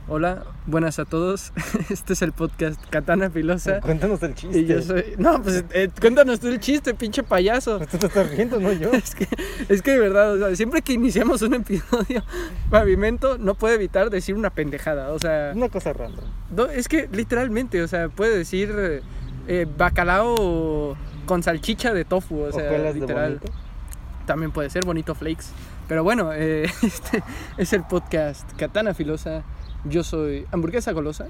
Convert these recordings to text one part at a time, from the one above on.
Hola, buenas a todos. Este es el podcast Katana Filosa. Cuéntanos el chiste. Y yo soy... No, pues cuéntanos tú el chiste, pinche payaso. Pues tú te estás riendo, no yo. Es que de verdad, o sea, siempre que iniciamos un episodio, Pavimento no puede evitar decir una pendejada, o sea... Una cosa random. No, es que literalmente, o sea, puede decir bacalao con salchicha de tofu, o sea, literal. También puede ser Bonito Flakes. Pero bueno, este es el podcast Katana Filosa. Yo soy Hamburguesa Golosa.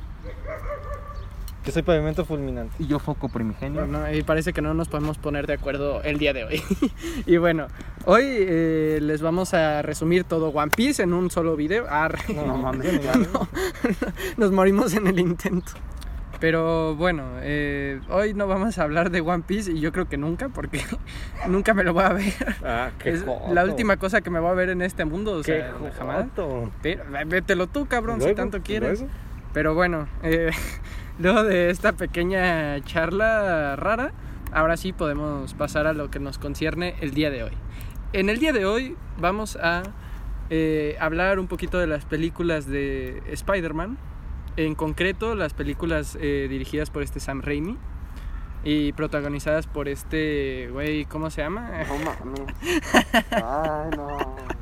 Yo soy Pavimento Fulminante. Y yo Foco Primigenio. No, y parece que no nos podemos poner de acuerdo el día de hoy. Y bueno, hoy les vamos a resumir todo One Piece en un solo video. No mames. No, nos morimos en el intento. Pero bueno, hoy no vamos a hablar de One Piece y yo creo que nunca, porque nunca me lo voy a ver. Ah, qué Es joto. la última cosa que me voy a ver en este mundo, o sea, jamás. Pero, vételo tú, cabrón, si tanto quieres. ¿Luego? Pero bueno, luego de esta pequeña charla rara, ahora sí podemos pasar a lo que nos concierne el día de hoy. En el día de hoy vamos a hablar un poquito de las películas de Spider-Man. En concreto, las películas dirigidas por Sam Raimi y protagonizadas por güey, ¿cómo se llama? No mames. Ay, no.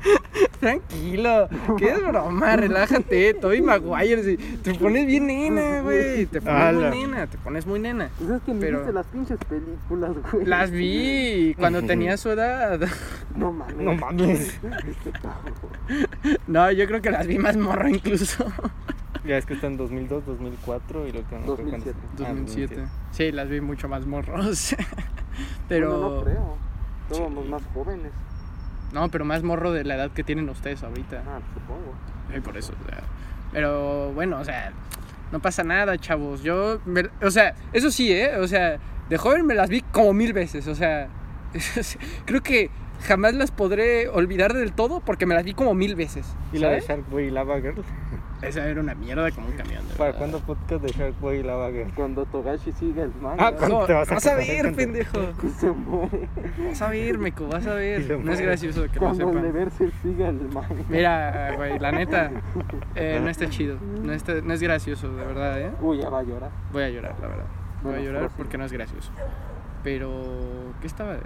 Tranquilo, que es broma, relájate, Tobey Maguire, te pones bien nena, güey, te pones muy nena. Pues es que me Pero- viste las pinches películas, güey. Las vi cuando tenía su edad. No mames. No mames. Este cabrón. No, yo creo que las vi más morro incluso. Ya es que está en 2002, 2004 y lo que no 2007. 2007. Sí, las vi mucho más morros. Pero Bueno, no creo. Somos más jóvenes. no, pero más morro de la edad que tienen ustedes ahorita. Ah, supongo. Y por eso, o sea, pero bueno, o sea, no pasa nada, chavos. O sea, eso sí, o sea, de joven me las vi como 1000 veces, o sea, creo que jamás las podré olvidar del todo porque me las vi como 1000 veces. ¿Y la de ¿sabes? Shark Boy y Lava Girl? Esa era una mierda como un camión. de ¿Para verdad. cuándo podcast de Shark Boy y Lava Girl? Cuando Togashi sigue el manga. Ah, ¿cuándo No, te vas a vas a casar? ver, pendejo. Que se muere. Vas a ver, meco, vas a Y ver. se No es muere. gracioso que lo Cuando el sepan. deberse siga el manga. Mira, güey, la neta, no está chido. No es gracioso, de verdad, Uy, ya va a llorar. Voy a llorar, la verdad. Voy a Bueno, llorar prosigue. porque no es gracioso. Pero, ¿qué estaba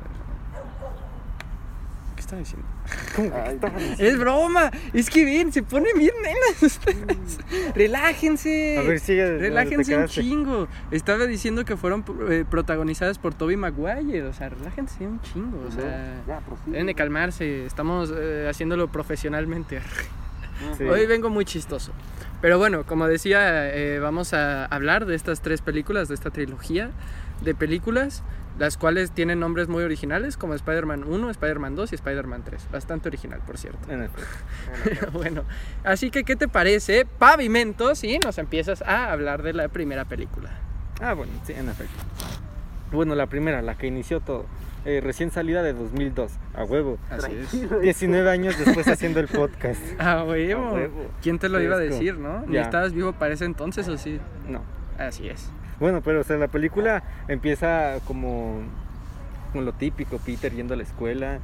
diciendo? ¿Cómo que Ay, estás? Es broma, es que bien, se ponen bien nenas ustedes. Relájense. A ver, sigue. ¿dónde te Relájense un quedaste? chingo. Estaba diciendo que fueron protagonizadas por Tobey Maguire. O sea, relájense un chingo. O sea, ya, prosigue. deben de calmarse. Estamos haciéndolo profesionalmente. Sí. Hoy vengo muy chistoso. Pero bueno, como decía, vamos a hablar de estas 3 películas, de esta trilogía de películas, las cuales tienen nombres muy originales, como Spider-Man 1, Spider-Man 2 y Spider-Man 3. Bastante original, por cierto. En efecto. Pero bueno, así que, ¿qué te parece, Pavimento, si nos empiezas a hablar de la primera película? Ah, bueno, sí, en efecto. Bueno, la primera, la que inició todo. Recién salida de 2002, a huevo. Así es. Tranquilo. 19 años después haciendo el podcast. Ah, huevo. A huevo. ¿Quién te lo iba a Fresco. decir, no? ¿Ni Ya. estabas vivo para ese entonces o sí? No. Así es. Bueno, pero o sea, la película empieza como con lo típico, Peter yendo a la escuela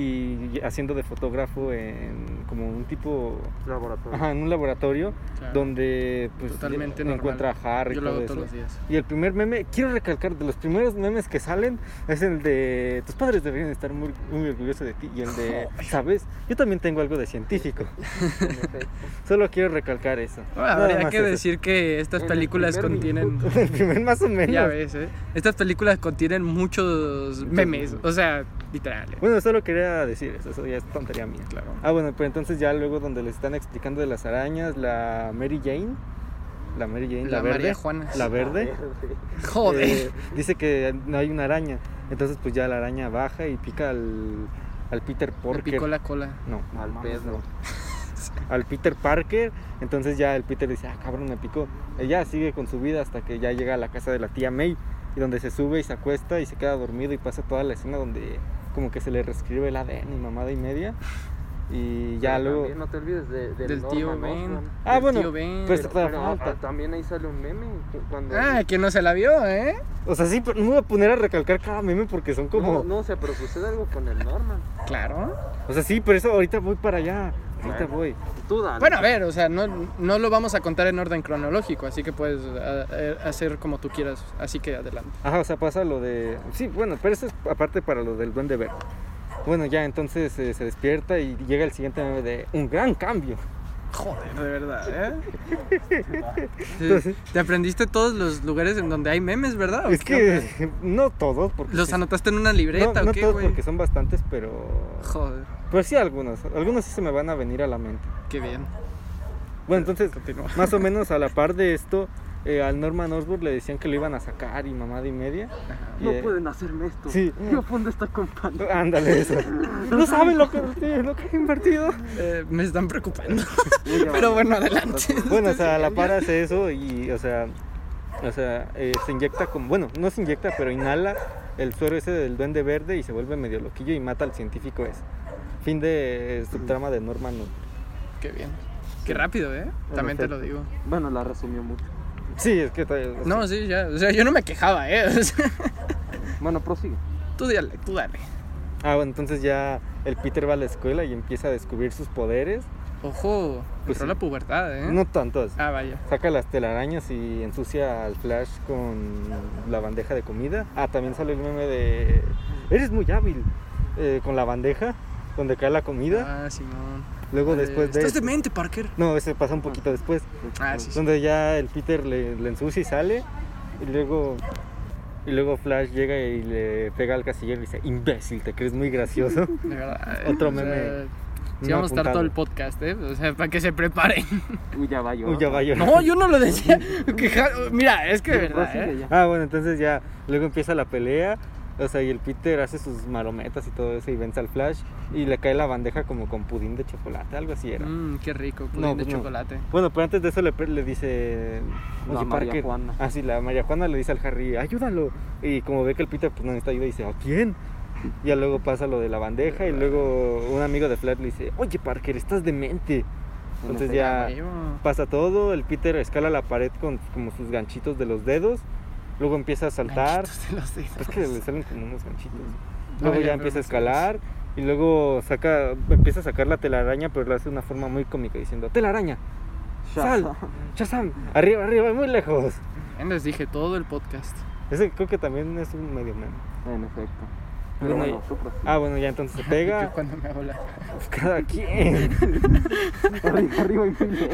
y haciendo de fotógrafo en como un tipo, Laboratorio. ajá, en un laboratorio Claro. donde pues Totalmente normal. encuentra a Harry y Yo lo todo hago eso. todos los días. Y el primer meme, quiero recalcar, de los primeros memes que salen es el de tus padres deberían estar muy, muy orgullosos de ti y el de, ¿sabes? Yo también tengo algo de científico. En efecto. Solo quiero recalcar eso. Bueno, Nada habría más que eso. decir que estas En el películas primer contienen... minuto. El primer más o menos. Ya ves, estas películas contienen muchos memes, o sea, literal. Bueno, solo quería decir eso ya es tontería mía. Claro. Ah, bueno, pero entonces ya luego donde les están explicando de las arañas, la Mary Jane, la La verde, María Juana. la verde, Joder. dice que no hay una araña, entonces pues ya la araña baja y pica al Peter Me Parker. picó la cola. No, Al mames, Pedro. no. Al Peter Parker, entonces ya el Peter dice, ah, cabrón, me picó. Ella sigue con su vida hasta que ya llega a la casa de la tía May, y donde se sube y se acuesta y se queda dormido y pasa toda la escena donde como que se le reescribe el ADN y mamada y media. Y ya Pero luego... también no te olvides Del tío Norman Ben. Osborn. Ah, del bueno, tío Ben. pues todavía Pero falta. también ahí sale un meme cuando... Ah, que no se la vio, ¿eh? O sea, sí, pero no me voy a poner a recalcar cada meme porque son como... No, o sea, pero sucede algo con el Norman. Claro. O sea, sí, por eso ahorita voy para allá. Ahorita voy. Tú dale. Bueno, a ver, o sea, no lo vamos a contar en orden cronológico, así que puedes hacer como tú quieras, así que adelante. Ajá, o sea, pasa lo de... Sí, bueno, pero eso es aparte para lo del Duende Verde. Bueno, ya entonces se despierta y llega el siguiente meme de un gran cambio. Joder, de verdad, ¿eh? Entonces- Te aprendiste todos los lugares en donde hay memes, ¿verdad? ¿O Es qué onda? que no todos, porque... ¿Los sí- anotaste en una libreta no o qué, todos güey? porque son bastantes, pero... Joder, Pero sí algunos. Algunos sí se me van a venir a la mente. qué bien. Bueno, entonces, Continúa. más o menos a la par de esto, al Norman Osborn le decían que lo iban a sacar y mamada y media. Ajá. Y, No pueden hacerme esto. sí. Yo fondo esta compañía. Ándale, eso. No saben lo que he invertido. Me están preocupando. Uy, ya Pero va. bueno, adelante. Bueno, o sea, a la par hace eso y, o sea, se inyecta como, bueno, no se inyecta, pero inhala el suero ese del Duende Verde y se vuelve medio loquillo y mata al científico ese. Fin de su trama de Norman Osborn. Qué bien. Qué rápido, ¿eh? También te lo efecto. digo. Bueno, la resumió mucho. Sí, es que... No, sí, ya. O sea, yo no me quejaba, ¿eh? O sea, Bueno, prosigue. tú dale, tú dale. Ah, bueno, entonces ya el Peter va a la escuela y empieza a descubrir sus poderes. Ojo, Pues entró sí. la pubertad, ¿eh? No tantos. Ah, vaya. Saca las telarañas y ensucia al Flash con la bandeja de comida. Ah, también sale el meme de... Eres muy hábil con la bandeja donde cae la comida. Ah, Simón. Luego después de... Estás demente, Parker. No, ese pasa un poquito después. Ah, sí, sí. Donde ya el Peter le ensucia y sale. Y luego Flash llega y le pega al casillero y dice, imbécil, te crees muy gracioso. De verdad. Otro o sea, meme sí, no vamos a estar apuntado. todo el podcast, ¿eh? O sea, para que se preparen. Uy, ya va yo. Uy, ya va yo. No, yo no lo decía. Mira, es que de verdad, Prosigue ¿eh? ya. Ah, bueno, entonces ya luego empieza la pelea. O sea, y el Peter hace sus marometas y todo eso y vence al Flash. Y le cae la bandeja como con pudín de chocolate, algo así era. Qué rico, pudín No, de pues no. chocolate. Bueno, pero antes de eso le dice... La "Oye, María Parker". Juana. Ah, sí, la María Juana le dice al Harry, ayúdalo. Y como ve que el Peter pues no necesita ayuda, dice, ¿a quién? Ya luego pasa lo de la bandeja y luego un amigo de Flash le dice, oye, Parker, estás demente. Entonces efecto. ya Huevo. pasa todo, el Peter escala la pared con como sus ganchitos de los dedos. Luego empieza a saltar. Ganchitos de los dedos. Es que le salen como unos ganchitos. No, Luego ya ya veo empieza a más escalar y luego empieza a sacar la telaraña, pero lo hace de una forma muy cómica diciendo, telaraña, sal, Shazam, arriba, arriba, muy lejos. Ya les dije todo el podcast. Ese creo que también es un medio meme. En efecto. Pero Bueno, bueno, tú prosigue. Ah, bueno, ya entonces se Yo pega. cuando me hago la... Cada quien. Arriba y muy lejos.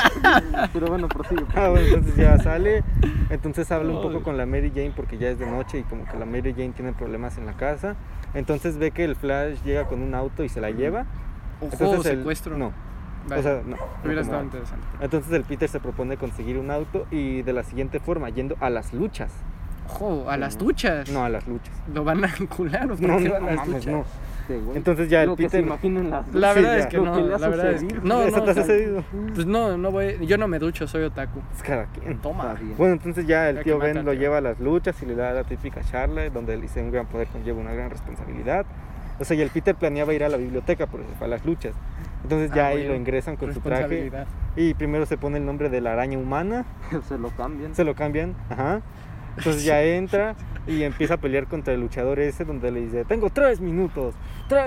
Pero bueno, prosigue. Ah, bueno, entonces ya sale. Entonces habla un poco con la Mary Jane porque ya es de noche y como que la Mary Jane tiene problemas en la casa. Entonces ve que el Flash llega con un auto y se la lleva. Ojo, Entonces secuestro. No, Vaya, o sea, no. hubiera como- estado interesante. Entonces el Peter se propone conseguir un auto y de la siguiente forma, yendo a las luchas. Ojo, a las duchas. No, a las luchas. Lo van a vincular o por No, qué no, a las mames, duchas. no. Sí, güey. Entonces ya el Lo que se Peter... imaginen las La Sí, verdad ya. es que Lo no, que le ha la verdad es que sucedido. no, ¿Eso no, te ha o sea, sucedido? pues no voy, yo no me ducho, soy otaku. Es cada quien. Toma. Está bien. Bueno, entonces ya el Ya tío que mata Ben al lo tío. lleva a las luchas y le da la típica charla donde le dice un gran poder conlleva una gran responsabilidad. O sea, y el Peter planeaba ir a la biblioteca, pero se fue a las luchas. Entonces ya Ah, ahí bueno. lo ingresan con su traje Responsabilidad. y primero se pone el nombre de la araña humana, Se lo cambian. se lo cambian, ajá. Entonces ya entra y empieza a pelear contra el luchador ese donde le dice, tengo 3 minutos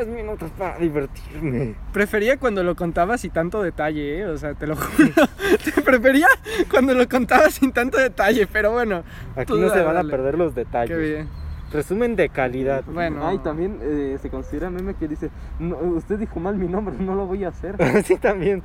para divertirme. Prefería cuando lo contabas sin tanto detalle, ¿eh? O sea, te lo juro. Te prefería cuando lo contabas sin tanto detalle, pero bueno. Aquí tú no se van a dale. perder los Qué detalles. bien. Resumen de calidad. Bueno. Ah, y también se considera meme que dice, "No, usted dijo mal mi nombre, no lo voy a hacer. Sí, también.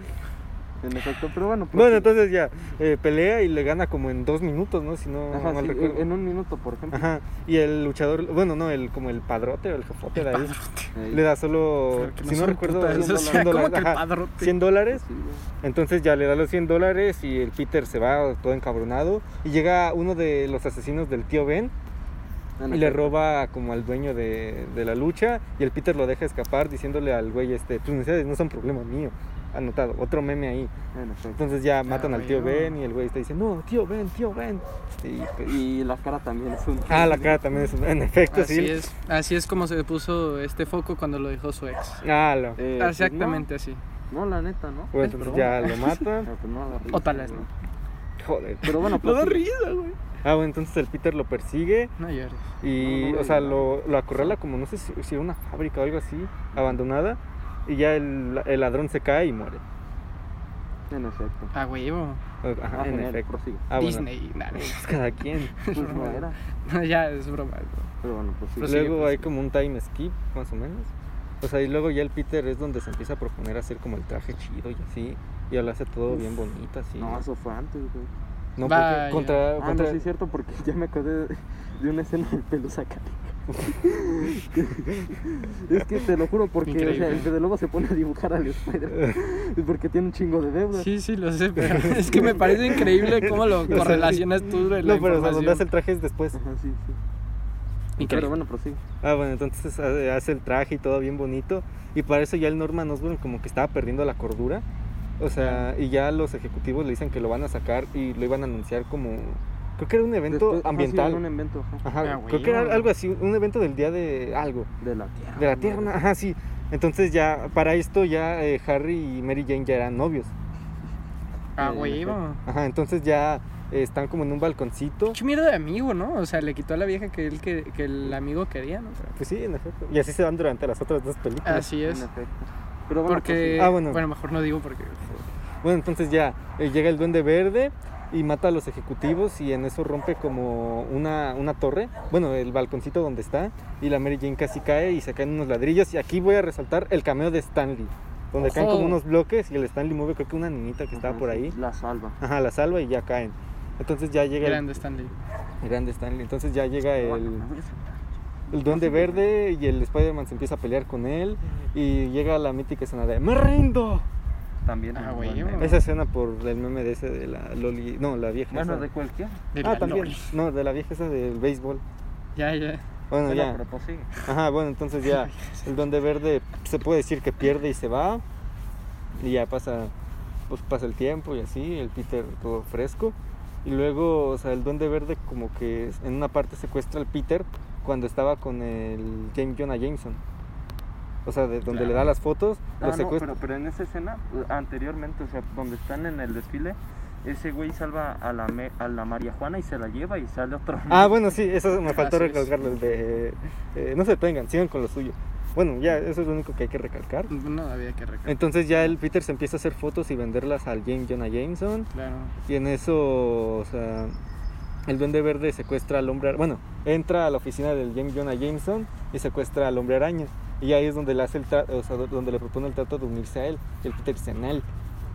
En efecto, pero bueno. pues, Bueno, sí. entonces ya pelea y le gana como en 2 minutos, ¿no? Si no Ajá, mal sí, recuerdo. en un minuto, por ejemplo. Ajá. Y el luchador, bueno, no, como el padrote o el jefote de ahí, Ey, le da solo, Pero que si no son recuerdo, putas, o 100 sea, ¿cómo que el ajá, padrote? $100. pues sí, güey. Entonces ya le da los $100 y el Peter se va todo encabronado y llega uno de los asesinos del tío Ben En y le efecto. roba como al dueño de la lucha y el Peter lo deja escapar diciéndole al güey tus necesidades no son problema mío. Anotado, otro meme ahí. En efecto. Entonces ya matan al tío güey, no. Ben y el güey está diciendo, no, tío Ben. Y, pues, Y la cara también es un... la cara también es en efecto, Así sí. así es como se puso este foco cuando lo dejó su ex. Lo. Exactamente así. No, la neta, ¿no? Bueno, es entonces broma. ya lo matan. Pero, pues, no da risa, O tal vez güey. no. Joder. Pero bueno, No da pues, risa, güey. Bueno, entonces el Peter lo persigue No llores. y, No, o sea, lo acorrala como, no sé si era una fábrica o algo así, abandonada. y ya el ladrón se cae y muere. En efecto. A huevo. Ajá, en genial, efecto. prosigue. Ah, bueno, Disney, nada. pues cada quien. Pues no era. No, ya es broma. Pero bueno, pues sí. Pues Luego prosigue. hay como un time skip, más o menos. O sea, y luego ya el Peter es donde se empieza a proponer hacer como el traje chido y así. Y lo hace todo bien bonito, así. No, eso fue antes, güey. No, Vaya. porque contra... Ah, contra... no, sí es cierto, porque ya me acordé de una escena del Pelusa Canica. Es que te lo juro, porque o sea, Increíble. el Fede Lobo se pone a dibujar al Spider-Man. Porque tiene un chingo de deudas. Sí, sí, lo sé, pero es que me parece increíble cómo lo correlacionas tú de la No, pero o sea, donde información. hace el traje es después. Ajá, sí, sí. Increíble. Pero bueno, prosigue. Ah, bueno, entonces hace el traje y todo bien bonito. Y para eso ya el Norman Osborn como que estaba perdiendo la cordura. O sea, y ya los ejecutivos le dicen que lo van a sacar y lo iban a anunciar como... Creo que era un evento Después- ajá, sí, ambiental. era un evento, ajá. Ajá, Ah, creo que era güey. algo así, un evento del día de algo. De la Tierra. De la Tierra, ¿no? ajá, sí. Entonces ya, para esto ya Harry y Mary Jane ya eran novios. A huevo. Ajá, entonces ya están como en un balconcito. Qué mierda de amigo, ¿no? O sea, le quitó a la vieja que el amigo quería, ¿no? Pero- Pues sí, en efecto. Y así se van durante las otras dos películas. Así En es. efecto. Pero bueno, Porque... Ah, bueno. Bueno, mejor no digo porque... Bueno, entonces ya llega el Duende Verde y mata a los ejecutivos y en eso rompe como una torre, bueno, el balconcito donde está, y la Mary Jane casi cae y se caen unos ladrillos. Y aquí voy a resaltar el cameo de Stanley, donde caen Ojo. como unos bloques y el Stanley mueve, creo que una niñita que estaba Ajá, por sí, ahí. La salva. Ajá, la salva y ya caen. Entonces ya llega Grande Stanley. el grande Stanley. Entonces ya llega Bueno, el Duende Verde y el Spider-Man se empieza a pelear con él y llega la mítica escena de ¡Me rindo! También. Ah, un güey, buen bueno. meme. Esa escena por el meme de ese de la Loli, no, la vieja Bueno, esa. de cualquier. De la También, Loli. no, de la vieja esa del béisbol. Ya, ya. Bueno, Bueno, ya. pero prosigue. Ajá, bueno, entonces ya el Duende Verde se puede decir que pierde y se va. Y ya pasa el tiempo y así, el Peter todo fresco. Y luego, o sea, el Duende Verde como que en una parte secuestra al Peter cuando estaba con el James Jonah Jameson. O sea, de donde Claro. le da las fotos, lo Ah, no, secuestra. pero en esa escena, anteriormente, o sea, donde están en el desfile, ese güey salva a la María Juana y se la lleva y sale otro. Ah, bueno, sí, eso me faltó Así es. recalcarlo, el de... no se tengan, sigan con lo suyo. Bueno, ya, eso es lo único que hay que recalcar. No había que recalcar. Entonces ya el Peter se empieza a hacer fotos y venderlas al James Jonah Jameson. Claro. Y en eso, o sea, el Duende Verde secuestra al hombre... Bueno, entra a la oficina del James Jonah Jameson y secuestra al Hombre Araña. Y ahí es donde le hace o sea, donde le propone el trato de unirse a él. Y el Peter dice, en él.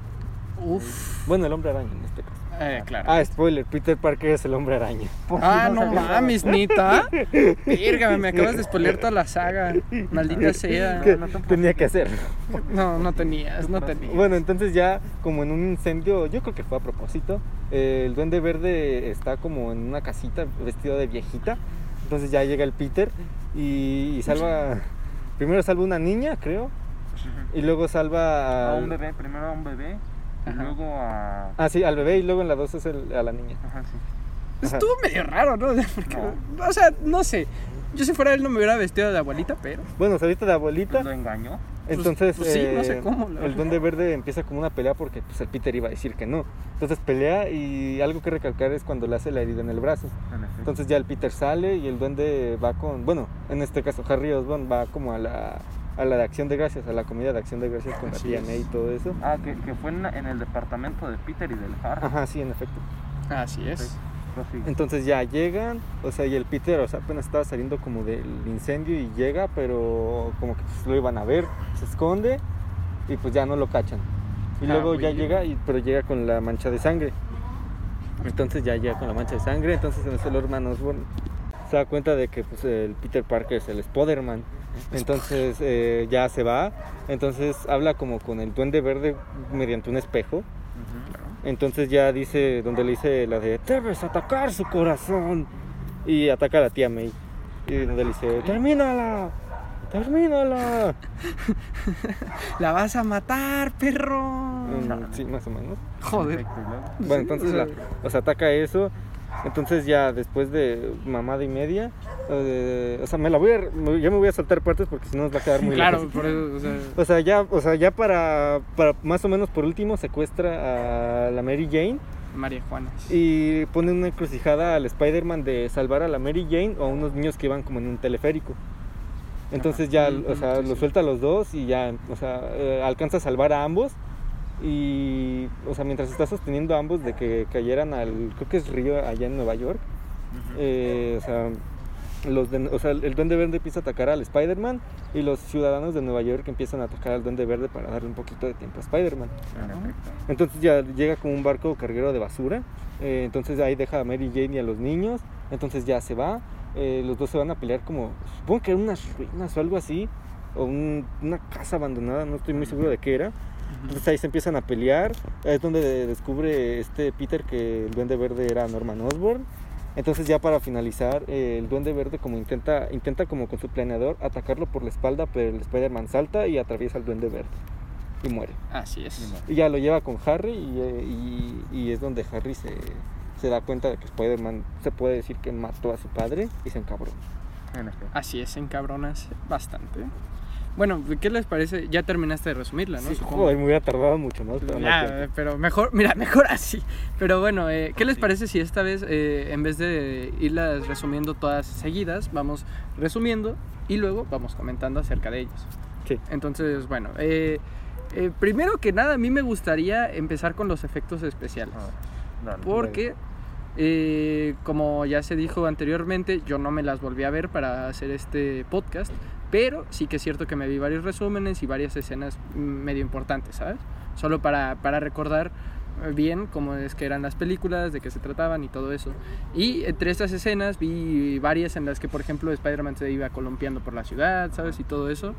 Uf. Bueno, el Hombre Araña en este caso. Claro. Ah, spoiler, Peter Parker es el Hombre Araña. Ah, no mames, neta. Verga, me acabas de spoiler toda la saga. Maldita sea. ¿Qué no te tenía que hacer? No tenías, no tenías. Bueno, entonces ya como en un incendio, yo creo que fue a propósito, el Duende Verde está como en una casita vestido de viejita. Entonces ya llega el Peter y salva, primero salva una niña, creo, y luego salva A un bebé, primero a un bebé y Ajá. luego a. Ah, sí, al bebé y luego en la 2 es a la niña. Ajá, sí. Estuvo medio raro, ¿no? O sea, porque, No. o sea, no sé. Yo si fuera él no me hubiera vestido de abuelita, pero... Bueno, saliste de abuelita, Lo engañó. entonces pues sí, no sé cómo, la el verdad. Duende Verde empieza como una pelea porque pues, el Peter iba a decir que no. Entonces pelea y algo que recalcar es cuando le hace la herida en el brazo. En efecto. Entonces ya el Peter sale y el Duende va con, bueno, en este caso Harry Osborn va como a la de Acción de Gracias, a la comida de Acción de Gracias con la Así tía es. May y todo eso. Ah, que fue en el departamento de Peter y del Harry. Ajá, sí, en efecto. Así es. Sí, prosigue. Entonces ya llegan, o sea, y el Peter, o sea, apenas estaba saliendo como del incendio y llega, pero como que pues, lo iban a ver, se esconde y pues ya no lo cachan. Y Ah, luego ya güey. llega, pero llega con la mancha de sangre. Entonces ya llega con la mancha de sangre, entonces en eso el hermano Osborn se da cuenta de que pues, el Peter Parker es el Spider-Man. Entonces ya se va, entonces habla como con el Duende Verde mediante un espejo. Ujú. Entonces ya dice, donde le dice la de debes atacar su corazón. Y ataca a la tía May. Y donde le dice, termínala, termínala. La vas a matar, perro. Sí, más o menos. Joder. Perfecto, y luego. Bueno, entonces o sea, ataca eso. Entonces ya después de mamada y media, o sea, ya me voy a saltar partes porque si no nos va a quedar muy Claro, lejos. por eso, o sea, O sea, ya para más o menos por último secuestra a la Mary Jane María Juana. y pone una encrucijada al Spider-Man de salvar a la Mary Jane o a unos niños que iban como en un teleférico. Entonces ya, o sea, los suelta a los dos y ya, o sea, alcanza a salvar a ambos. Y, o sea, mientras está sosteniendo a ambos de que cayeran al, creo que es río allá en Nueva York, o sea, el Duende Verde empieza a atacar al Spider-Man y los ciudadanos de Nueva York empiezan a atacar al Duende Verde para darle un poquito de tiempo a Spider-Man. Entonces ya llega como un barco carguero de basura, entonces ahí deja a Mary Jane y a los niños, entonces ya se va, los dos se van a pelear como, supongo que eran unas ruinas o algo así, o una casa abandonada, no estoy muy seguro de qué era. Entonces ahí se empiezan a pelear, es donde descubre Peter que el Duende Verde era Norman Osborn. Entonces ya para finalizar, el Duende Verde como intenta como con su planeador atacarlo por la espalda, pero el Spider-Man salta y atraviesa al Duende Verde y muere. Así es. Y ya lo lleva con Harry y es donde Harry se da cuenta de que Spider-Man se puede decir que mató a su padre y se encabrona. Así es, se encabronas bastante. Bueno, ¿qué les parece? Ya terminaste de resumirla, ¿no? Sí, joder, me hubiera tardado mucho más. Pero mejor, mira, mejor así. Pero bueno, ¿qué les parece si esta vez, en vez de irlas resumiendo todas seguidas, vamos resumiendo y luego vamos comentando acerca de ellos? Sí. Entonces, bueno, primero que nada, a mí me gustaría empezar con los efectos especiales. Porque, como ya se dijo anteriormente, yo no me las volví a ver para hacer este podcast. Pero sí que es cierto que me vi varios resúmenes y varias escenas medio importantes, ¿sabes? Solo para recordar bien cómo es que eran las películas, de qué se trataban y todo eso. Y entre estas escenas vi varias en las que, por ejemplo, Spider-Man se iba columpiando por la ciudad, ¿sabes? Y todo eso.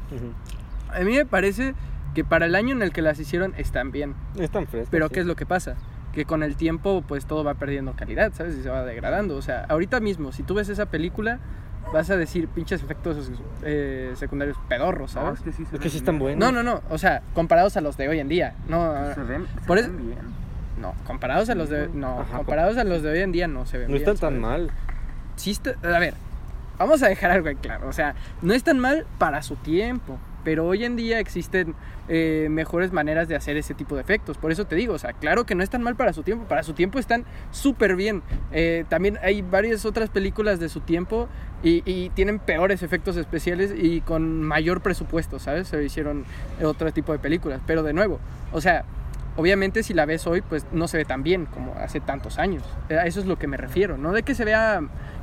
A mí me parece que para el año en el que las hicieron están bien. Están frescas. Pero sí. ¿qué es lo que pasa? Que con el tiempo pues todo va perdiendo calidad, ¿sabes? Y se va degradando. O sea, ahorita mismo, si tú ves esa película, vas a decir pinches efectos secundarios pedorros, ¿sabes? No, es que sí, Es que sí están buenos. No, o sea, comparados a los de hoy en día. No, se ven bien. No, comparados a los de comparados a los de hoy en día no se ven no bien. No están tan mal. Sí a ver, vamos a dejar algo en claro, o sea, no están mal para su tiempo, pero hoy en día existen mejores maneras de hacer ese tipo de efectos. Por eso te digo, o sea, claro que no están mal para su tiempo están súper bien. También hay varias otras películas de su tiempo y tienen peores efectos especiales y con mayor presupuesto, ¿sabes? Se hicieron otro tipo de películas, pero de nuevo, o sea, obviamente si la ves hoy, pues no se ve tan bien como hace tantos años. A eso es lo que me refiero, no de que se vea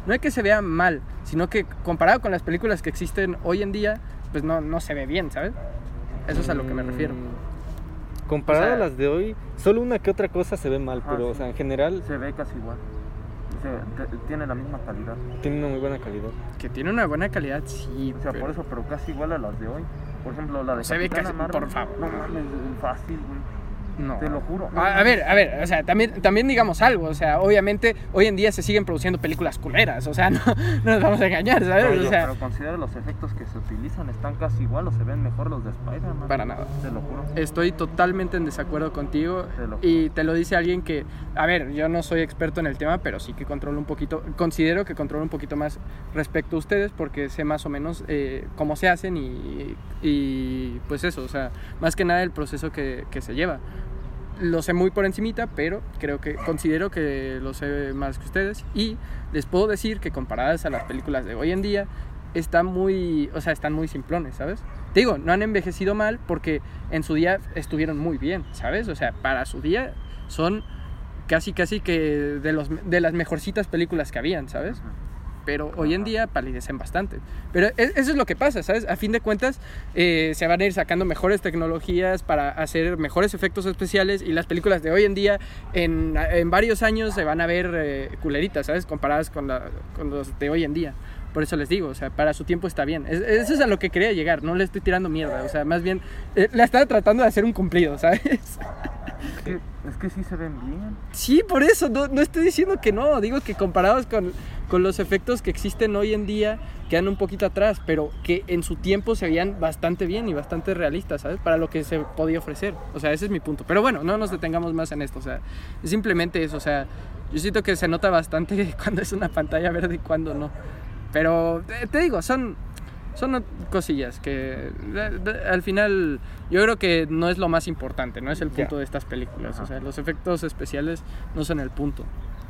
mal, sino que comparado con las películas que existen hoy en día, pues no se ve bien, ¿sabes? Eso es a lo que me refiero. Comparado a las de hoy, solo una que otra cosa se ve mal, pero sí. O sea, en general se ve casi igual. Tiene la misma calidad. Tiene una muy buena calidad. Que tiene una buena calidad, sí. O sea, por eso, pero casi igual a las de hoy. Por ejemplo, la de se ve casi, Marvel, por favor. No mames, fácil, güey. No. Te lo juro. A ver, o sea, también digamos algo, o sea, obviamente hoy en día se siguen produciendo películas culeras, o sea, no nos vamos a engañar, ¿sabes? Pero, o sea, pero considera los efectos que se utilizan, están casi igual o se ven mejor los de Spider-Man. Para nada. Te lo juro. Estoy totalmente en desacuerdo contigo y te lo dice alguien que, a ver, yo no soy experto en el tema, pero sí que considero que controlo un poquito más respecto a ustedes porque sé más o menos cómo se hacen y pues eso, o sea, más que nada el proceso que se lleva. Lo sé muy por encimita, pero considero que lo sé más que ustedes y les puedo decir que comparadas a las películas de hoy en día están muy simplones, ¿sabes? Te digo, no han envejecido mal porque en su día estuvieron muy bien, ¿sabes? O sea, para su día son casi que de las mejorcitas películas que habían, ¿sabes? Pero hoy en día palidecen bastante. Pero eso es lo que pasa, ¿sabes? A fin de cuentas, se van a ir sacando mejores tecnologías para hacer mejores efectos especiales y las películas de hoy en día, en varios años, se van a ver culeritas, ¿sabes? Comparadas con los de hoy en día. Por eso les digo, o sea, para su tiempo está bien. Eso es a lo que quería llegar, no le estoy tirando mierda. O sea, más bien, la estaba tratando de hacer un cumplido, ¿sabes? Es que sí se ven bien. Sí, por eso, no estoy diciendo que no. Digo que comparados con los efectos que existen hoy en día, quedan un poquito atrás, pero que en su tiempo se veían bastante bien y bastante realistas, ¿sabes? Para lo que se podía ofrecer. O sea, ese es mi punto. Pero bueno, no nos detengamos más en esto. O sea, es simplemente eso. O sea, yo siento que se nota bastante cuando es una pantalla verde y cuando no. Pero te digo, son cosillas que al final yo creo que no es lo más importante, no es el punto de estas películas. O sea, los efectos especiales no son el punto.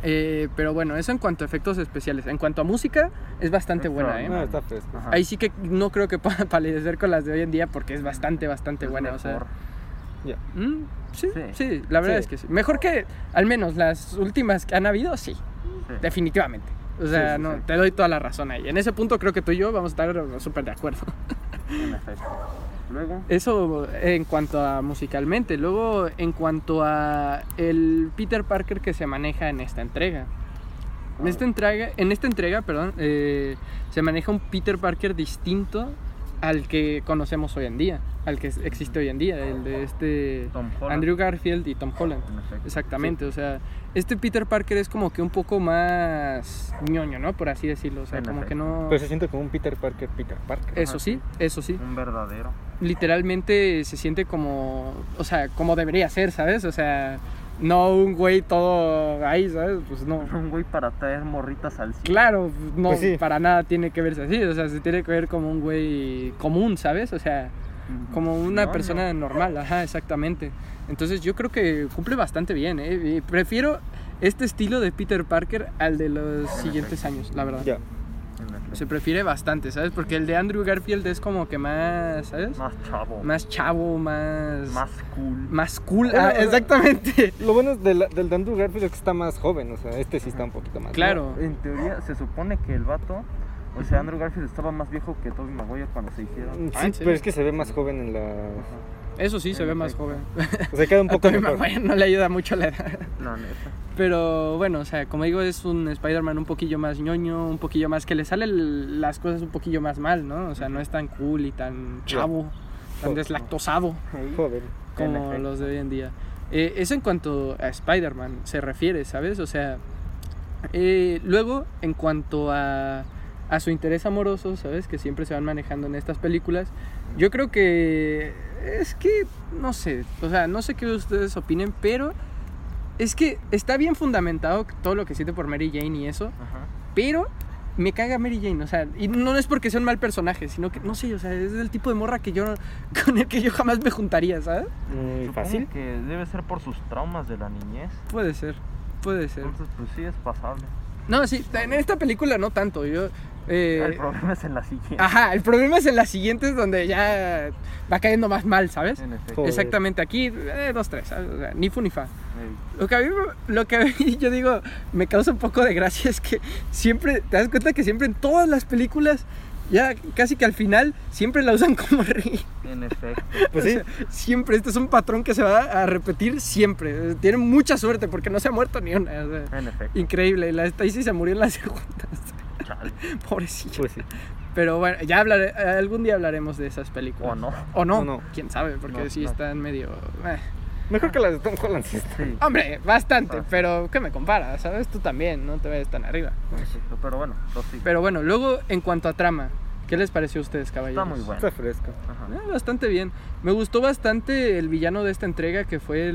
Pero bueno, eso en cuanto a efectos especiales. En cuanto a música, es bastante buena, No, está fresco. Ajá. Ahí sí que no creo que pueda palidecer con las de hoy en día porque es bastante Es buena. O sea, mejor. Ya. sí, Sí. sí, la verdad Sí. es que sí. Mejor que al menos las últimas que han habido, sí, Sí. definitivamente. O sea, Sí, sí, no, sí. te doy toda la razón ahí. En ese punto creo que tú y yo vamos a estar súper de acuerdo. En efecto. Luego, Eso en cuanto a musicalmente. Luego, en cuanto a el Peter Parker que se maneja en esta entrega. En esta entrega, se maneja un Peter Parker distinto al que conocemos hoy en día, al que existe hoy en día, el de Tom Holland. Andrew Garfield y Tom Holland. En efecto. Exactamente, o sea, este Peter Parker es como que un poco más ñoño, ¿no? Por así decirlo, o sea, En como que efecto. no... Pero se siente como un Peter Parker. Eso sí, eso sí. Un verdadero. Literalmente se siente como, o sea, como debería ser, ¿sabes? O sea, no un güey todo ahí, ¿sabes? Pues no. Un güey para traer morritas al cine. Claro, no, Pues sí. para nada tiene que verse así, o sea, se tiene que ver como un güey común, ¿sabes? O sea, como una No, persona normal, ajá, exactamente. Entonces yo creo que cumple bastante bien, ¿eh? Y prefiero este estilo de Peter Parker al de los siguientes años, la verdad. Ya. En efecto. Se prefiere bastante, ¿sabes? Porque el de Andrew Garfield es como que más, ¿sabes? Más chavo. Más chavo, más... Más cool. Más cool, Bueno, exactamente. Lo bueno es del de Andrew Garfield es que está más joven, o sea, este sí está un poquito más. Claro. En teoría se supone que el vato, o sea, Andrew Garfield estaba más viejo que Tobey Maguire cuando se hicieron. Sí, Ah, ¿en serio? pero es que se ve más joven en la. Eso sí, se En ve más efecto. joven. O sea, queda un A poco Tobey mejor. Maguire no le ayuda mucho la edad. La neta. Pero bueno, o sea, como digo, es un Spider-Man un poquillo más ñoño, un poquillo más que le salen las cosas un poquillo más mal, ¿no? O sea, no es tan cool y tan chavo, tan Joder. deslactosado Joven. En como efecto. los de hoy en día. Eso en cuanto a Spider-Man se refiere, ¿sabes? O sea, luego en cuanto a su interés amoroso, ¿sabes? Que siempre se van manejando en estas películas. Yo creo que es que, no sé, o sea, no sé qué ustedes opinen, pero es que está bien fundamentado todo lo que siente por Mary Jane y eso, Ajá. pero me caga Mary Jane, o sea, y no es porque sea un mal personaje, sino que, no sé, o sea, es el tipo de morra con el que yo jamás me juntaría, ¿sabes? Muy Supongo fácil. que debe ser por sus traumas de la niñez. Puede ser, puede ser. Entonces, pues sí, es pasable. No, sí, en esta película no tanto, yo... El problema es en la siguiente. Ajá, el problema es en las siguientes donde ya va cayendo más mal, ¿sabes? En efecto. Joder. Exactamente, aquí 2, 3, ¿sabes? O sea, ni fu ni fa. Ey. Lo que a mí, yo digo, me causa un poco de gracia es que siempre, te das cuenta que siempre en todas las películas, ya casi que al final, siempre la usan como rey. En efecto. Pues O sí. sea, siempre, este es un patrón que se va a repetir siempre. Tienen mucha suerte porque no se ha muerto ni una. O sea, En efecto. increíble, la Stacy se murió en las segundas. Chale. Pobrecilla. Pues sí. Pero bueno, ya algún día hablaremos de esas películas. O no. O no, O no. quién sabe, porque No, sí no. están medio... Mejor que las de Tom Holland. Sí. Sí. Hombre, bastante, Ah, sí. pero ¿qué me comparas? ¿Sabes? Tú también, no te vayas tan arriba. En efecto. Pero bueno, sí. Pero bueno, luego en cuanto a trama, ¿qué les pareció a ustedes, caballeros? Está muy bueno. Está fresco. Ajá. Bastante bien. Me gustó bastante el villano de esta entrega, que fue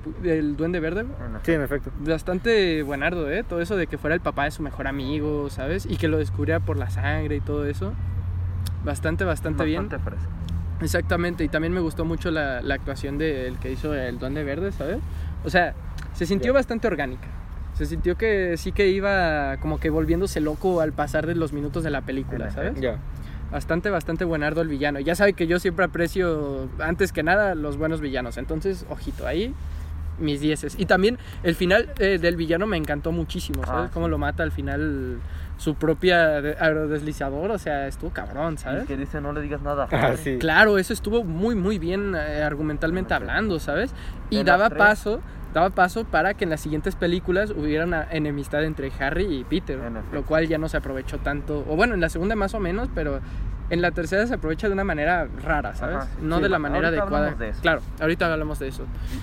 el Duende Verde. En efecto. Sí, en efecto. Bastante buenardo, ¿eh? Todo eso de que fuera el papá de su mejor amigo, ¿sabes? Y que lo descubriera por la sangre y todo eso. Bastante bien. Bastante fresco. Exactamente, y también me gustó mucho la actuación del que hizo el Duende Verde, ¿sabes? O sea, se sintió Ya. bastante orgánica. Se sintió que sí que iba como que volviéndose loco al pasar de los minutos de la película, En ¿sabes? Ya. Bastante buenardo el villano. Ya sabe que yo siempre aprecio, antes que nada, los buenos villanos. Entonces, ojito, ahí mis dieces. Y también el final del villano me encantó muchísimo, ¿sabes? Ah, Cómo sí. lo mata al final su propia aerodeslizador. O sea, estuvo cabrón, ¿sabes? Y que dice no le digas nada a Ah, Harry. sí. Claro, eso estuvo muy bien argumentalmente En efecto. hablando, ¿sabes? Y De las daba tres. paso para que en las siguientes películas hubiera una enemistad entre Harry y Peter, En efecto. lo cual ya no se aprovechó tanto, o bueno, en la segunda más o menos, pero en la tercera se aprovecha de una manera rara, ¿sabes? Ajá, sí. No Sí, de la bueno, manera ahorita adecuada. hablamos de eso. Claro, ahorita hablamos de eso.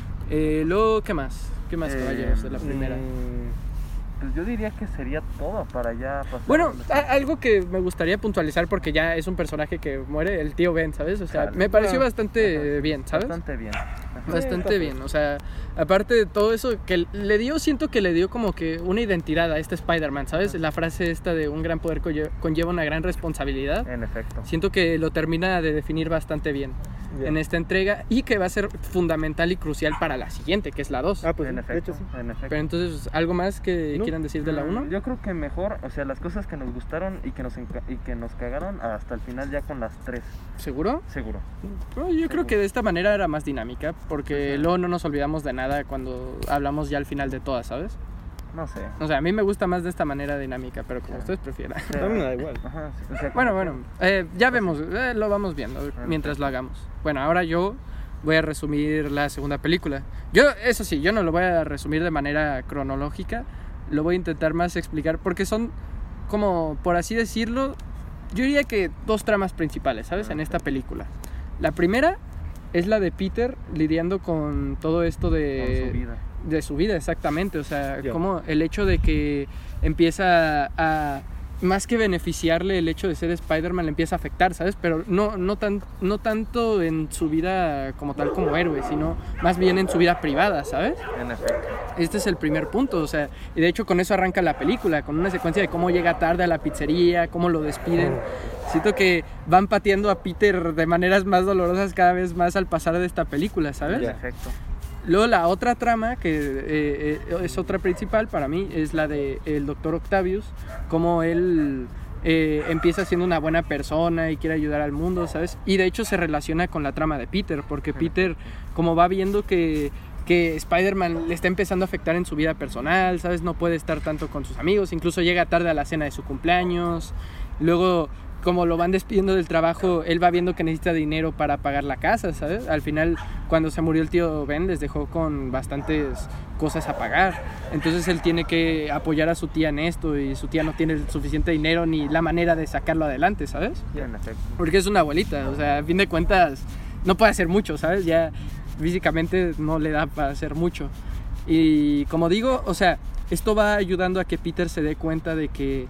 Luego, ¿qué más? ¿Qué más, caballeros, de la primera? Pues yo diría que sería todo para ya pasar. Bueno, a- algo que me gustaría puntualizar porque ya es un personaje que muere, el tío Ben, ¿sabes? O sea, Chale. me pareció Ah, bastante Ajá. bien, ¿sabes? Bastante bien. Ajá. Bastante bien, o sea, aparte de todo eso que siento que le dio como que una identidad a este Spider-Man, ¿sabes? La frase esta de un gran poder conlleva una gran responsabilidad, En efecto. siento que lo termina de definir bastante bien. en esta entrega y que va a ser fundamental y crucial para la siguiente, que es la 2. Pues en de efecto, hecho sí. en efecto. Pero entonces, ¿algo más que No. quieran decir de la 1? Yo creo que mejor, o sea, las cosas que nos gustaron y que nos cagaron hasta el final ya con las 3, ¿Seguro? seguro. No, yo creo que de esta manera era más dinámica, porque luego no nos olvidamos de nada cuando hablamos ya al final de todas, ¿sabes? No sé. O sea, a mí me gusta más de esta manera dinámica, pero como Sí. ustedes prefieran. O sea, A mí me da igual. Ajá, sí, o sea, Bueno, ya vemos, lo vamos viendo mientras lo hagamos. Bueno, ahora yo voy a resumir la segunda película. Eso sí, yo no lo voy a resumir de manera cronológica, lo voy a intentar más explicar, porque son como, por así decirlo, yo diría que 2 tramas principales, ¿sabes? En esta película. La primera es la de Peter lidiando con todo esto con su vida. de su vida, exactamente. O sea, Ya. como el hecho de que empieza a, más que beneficiarle el hecho de ser Spider-Man, le empieza a afectar, ¿sabes? Pero no tanto en su vida como tal como héroe, sino más bien en su vida privada, ¿sabes? En efecto. Este es el primer punto, o sea, y de hecho con eso arranca la película, con una secuencia de cómo llega tarde a la pizzería, cómo lo despiden. Siento que van pateando a Peter de maneras más dolorosas cada vez más al pasar de esta película, ¿sabes? En Ya. efecto. Luego la otra trama, que es otra principal para mí, es la de el Dr. Octavius, cómo él empieza siendo una buena persona y quiere ayudar al mundo, ¿sabes? Y de hecho se relaciona con la trama de Peter, porque Peter, como va viendo que Spider-Man le está empezando a afectar en su vida personal, ¿sabes? No puede estar tanto con sus amigos, incluso llega tarde a la cena de su cumpleaños. Luego, como lo van despidiendo del trabajo, él va viendo que necesita dinero para pagar la casa, ¿sabes? Al final, cuando se murió el tío Ben, les dejó con bastantes cosas a pagar. Entonces él tiene que apoyar a su tía en esto y su tía no tiene el suficiente dinero ni la manera de sacarlo adelante, ¿sabes? En efecto. Porque es una abuelita, o sea, a fin de cuentas no puede hacer mucho, ¿sabes? Ya físicamente no le da para hacer mucho. Y como digo, o sea, esto va ayudando a que Peter se dé cuenta de que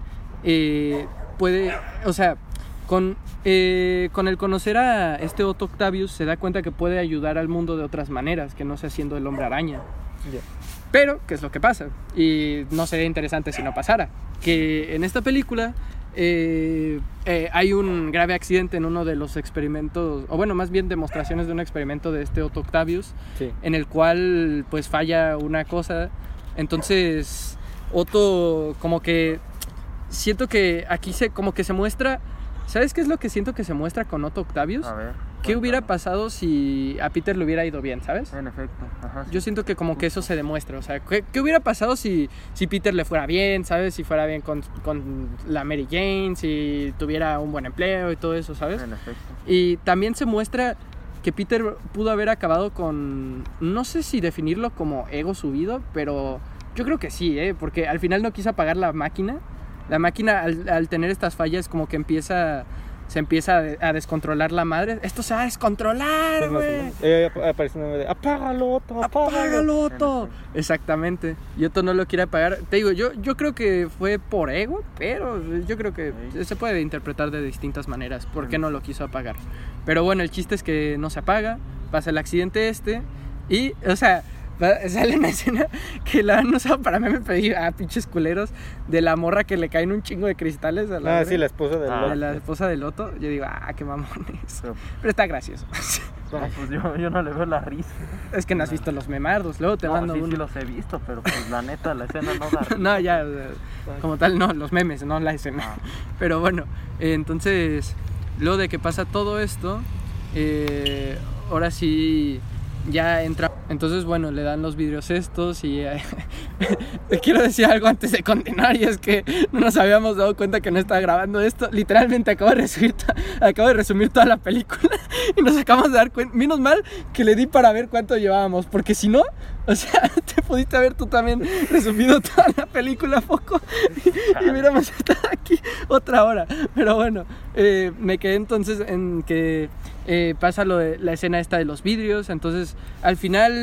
puede, o sea, con el conocer a este Otto Octavius se da cuenta que puede ayudar al mundo de otras maneras, que no sea siendo el hombre araña. Ya. Pero, ¿qué es lo que pasa? Y no sería interesante si no pasara. Que en esta película hay un grave accidente en uno de los experimentos, o bueno, más bien demostraciones de un experimento de este Otto Octavius, Sí. en el cual pues falla una cosa. Entonces Otto como que siento que aquí como que se muestra, ¿sabes qué es lo que siento que se muestra con Otto Octavius? A ver. ¿Qué hubiera cuéntanos. pasado si a Peter le hubiera ido bien, ¿sabes? En efecto. Ajá, sí. Yo siento que como que eso se demuestra, o sea, ¿qué hubiera pasado si Peter le fuera bien, ¿sabes? Si fuera bien con la Mary Jane, si tuviera un buen empleo y todo eso, ¿sabes? En efecto. Y también se muestra que Peter pudo haber acabado con, no sé si definirlo como ego subido, pero yo creo que sí, porque al final no quiso apagar la máquina. La máquina al tener estas fallas como que se empieza a descontrolar la madre. Esto se va a descontrolar, Pues más o güey. menos. Aparece una de apágalo, Otto, apágalo. ¡Apágalo, Otto! Exactamente. Y Otto no lo quiere apagar. Te digo, yo creo que fue por ego, pero yo creo que se puede interpretar de distintas maneras. ¿Por qué no lo quiso apagar? Pero bueno, el chiste es que no se apaga, pasa el accidente y, o sea, sale una escena que la han usado para mí, me pedí a pinches culeros, de la morra que le caen un chingo de cristales a la, Sí, la esposa del Ah, a la esposa del Otto. Yo digo, qué mamones. Pero, Pero está gracioso. no, pues yo no le veo la risa. Es que no has visto los memardos. Luego te No, mando sí, uno. sí los he visto, pero pues la neta, la escena no da risa. No, ya, o sea, como tal, no, los memes, no la escena. Ah. Pero bueno, entonces, luego de que pasa todo esto, ahora sí ya entra. Entonces, bueno, le dan los vidrios estos y te quiero decir algo antes de continuar, y es que no nos habíamos dado cuenta que no estaba grabando esto. Literalmente acabo de resumir toda la película y nos acabamos de dar cuenta. Menos mal que le di para ver cuánto llevábamos, porque si no, o sea, te pudiste haber tú también resumido toda la película poco y hubiéramos estado aquí otra hora. Pero bueno, me quedé entonces en que pasa lo de la escena esta de los vidrios. Entonces al final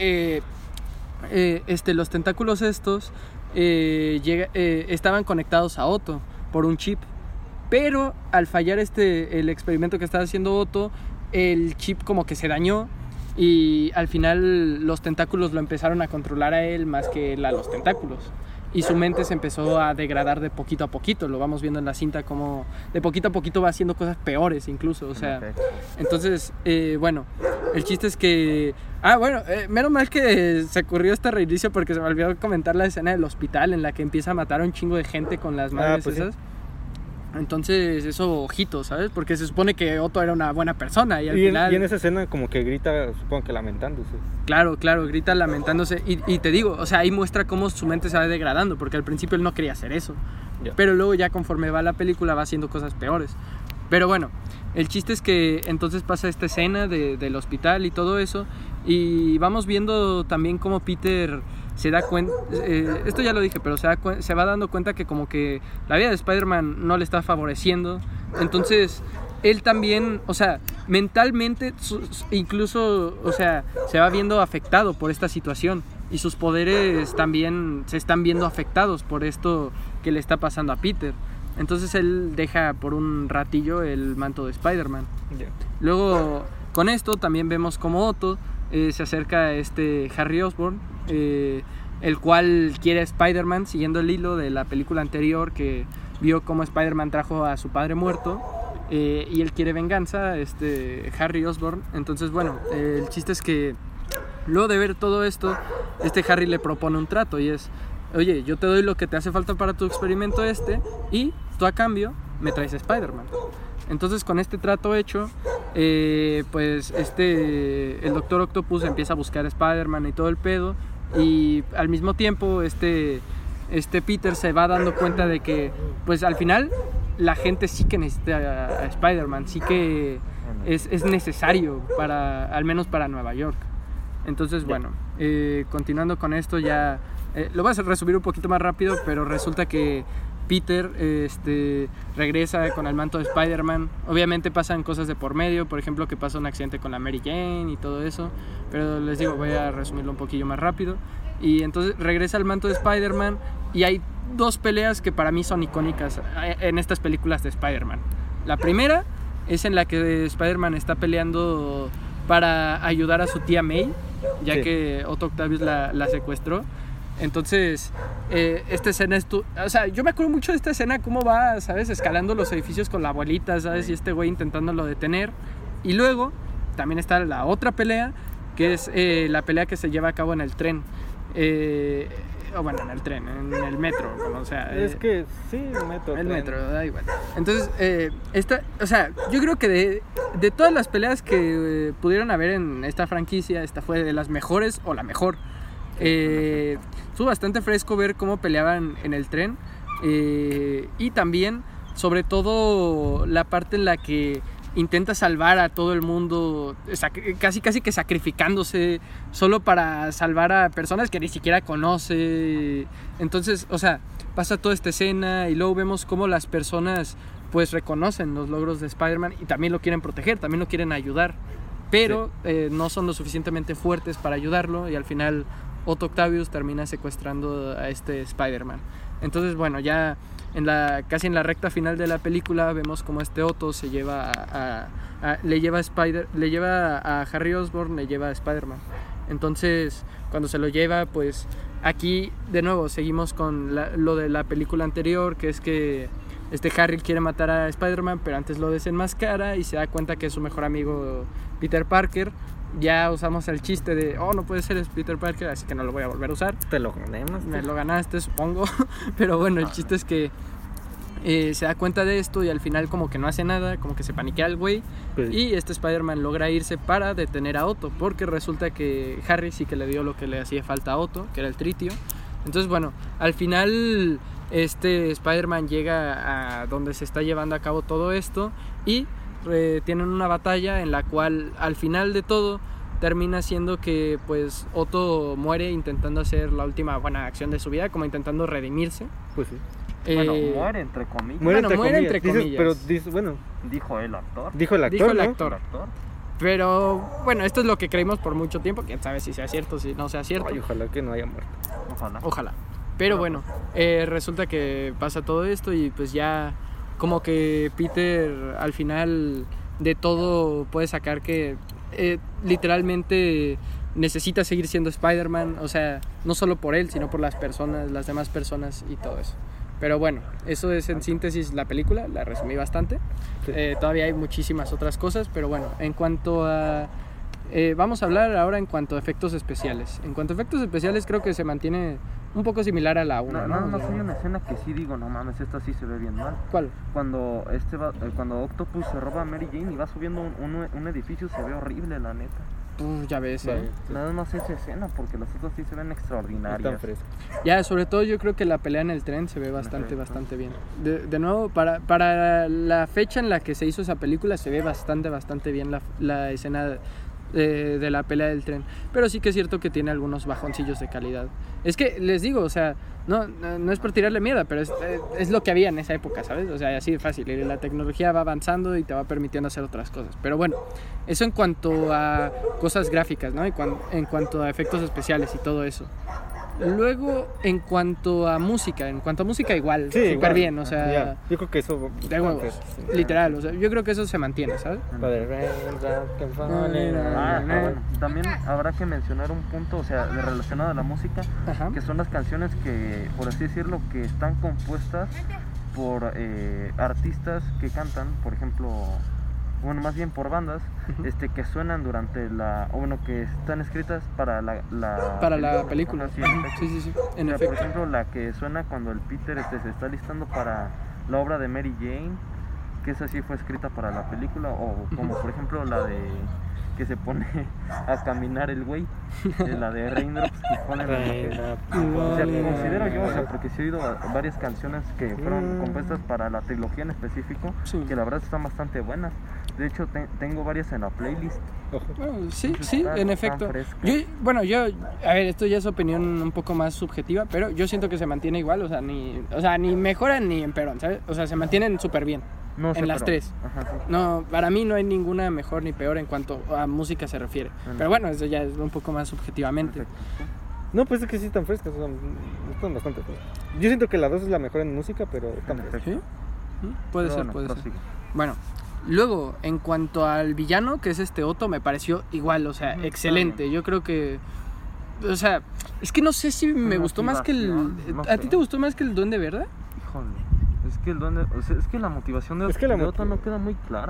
los tentáculos estos estaban conectados a Otto por un chip, pero al fallar el experimento que estaba haciendo Otto, el chip como que se dañó y al final los tentáculos lo empezaron a controlar a él más que él a los tentáculos. y su mente se empezó a degradar de poquito a poquito. Lo vamos viendo en la cinta como de poquito a poquito va haciendo cosas peores incluso, o sea, entonces, bueno, el chiste es que menos mal que se ocurrió este reinicio porque se me olvidó comentar la escena del hospital en la que empieza a matar a un chingo de gente con las madres pues esas. sí. Entonces, eso, ojito, ¿sabes? Porque se supone que Otto era una buena persona y al Y final... en esa escena como que grita, supongo que lamentándose. Claro, grita lamentándose y te digo, o sea, ahí muestra cómo su mente se va degradando, porque al principio él no quería hacer eso, pero luego ya conforme va la película va haciendo cosas peores. Pero bueno, el chiste es que entonces pasa esta escena del hospital y todo eso, y vamos viendo también cómo Peter se da cuenta, esto ya lo dije, pero se va dando cuenta que como que la vida de Spider-Man no le está favoreciendo, entonces él también, o sea, mentalmente incluso, o sea, se va viendo afectado por esta situación y sus poderes también se están viendo afectados por esto que le está pasando a Peter. Entonces él deja por un ratillo el manto de Spider-Man. Luego, con esto también vemos como Otto se acerca a Harry Osborn, el cual quiere a Spider-Man, siguiendo el hilo de la película anterior que vio cómo Spider-Man trajo a su padre muerto, y él quiere venganza, Harry Osborn. Entonces, bueno, el chiste es que luego de ver todo esto, Harry le propone un trato y es: oye, yo te doy lo que te hace falta para tu experimento y tú a cambio me traes a Spider-Man. Entonces, con este trato hecho, pues el Doctor Octopus empieza a buscar a Spider-Man y todo el pedo, y al mismo tiempo Peter se va dando cuenta de que pues al final la gente sí que necesita a Spider-Man, sí que es necesario al menos para Nueva York. Entonces, bueno, continuando con esto ya, lo voy a resumir un poquito más rápido, pero resulta que Peter regresa con el manto de Spider-Man. Obviamente pasan cosas de por medio, por ejemplo que pasa un accidente con la Mary Jane y todo eso, pero les digo, voy a resumirlo un poquillo más rápido. Y entonces regresa el manto de Spider-Man y hay dos peleas que para mí son icónicas en estas películas de Spider-Man. La primera es en la que Spider-Man está peleando para ayudar a su tía May, ya que Otto Octavius la secuestró. Entonces, esta escena o sea, yo me acuerdo mucho de esta escena, cómo va, ¿sabes? Escalando los edificios con la abuelita, ¿sabes? Y güey intentándolo detener. Y luego, también está la otra pelea, que es la pelea que se lleva a cabo en el tren. O bueno, en el tren, en el metro, como sea. Es que, sí, el metro, da igual. Entonces, o sea, yo creo que de todas las peleas que pudieron haber en esta franquicia, esta fue de las mejores o la mejor. Estuvo bastante fresco ver cómo peleaban en el tren, y también sobre todo la parte en la que intenta salvar a todo el mundo, casi que sacrificándose solo para salvar a personas que ni siquiera conoce. Entonces, o sea, pasa toda esta escena y luego vemos cómo las personas pues reconocen los logros de Spider-Man y también lo quieren proteger, también lo quieren ayudar, pero no son lo suficientemente fuertes para ayudarlo, y al final Otto Octavius termina secuestrando a Spider-Man. Entonces, bueno, ya casi en la recta final de la película vemos como Otto se lleva le lleva a Harry Osborn, le lleva a Spider-Man. Entonces, cuando se lo lleva, pues aquí de nuevo seguimos con lo de la película anterior, que es que Harry quiere matar a Spider-Man, pero antes lo desenmascara y se da cuenta que es su mejor amigo Peter Parker. Ya usamos el chiste de, no puede ser, es Peter Parker, así que no lo voy a volver a usar. Te lo gané, ¿no? Me lo ganaste, supongo. Pero bueno, el chiste es que se da cuenta de esto y al final como que no hace nada, como que se paniquea el güey. Pues, y Spider-Man logra irse para detener a Otto, porque resulta que Harry sí que le dio lo que le hacía falta a Otto, que era el tritio. Entonces, bueno, al final Spider-Man llega a donde se está llevando a cabo todo esto y tienen una batalla en la cual al final de todo termina siendo que pues Otto muere intentando hacer la última buena acción de su vida, como intentando redimirse. Pues sí. Bueno, muere entre comillas. Muere entre comillas. Pero dijo el actor. Dijo el actor. Pero bueno, esto es lo que creímos por mucho tiempo. Quién sabe si sea cierto, si no sea cierto. Ay, ojalá que no haya muerto. Ojalá. Pero bueno, resulta que pasa todo esto y pues ya como que Peter al final de todo puede sacar que literalmente necesita seguir siendo Spider-Man, o sea, no solo por él, sino por las personas, las demás personas y todo eso. Pero bueno, eso es en síntesis la película, la resumí bastante. Sí. Todavía hay muchísimas otras cosas, pero bueno, en cuanto a... vamos a hablar ahora en cuanto a efectos especiales. En cuanto a efectos especiales creo que se mantiene un poco similar a la 1, ¿no? Nada más O sea, hay una escena que sí digo, no mames, esta sí se ve bien mal. ¿cuál? Cuando cuando Octopus se roba a Mary Jane y va subiendo un edificio, se ve horrible, la neta. Ya ves, Vaya, sí. Nada más esa escena, porque las otras sí se ven No extraordinarias. tan fresco. Ya, sobre todo yo creo que la pelea en el tren se ve bastante, Perfecto. bastante bien. De nuevo, para la fecha en la que se hizo esa película se ve bastante, bastante bien la escena de la pelea del tren. Pero sí que es cierto que tiene algunos bajoncillos de calidad. Es que les digo, o sea, no es por tirarle mierda, pero es lo que había en esa época, ¿sabes? O sea, así de fácil. Y la tecnología va avanzando y te va permitiendo hacer otras cosas. Pero bueno, eso en cuanto a cosas gráficas, ¿no? En cuanto a efectos especiales y todo eso. Luego, en cuanto a música igual, Sí, súper igual. bien, o sea, Ya, yo creo que eso... de huevos, sí. literal, o sea, yo creo que eso se mantiene, ¿sabes? Bueno, también habrá que mencionar un punto, o sea, relacionado a la música, Ajá. que son las canciones que, por así decirlo, que están compuestas por artistas que cantan, por ejemplo, bueno, más bien por bandas, Ujú. que suenan durante o bueno, que están escritas para la película. Ajá, sí, Ujú. en efecto. Sí, en O sea, efecto. por ejemplo, la que suena cuando el Peter se está listando para la obra de Mary Jane, que esa sí fue escrita para la película, o como por ejemplo la de que se pone a caminar el güey, la de Raindrops, que pone o sea, considero yo, o sea, porque sí he oído varias canciones que fueron compuestas para la trilogía en específico, Sí. que la verdad están bastante buenas. De hecho, tengo varias en la playlist. Ojo. Bueno, sí, Están- en están efecto. frescas. A ver, esto ya es opinión un poco más subjetiva, pero yo siento que se mantiene igual, o sea, ni mejoran ni empeoran, ¿sabes? O sea, se mantienen súper bien. No sé, En las pero- tres. Ajá, sí. No, para mí no hay ninguna mejor ni peor en cuanto a música se refiere. Pero bueno, eso ya es un poco más subjetivamente. Perfecto. No, pues es que sí están frescas, están bastante frescas. Yo siento que la 2 es la mejor en música, pero están En frescas. ¿Sí? Puede Pero ser, bueno, puede ser. prosigue. Bueno, luego, en cuanto al villano, que es Otto, me pareció igual, o sea, Ujú, excelente. está Yo creo que... O sea, es que no sé si me gustó más que el... motivación, no ¿A ti sé. te gustó más que el Duende Verde? Híjole, es que el duende, o sea, es que la motivación de, Es que la de Otto motiv- no queda muy clara.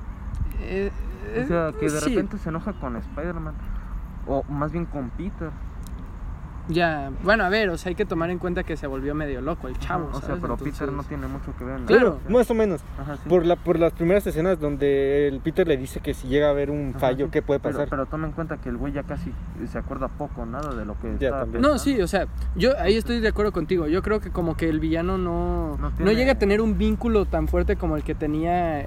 O sea, que de sí. repente se enoja con Spider-Man, o más bien con Peter. Ya, bueno, a ver, o sea, hay que tomar en cuenta que se volvió medio loco el chavo, O sea, ¿sabes? pero Peter Entonces- no tiene mucho que ver en la Claro. película. Más o menos. Ajá, sí. Por las primeras escenas donde el Peter le dice que si llega a haber un Ajá, fallo, sí. ¿qué puede pasar? Pero toma en cuenta que el güey ya casi se acuerda poco, nada de lo que Ya, estaba también. No, pensando. sí, o sea, yo ahí estoy de acuerdo contigo. Yo creo que como que el villano no tiene- llega a tener un vínculo tan fuerte como el que tenía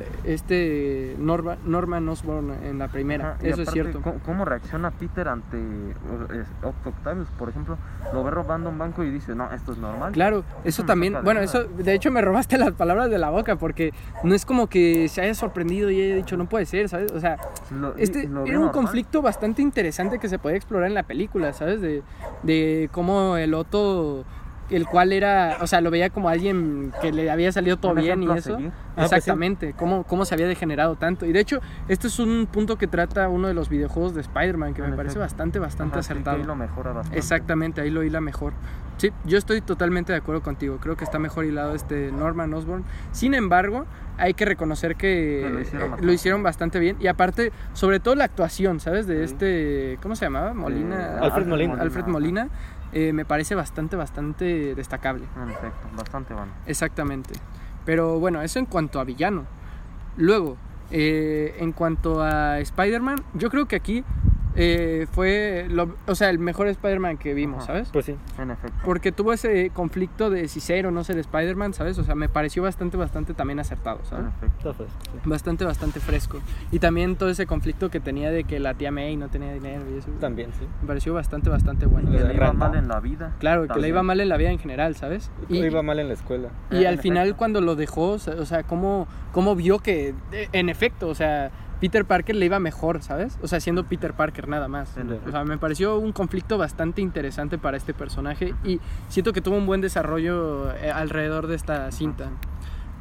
Norman Osborn en la primera. Ajá, y Eso es aparte, cierto. ¿cómo reacciona Peter ante Octavius, por ejemplo? Lo ve robando un banco y dice, no, esto es normal. Claro, eso me también, saca de bueno, onda. eso, de hecho me robaste las palabras de la boca porque no es como que se haya sorprendido y haya dicho, no puede ser, ¿sabes? O sea, Lo ve era un normal. conflicto bastante interesante que se podía explorar en la película, ¿sabes? De cómo el Otto, el cual era, o sea, lo veía como alguien que le había salido todo Un bien y ejemplo a eso. seguir. pues sí. Exactamente, cómo se había degenerado tanto. Y de hecho, este es un punto que trata uno de los videojuegos de Spider-Man que En me parece efecto. bastante Ajá, sí, que acertado. ahí lo mejora bastante. Exactamente, ahí lo hila mejor. Sí, yo estoy totalmente de acuerdo contigo. Creo que está mejor hilado Norman Osborn. Sin embargo, hay que reconocer que Que lo hicieron lo bastante hicieron bastante bien. Y aparte, sobre todo la actuación, ¿sabes? De Sí. ¿cómo se llamaba? Molina. Alfred Molina. Alfred Molina. Me parece bastante destacable. En efecto, bastante bueno. Exactamente. Pero bueno, eso en cuanto a villano. Luego, en cuanto a Spider-Man, yo creo que aquí fue el mejor Spider-Man que vimos, Ajá. ¿sabes? Pues sí. En efecto. Porque tuvo ese conflicto de si ser o no ser Spider-Man, ¿sabes? O sea, me pareció bastante también acertado, ¿sabes? En efecto. Está fresco, sí. Bastante fresco. Y también todo ese conflicto que tenía de que la tía May no tenía dinero y eso. También, sí. Me pareció bastante bueno. Que le iba Rata. mal en la vida. Claro, que le También. iba mal en la vida en general, ¿sabes? Iba mal en la escuela. Y En al final efecto. cuando lo dejó, o sea, cómo vio que, en efecto, o sea, Peter Parker le iba mejor, ¿sabes? O sea, siendo Peter Parker nada más. En O efecto. sea, me pareció un conflicto bastante interesante para este personaje y siento que tuvo un buen desarrollo alrededor de esta cinta.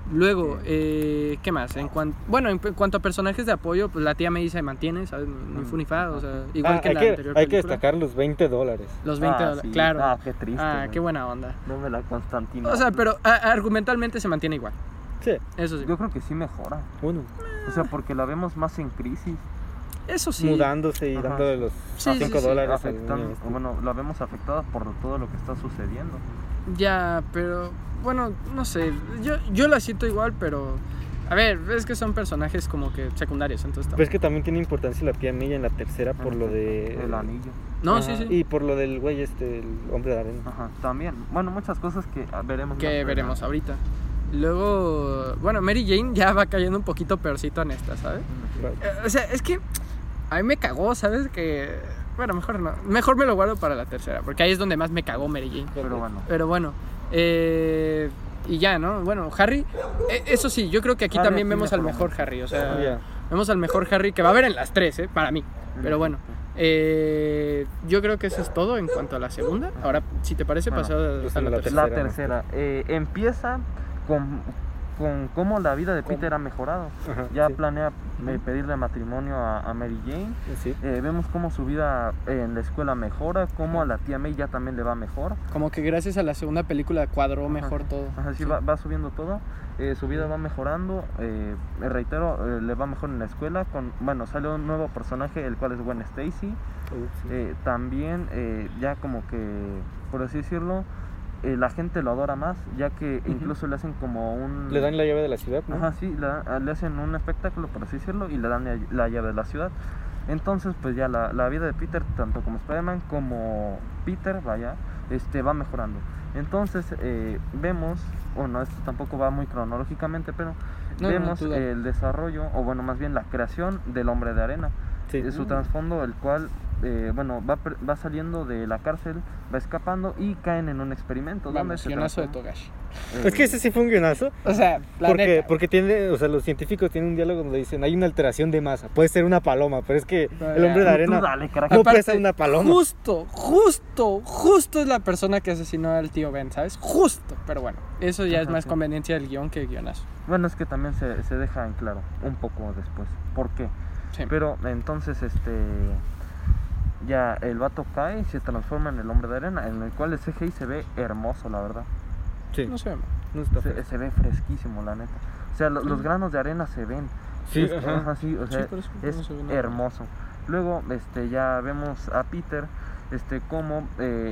Luego, ¿qué más? En cuanto a personajes de apoyo, pues la tía May se mantiene, ¿sabes? Ni fu ni fa, o sea, igual que en la anterior hay que película. destacar los $20. Los $20, sí. claro. Ah, qué triste. güey. Qué buena onda. No me la Constantino. O sea, pero argumentalmente se mantiene igual. Sí, Eso sí. Yo creo que sí mejora. uno. O sea, porque la vemos más en crisis. Eso sí. Mudándose y Ajá. dándole los Sí, sí, $5 sí. al Afectando, niño este. bueno, la vemos afectada por todo lo que está sucediendo. Ya, pero bueno, no sé. Yo la siento igual, pero. A ver, es que son personajes como que secundarios, entonces. Pero es que también tiene importancia la tía May en la tercera por lo de... El anillo. No, Ajá, sí, sí. Y por lo del güey el hombre de arena. Ajá, también. Bueno, muchas cosas que veremos. Que más veremos adelante. ahorita. Luego, bueno, Mary Jane ya va cayendo un poquito peorcito en esta, ¿sabes? O sea, es que a mí me cagó, ¿sabes? Que, bueno, mejor no. Mejor me lo guardo para la tercera, porque ahí es donde más me cagó Mary Jane. Pero bueno. Y ya, ¿no? Bueno, Harry, eso sí, yo creo que aquí Harry también aquí vemos al mejoró mejor Harry, o sea, Ya. vemos al mejor Harry que va a haber en las tres, para mí. Pero bueno, yo creo que eso es todo en cuanto a la segunda. Ahora, si te parece, Bueno, pasar pues a en la la tercera. La tercera. Empieza con cómo la vida de Peter ha mejorado. Ajá, Ya sí. planea pedirle matrimonio a Mary Jane. Sí. Vemos cómo su vida en la escuela mejora, cómo a la tía May ya también le va mejor. Como que gracias a la segunda película cuadró mejor todo. Ajá, sí, Sí. va subiendo todo. Su vida va mejorando. Me reitero, le va mejor en la escuela. Bueno, sale un nuevo personaje, el cual es Gwen Stacy. Sí. También, ya como que, por así decirlo, la gente lo adora más, ya que incluso le hacen como un... Le dan la llave de la ciudad, ¿no? Ajá, sí, le hacen un espectáculo, por así decirlo, y le dan la llave de la ciudad. Entonces, pues ya la vida de Peter, tanto como Spider-Man como Peter, va mejorando. Entonces, vemos, bueno, esto tampoco va muy cronológicamente, pero No, vemos tú dale. el desarrollo, o bueno, más bien la creación del Hombre de Arena. Sí. Su trasfondo, el cual, va saliendo de la cárcel, va escapando y caen en un experimento. Vamos, se guionazo de transforma- Togashi. Es que ese sí fue un guionazo. O sea, la neta. Porque tiene, o sea, los científicos tienen un diálogo donde dicen, hay una alteración de masa, puede ser una paloma, pero es que el hombre de Tú arena dale, carajo. no Aparte, pesa una paloma. Justo es la persona que asesinó al tío Ben, ¿sabes? Justo. Pero bueno, eso ya es Ajá, más sí. conveniencia del guión que guionazo. Bueno, es que también se deja en claro un poco después. ¿Por qué? Sí. Pero entonces, ya el vato cae y se transforma en el Hombre de Arena, en el cual el CGI se ve hermoso, la verdad. Sí, No sé. no está feo. Se ve fresquísimo, la neta. O sea, los granos de arena se ven. Sí, Es- ajá. sí, o sea, Sí, por eso no es se ve nada. hermoso. Luego, ya vemos a Peter, cómo,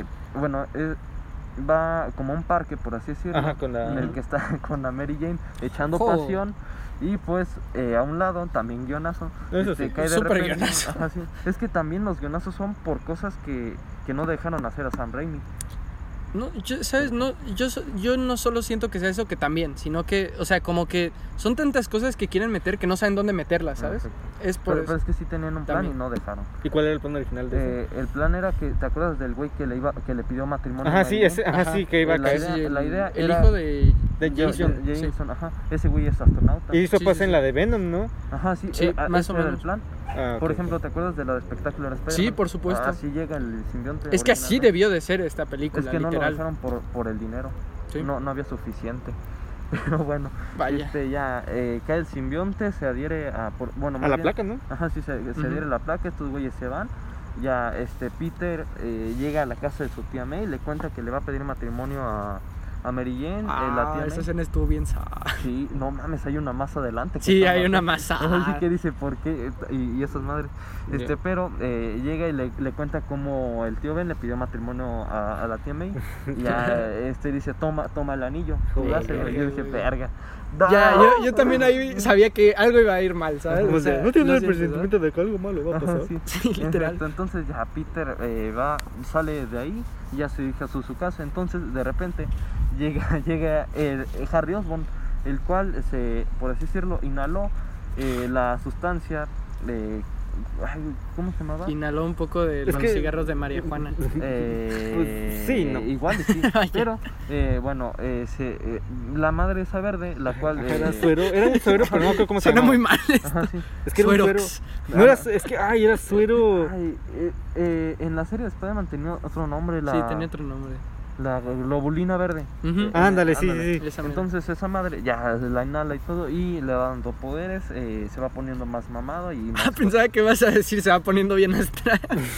va como a un parque, por así decirlo, Ajá, con la- en el que está con la Mary Jane echando Jo. pasión. Y pues a un lado también guionazo. Eso sí, cae de súper repente. guionazo. Ajá, sí. Es que también los guionazos son por cosas que no dejaron hacer a Sam Raimi. No, ¿sabes? No, yo no solo siento que sea eso, que también, sino que, o sea, como que son tantas cosas que quieren meter que no saben dónde meterlas, ¿sabes? Perfecto. Es por Pero eso. es que sí tenían un plan También. y no dejaron. ¿Y cuál era el plan original de eso? El plan era que, ¿te acuerdas del güey que le pidió matrimonio? Ajá, a sí, Mary ese, Jane? ajá, sí, que iba a La caer. idea- Sí, la idea el era- hijo de De Jameson, Jameson, ajá. Ese güey es astronauta. Y hizo Sí, pues sí, en sí. la de Venom, ¿no? Ajá, sí, Sí, más ese o era menos. el plan. Ah, Por ok. ejemplo, ¿te acuerdas de la de espectacular Spider-Man? Sí, por supuesto. Así llega el simbionte. Es que así originalmente. debió de ser esta película, Es que no lo literal. dejaron por el dinero. Sí. No había suficiente. Pero bueno, Vaya. cae el simbionte, se adhiere a... A más la bien- placa, ¿no? Ajá, sí, se adhiere la placa, estos güeyes se van. Ya Peter llega a la casa de su tía May, le cuenta que le va a pedir matrimonio a Mary Jane, la tía esa May. escena estuvo bien sad. Sí, no mames, hay una masa adelante. que Sí, está hay más- una masa. Ajá, sí que dice por qué y esas madres. Ya. Pero llega y le cuenta cómo el tío Ben le pidió matrimonio a la tía May. Y ya dice, toma el anillo, jugáselo. Y yo dije, verga. Ya, yo también ahí sabía que algo iba a ir mal, ¿sabes? Como O sea, de, no tiene lo el siento, presentimiento de que algo malo va a Ajá, pasar. sí. Sí, literal. Entonces ya Peter sale de ahí y ya se dirige a su casa. Entonces de repente llega Harry Osborn, el cual por así decirlo, inhaló la sustancia, ¿cómo se llamaba? Inhaló un poco de Es los que- cigarros de María Juana. Pues, sí, no. Igual sí, pero la madre esa verde, la cual Ajá, era suero, era un suero, pero no me acuerdo cómo se Suena llama. muy mal. ajá, sí. Es que era un suero. Suerox. No era, es que, ay, era suero. Ay, en la serie de Spider-Man tenía otro nombre, Sí, tenía otro nombre. la globulina verde. Ujú. Ándale, sí, Ándale. sí, sí. Esa mera. Entonces esa madre ya la inhala y todo y le va dando poderes, se va poniendo más mamado y más Pensaba que vas a decir se va poniendo bien astral.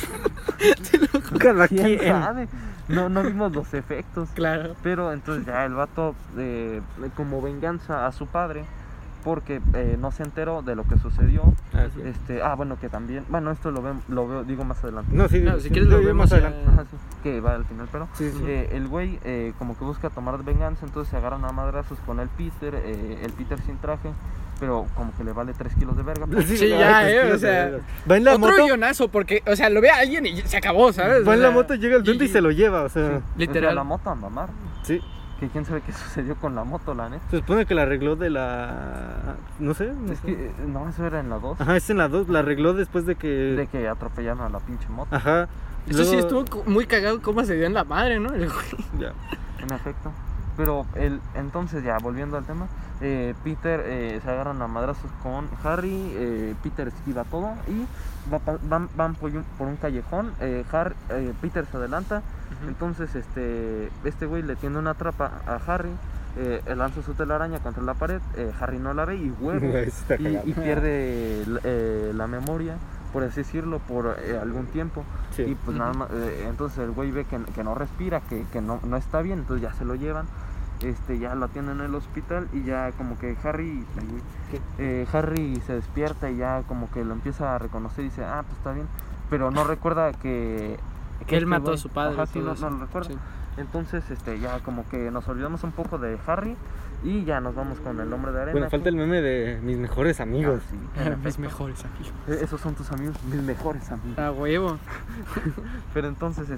Cada ¿Quién quien. sabe? No vimos los efectos. Claro. Pero entonces ya el vato, como venganza a su padre, porque no se enteró de lo que sucedió. Ah, sí. Bueno, que también, bueno, esto lo veo, digo más adelante. No, sí, Claro, si sí, quieres lo yo vemos más adelante. ya. Ajá, sí, que va al final, pero Sí, sí. el güey como que busca tomar venganza, entonces se agarran a madrazos con el Peter sin traje, pero como que le vale 3 kilos de verga. Sí, va, ya, pues, o sea, va en la Otro moto, guionazo, porque, o sea, lo ve a alguien y se acabó, ¿sabes? va O en la sea, moto, llega el duende y se lo lleva, o sea, Literal. La moto a mamar. sí. Que quién sabe qué sucedió con la moto, la neta. Se supone que la arregló de la... no sé. Es que, no, eso era en la 2. Ajá, es en la 2, la arregló después de que... De que atropellaron a la pinche moto. Ajá. Eso sí Luego- estuvo muy cagado cómo se dio en la madre, ¿no? El güey. Ya. En efecto. Pero entonces ya volviendo al tema, Peter se agarran a madrazos con Harry, Peter esquiva todo y van por un callejón, Peter se adelanta, entonces este güey le tiende una trampa a Harry, lanza su telaraña contra la pared, Harry no la ve y hueve Está cagado. y pierde la memoria, por así decirlo, por algún tiempo. Sí. Y pues nada más, entonces el güey ve que no respira, que no está bien, entonces ya se lo llevan, ya lo atienden en el hospital y ya como que Harry se despierta y ya como que lo empieza a reconocer y dice, pues está bien, pero no recuerda que Que él este mató a güey- su padre. Ajá, y sí, todo no eso. lo recuerda. Sí. Entonces ya como que nos olvidamos un poco de Harry y ya nos vamos con el hombre de arena. Bueno, falta el meme de mis mejores amigos. Sí, en Mis efecto. mejores amigos. Esos son tus amigos, mis mejores amigos. A huevo. Pero entonces,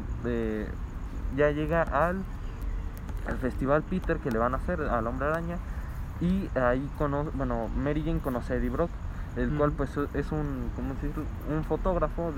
ya llega al festival Peter que le van a hacer al Hombre Araña y ahí Mary Jane conoce a Eddie Brock, el cual pues es un fotógrafo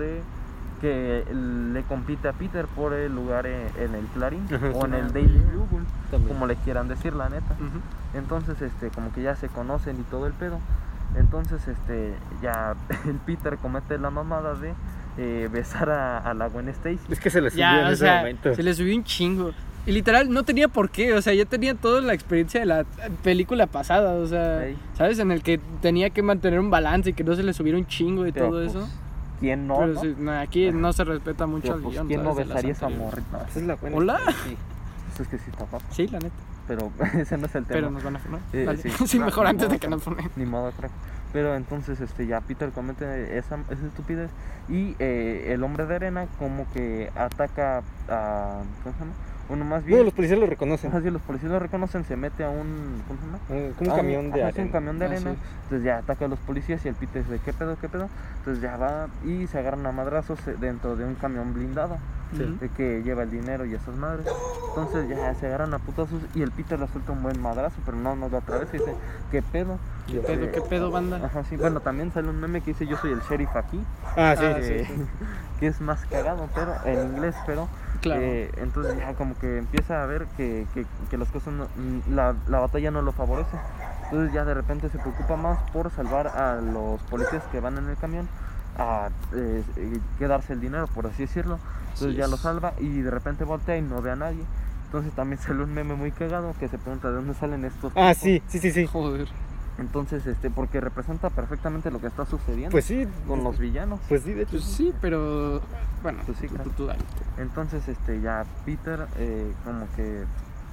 que le compite a Peter por el lugar en el Clarín Ajá, o en sí. el Daily Bugle, También. como le quieran decir, la neta. Ujú. Entonces, como que ya se conocen y todo el pedo. Entonces, ya el Peter comete la mamada de besar a la Gwen Stacy. Es que se le subió Ya, en o ese sea, momento. se le subió un chingo. Y literal no tenía por qué, o sea, ya tenía toda la experiencia de la película pasada, o sea, Ey. ¿sabes? En el que tenía que mantener un balance y que no se le subiera un chingo y Pero, todo pues, eso. ¿Quién no? Pero no? sí, no, aquí no se respeta mucho Pero, el pues, guión. ¿quién no ¿sabes? De las besaría esa anteriores. morrita? Esa es la buena. Hola. Sí. Eso es que sí está guapo. Sí, la neta. Pero ese no es el tema. Pero nos van a poner. sí. Sí, mejor Ni antes modo, de que nos ponen. Ni modo, creo. Pero entonces ya Peter comete esa estupidez y el hombre de arena como que ataca a... ¿Cómo se llama? Bueno, más bien... Bueno, los policías lo reconocen. Ajá, sí, los policías lo reconocen, se mete a un... ¿Cómo se llama? Como un camión de ajá, sí, un arena. camión de Ah, arena. sí. Entonces ya ataca a los policías y el Peter dice, ¿qué pedo? Entonces ya va y se agarran a madrazos dentro de un camión blindado Sí. Ujú. que lleva el dinero y esas madres. Entonces ya se agarran a putazos y el Peter le suelta un buen madrazo, pero no nos lo atraviesa y dice, ¿qué pedo? ¿Qué pedo, banda? Ajá, sí. Bueno, también sale un meme que dice, yo soy el sheriff aquí. Ah, sí, Ah, sí, que, sí. que es más cagado, pero en inglés, pero Claro. entonces ya como que empieza a ver que las cosas la batalla no lo favorece. Entonces ya de repente se preocupa más por salvar a los policías que van en el camión a quedarse el dinero, por así decirlo. Entonces Así ya es. lo salva y de repente voltea y no ve a nadie. Entonces también sale un meme muy cagado que se pregunta de dónde salen estos Ah, tipos. sí. Joder. Entonces porque representa perfectamente lo que está sucediendo Pues sí. con los villanos. Pues sí, de hecho. Pues sí, pero bueno, Pues sí, claro. tú dale. Entonces ya Peter como que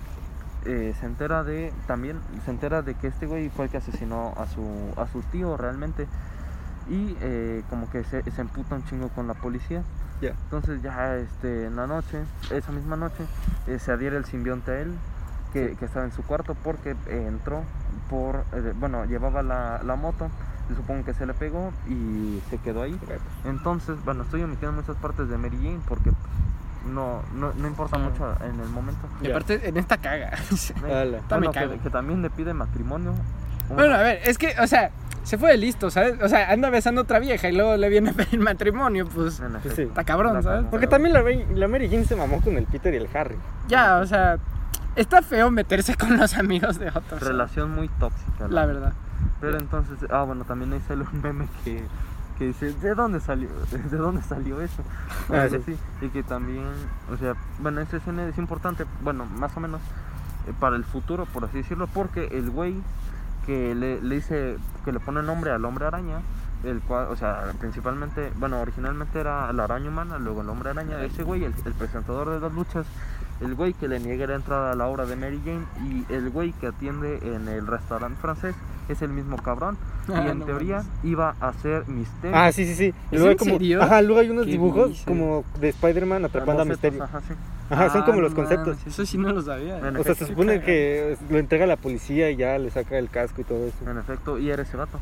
se entera de que este güey fue el que asesinó a su tío realmente y como que se emputa un chingo con la policía. Ya. Entonces ya en la noche, esa misma noche, se adhiere el simbionte a él que estaba en su cuarto porque entró por llevaba la moto, y supongo que se le pegó y se quedó ahí. Entonces, estoy omitiendo muchas partes de Mary Jane porque no importa Claro. mucho en el momento. Y Ya. aparte, en esta caga. Ala. Me cago. Que también le pide matrimonio. Bueno, a ver, es que, o sea, se fue de listo, ¿sabes? O sea, anda besando a otra vieja y luego le viene a pedir matrimonio, pues. En efecto. sí. Está cabrón, La ¿sabes? cagó. Porque también la Mary Jane se mamó con el Peter y el Harry. Ya, o sea, está feo meterse con los amigos de otros. Relación muy tóxica. La verdad. Pero entonces, también ahí sale un meme que dice, ¿de dónde salió eso? Ah, Algo sí. así. Y que también, o sea, bueno, esta escena es importante, bueno, más o menos para el futuro, por así decirlo, porque el güey que le dice, que le pone nombre al hombre araña, el cual, o sea, principalmente, bueno, originalmente era la araña humana, luego el hombre araña, ese güey, el presentador de las luchas, el güey que le niega la entrada a la obra de Mary Jane, y el güey que atiende en el restaurante francés es el mismo cabrón. Y en no teoría mames. iba a ser Misterio. Ah, sí, sí, sí. Y ¿Es luego hay en como, serio? ajá, luego hay unos ¿Qué dibujos dices? como de Spider-Man atrapando a Misterio. Ajá, sí. Ajá, son como Ah, los no conceptos. mames, eso sí no lo sabía. En O sea, efecto. se supone que lo entrega a la policía y ya le saca el casco y todo eso. En efecto, y era ese vato.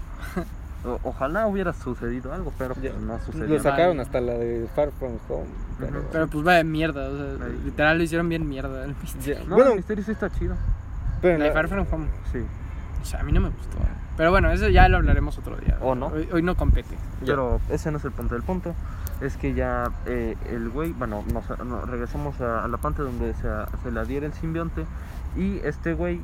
Ojalá hubiera sucedido algo, pero Ya. pues no sucedió. Lo sacaron Vale. hasta la de Far From Home. Pero, Ujú. Pero pues vaya mierda, o sea, Ahí. literal lo hicieron bien mierda. El Misterio. ya. No, Bueno, el Misterio sí está chido. pero La de Far From Home. Sí. O sea, a mí no me gustó. Pero bueno, eso ya lo hablaremos otro día. ¿O no? Hoy no compete. Ya. Pero ese no es el punto. El punto es que ya el güey, bueno, regresamos a la parte donde se le adhiere el simbionte. Y este güey,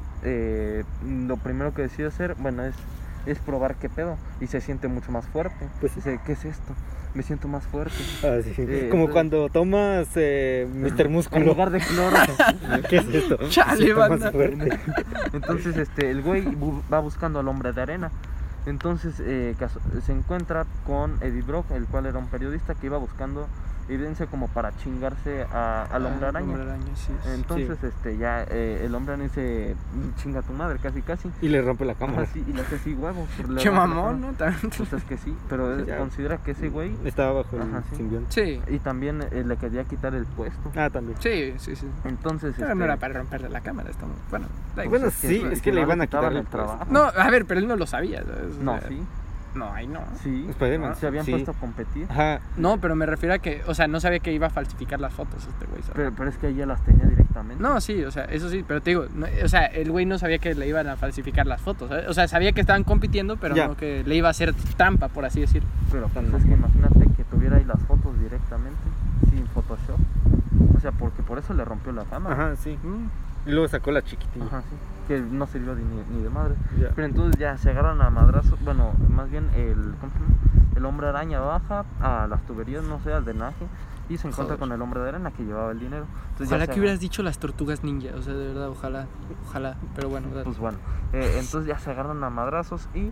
lo primero que decide hacer, bueno, es probar qué pedo. Y se siente mucho más fuerte. Pues- Dice, ¿qué es esto? Me siento más fuerte. Ah, sí. Como entonces- cuando tomas Mr. En Músculo. lugar de cloro. ¿Qué es esto? Chale, Me siento más banda. fuerte. Entonces el güey va buscando al hombre de arena. Entonces se encuentra con Eddie Brock, el cual era un periodista que iba buscando evidencia como para chingarse al hombre araña. Hombre araña, sí. Entonces ya el hombre araña dice, chinga a tu madre, casi casi. Y le rompe la cámara. Ajá, sí, y le hace así huevos. le Qué rompe la mamón, cámara. ¿no? También. Pues es que sí, pero él Ya. considera que ese güey, Estaba bajo el Ajá, sí. simbionte. Sí, y también le quería quitar el puesto. Ah, también. sí. Entonces Pero no era para romperle la cámara. Estamos... Bueno, da igual. Bueno, es sí, es que no le iban a quitaban quitar el trabajo. No, a ver, pero él no lo sabía. ¿sabes? O No, sea, sí, No, ahí no. sí. Spider-Man, Se habían sí. puesto a competir. Ajá. No, pero me refiero a que, o sea, no sabía que iba a falsificar las fotos este güey, ¿sabes? Pero es que ella las tenía directamente. No, sí, o sea, eso sí, pero te digo, o sea, el güey no sabía que le iban a falsificar las fotos, ¿sabes? O sea, sabía que estaban compitiendo, pero Ya. no que le iba a hacer trampa, por así decirlo. Pero pues es que imagínate que tuviera ahí las fotos directamente, sin Photoshop. O sea, porque por eso le rompió la cámara. Ajá, sí. Y luego sacó la chiquitilla. Ajá, sí. Que no sirvió ni de madre. Ya. Pero entonces ya se agarran a madrazos. Bueno, más bien ¿cómo se llama? El hombre araña baja a las tuberías, no sé, al drenaje. Y se encuentra Joder. con el hombre de arena que llevaba el dinero. Entonces Ojalá ya que hubieras dicho las tortugas ninja, o sea, de verdad, ojalá, pero bueno, dale. Pues bueno, entonces ya se agarran a madrazos y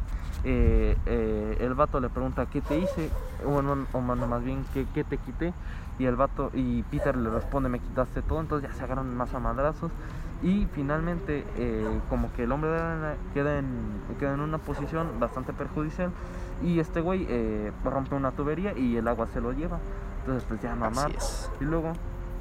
el vato le pregunta ¿qué te hice? O más bien ¿qué te quité? Y el vato y Peter le responde me quitaste todo. Entonces ya se agarran más a madrazos y finalmente como que el hombre de arena queda en una posición bastante perjudicial y este güey rompe una tubería y el agua se lo lleva. Entonces pues ya no Así mata. es. Y luego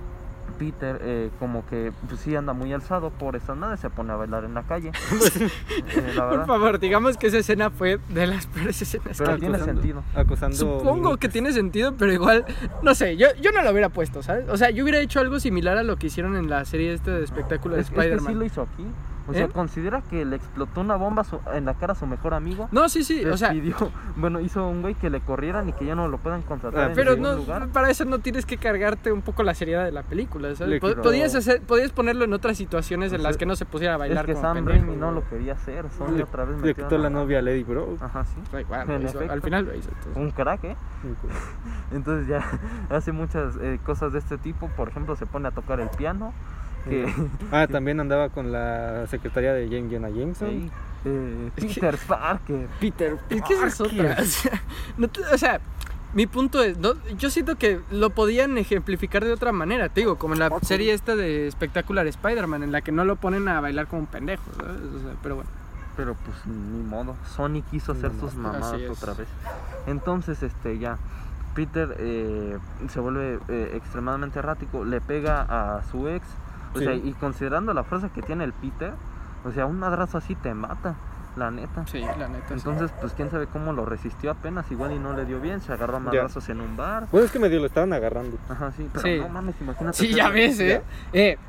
Peter como que pues sí anda muy alzado por esas madres, se pone a bailar en la calle. La Por verdad. favor, digamos que esa escena fue de las peores escenas Pero que tiene he visto. sentido. Acosando. Supongo que tiene sentido, pero igual, no sé, yo no lo hubiera puesto, ¿sabes? O sea, yo hubiera hecho algo similar a lo que hicieron en la serie de espectáculo de Es que sí Spider-Man. lo hizo aquí. O sea, ¿Eh? considera que le explotó una bomba en la cara a su mejor amigo. No, sí, o sea, Despidió, bueno, hizo un güey que le corrieran y que ya no lo puedan contratar en pero ningún no, lugar. para eso no tienes que cargarte un poco la seriedad de la película, ¿sabes? Le quitó- Podías ponerlo en otras situaciones en Pues las es- que no se pusiera a Es bailar que como Sam pendejo, Raimi no güey. lo quería hacer. Sony Le, otra vez le metió quitó la novia a Lady Bro. Ajá, sí. Da igual, lo En hizo, efecto. al final lo hizo. Entonces. Un crack, ¿eh? Entonces ya hace muchas cosas de este tipo. Por ejemplo, se pone a tocar el piano. Que, Ah, también andaba con la secretaria de Jane Jonah Jameson. Ey, Es que- Peter Parker. Peter. Es que esa es otra. O sea, o sea, mi punto es, yo siento que lo podían ejemplificar de otra manera, te digo, como en la serie esta de Spectacular Spider-Man, en la que no lo ponen a bailar como un pendejo, ¿sabes? O sea, pero bueno. Pero pues ni modo. Sony quiso hacer Ni sus modo. mamadas Así es. otra vez. Entonces, ya. Peter se vuelve extremadamente errático. Le pega a su ex. O Sí. sea, y considerando la fuerza que tiene el Peter, o sea, un madrazo así te mata, la neta. Sí, la neta. sí. Entonces, pues quién sabe cómo lo resistió apenas, igual y no le dio bien, se agarró a madrazos en un bar. Bueno, es que medio lo estaban agarrando. Ajá, sí, pero Sí. no mames, imagínate. Sí, ya hacerlo. ves, ¿eh?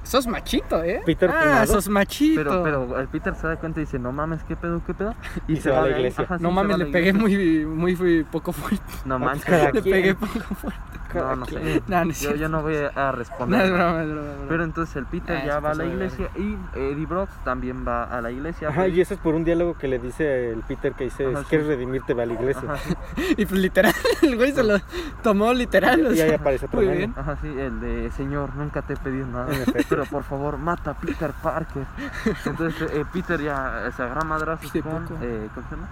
sos machito, ¿eh? Peter Funado. sos machito. Pero el Peter se da cuenta y dice, no mames, ¿qué pedo? Y se va a la de ahí. iglesia. Ajá, sí, No se mames, va a le la pegué iglesia. muy poco fuerte. No manches. Cada Le quien. pegué poco fuerte. No sé. No, no es Yo cierto. no voy a No, responder. es broma, es broma. Pero entonces el Peter Ah, ya se va a pasó la de iglesia y Eddie Brock también va a la iglesia. Ajá, y eso es por un diálogo que le dice el Peter que dice, Ajá, si sí. quieres redimirte, va a la iglesia. Ajá, sí. Y pues literal, el güey se lo tomó literal. o Y sea, ahí aparece otro muy meme. bien. Ajá, sí, el de señor, nunca te he pedido nada, En efecto. pero por favor mata a Peter Parker. Entonces Peter ya se agarra madrazos Pide con, poco. ¿cómo se llama?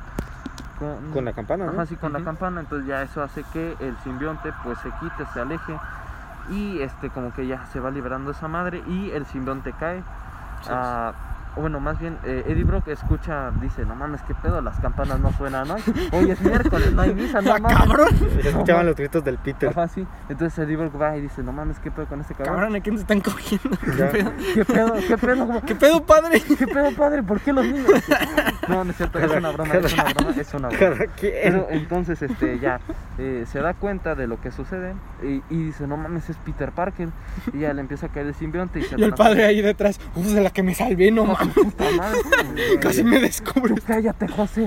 Con la campana, ¿no? Ajá, sí, con la Ujú. campana. Entonces ya eso hace que el simbionte pues se quite, se aleje y como que ya se va liberando esa madre y el simbionte cae. Sí, Bueno, más bien Eddie Brock escucha, dice, no mames, qué pedo, las campanas no suenan hoy. Hoy es miércoles, no hay misa, no ¡Ah, mames. cabrón! Y se escuchaban los gritos del Peter. Ajá, sí. Entonces Eddie Brock va y dice, no mames, qué pedo con este cabrón. Cabrón, ¿a quién se están cogiendo? Ya. ¿Qué pedo? ¿Qué pedo? ¿Qué pedo, padre? ¿Qué pedo, padre? ¿Por qué los niños? No, no es cierto, es una broma, es una broma, es una broma. Cada quien. Pero entonces ya se da cuenta de lo que sucede y dice, no mames, es Peter Parker. Y ya le empieza a caer el simbionte y se Y el padre ahí detrás, de la que me salvé, no mames. puta madre. Casi me descubro. Cállate, José.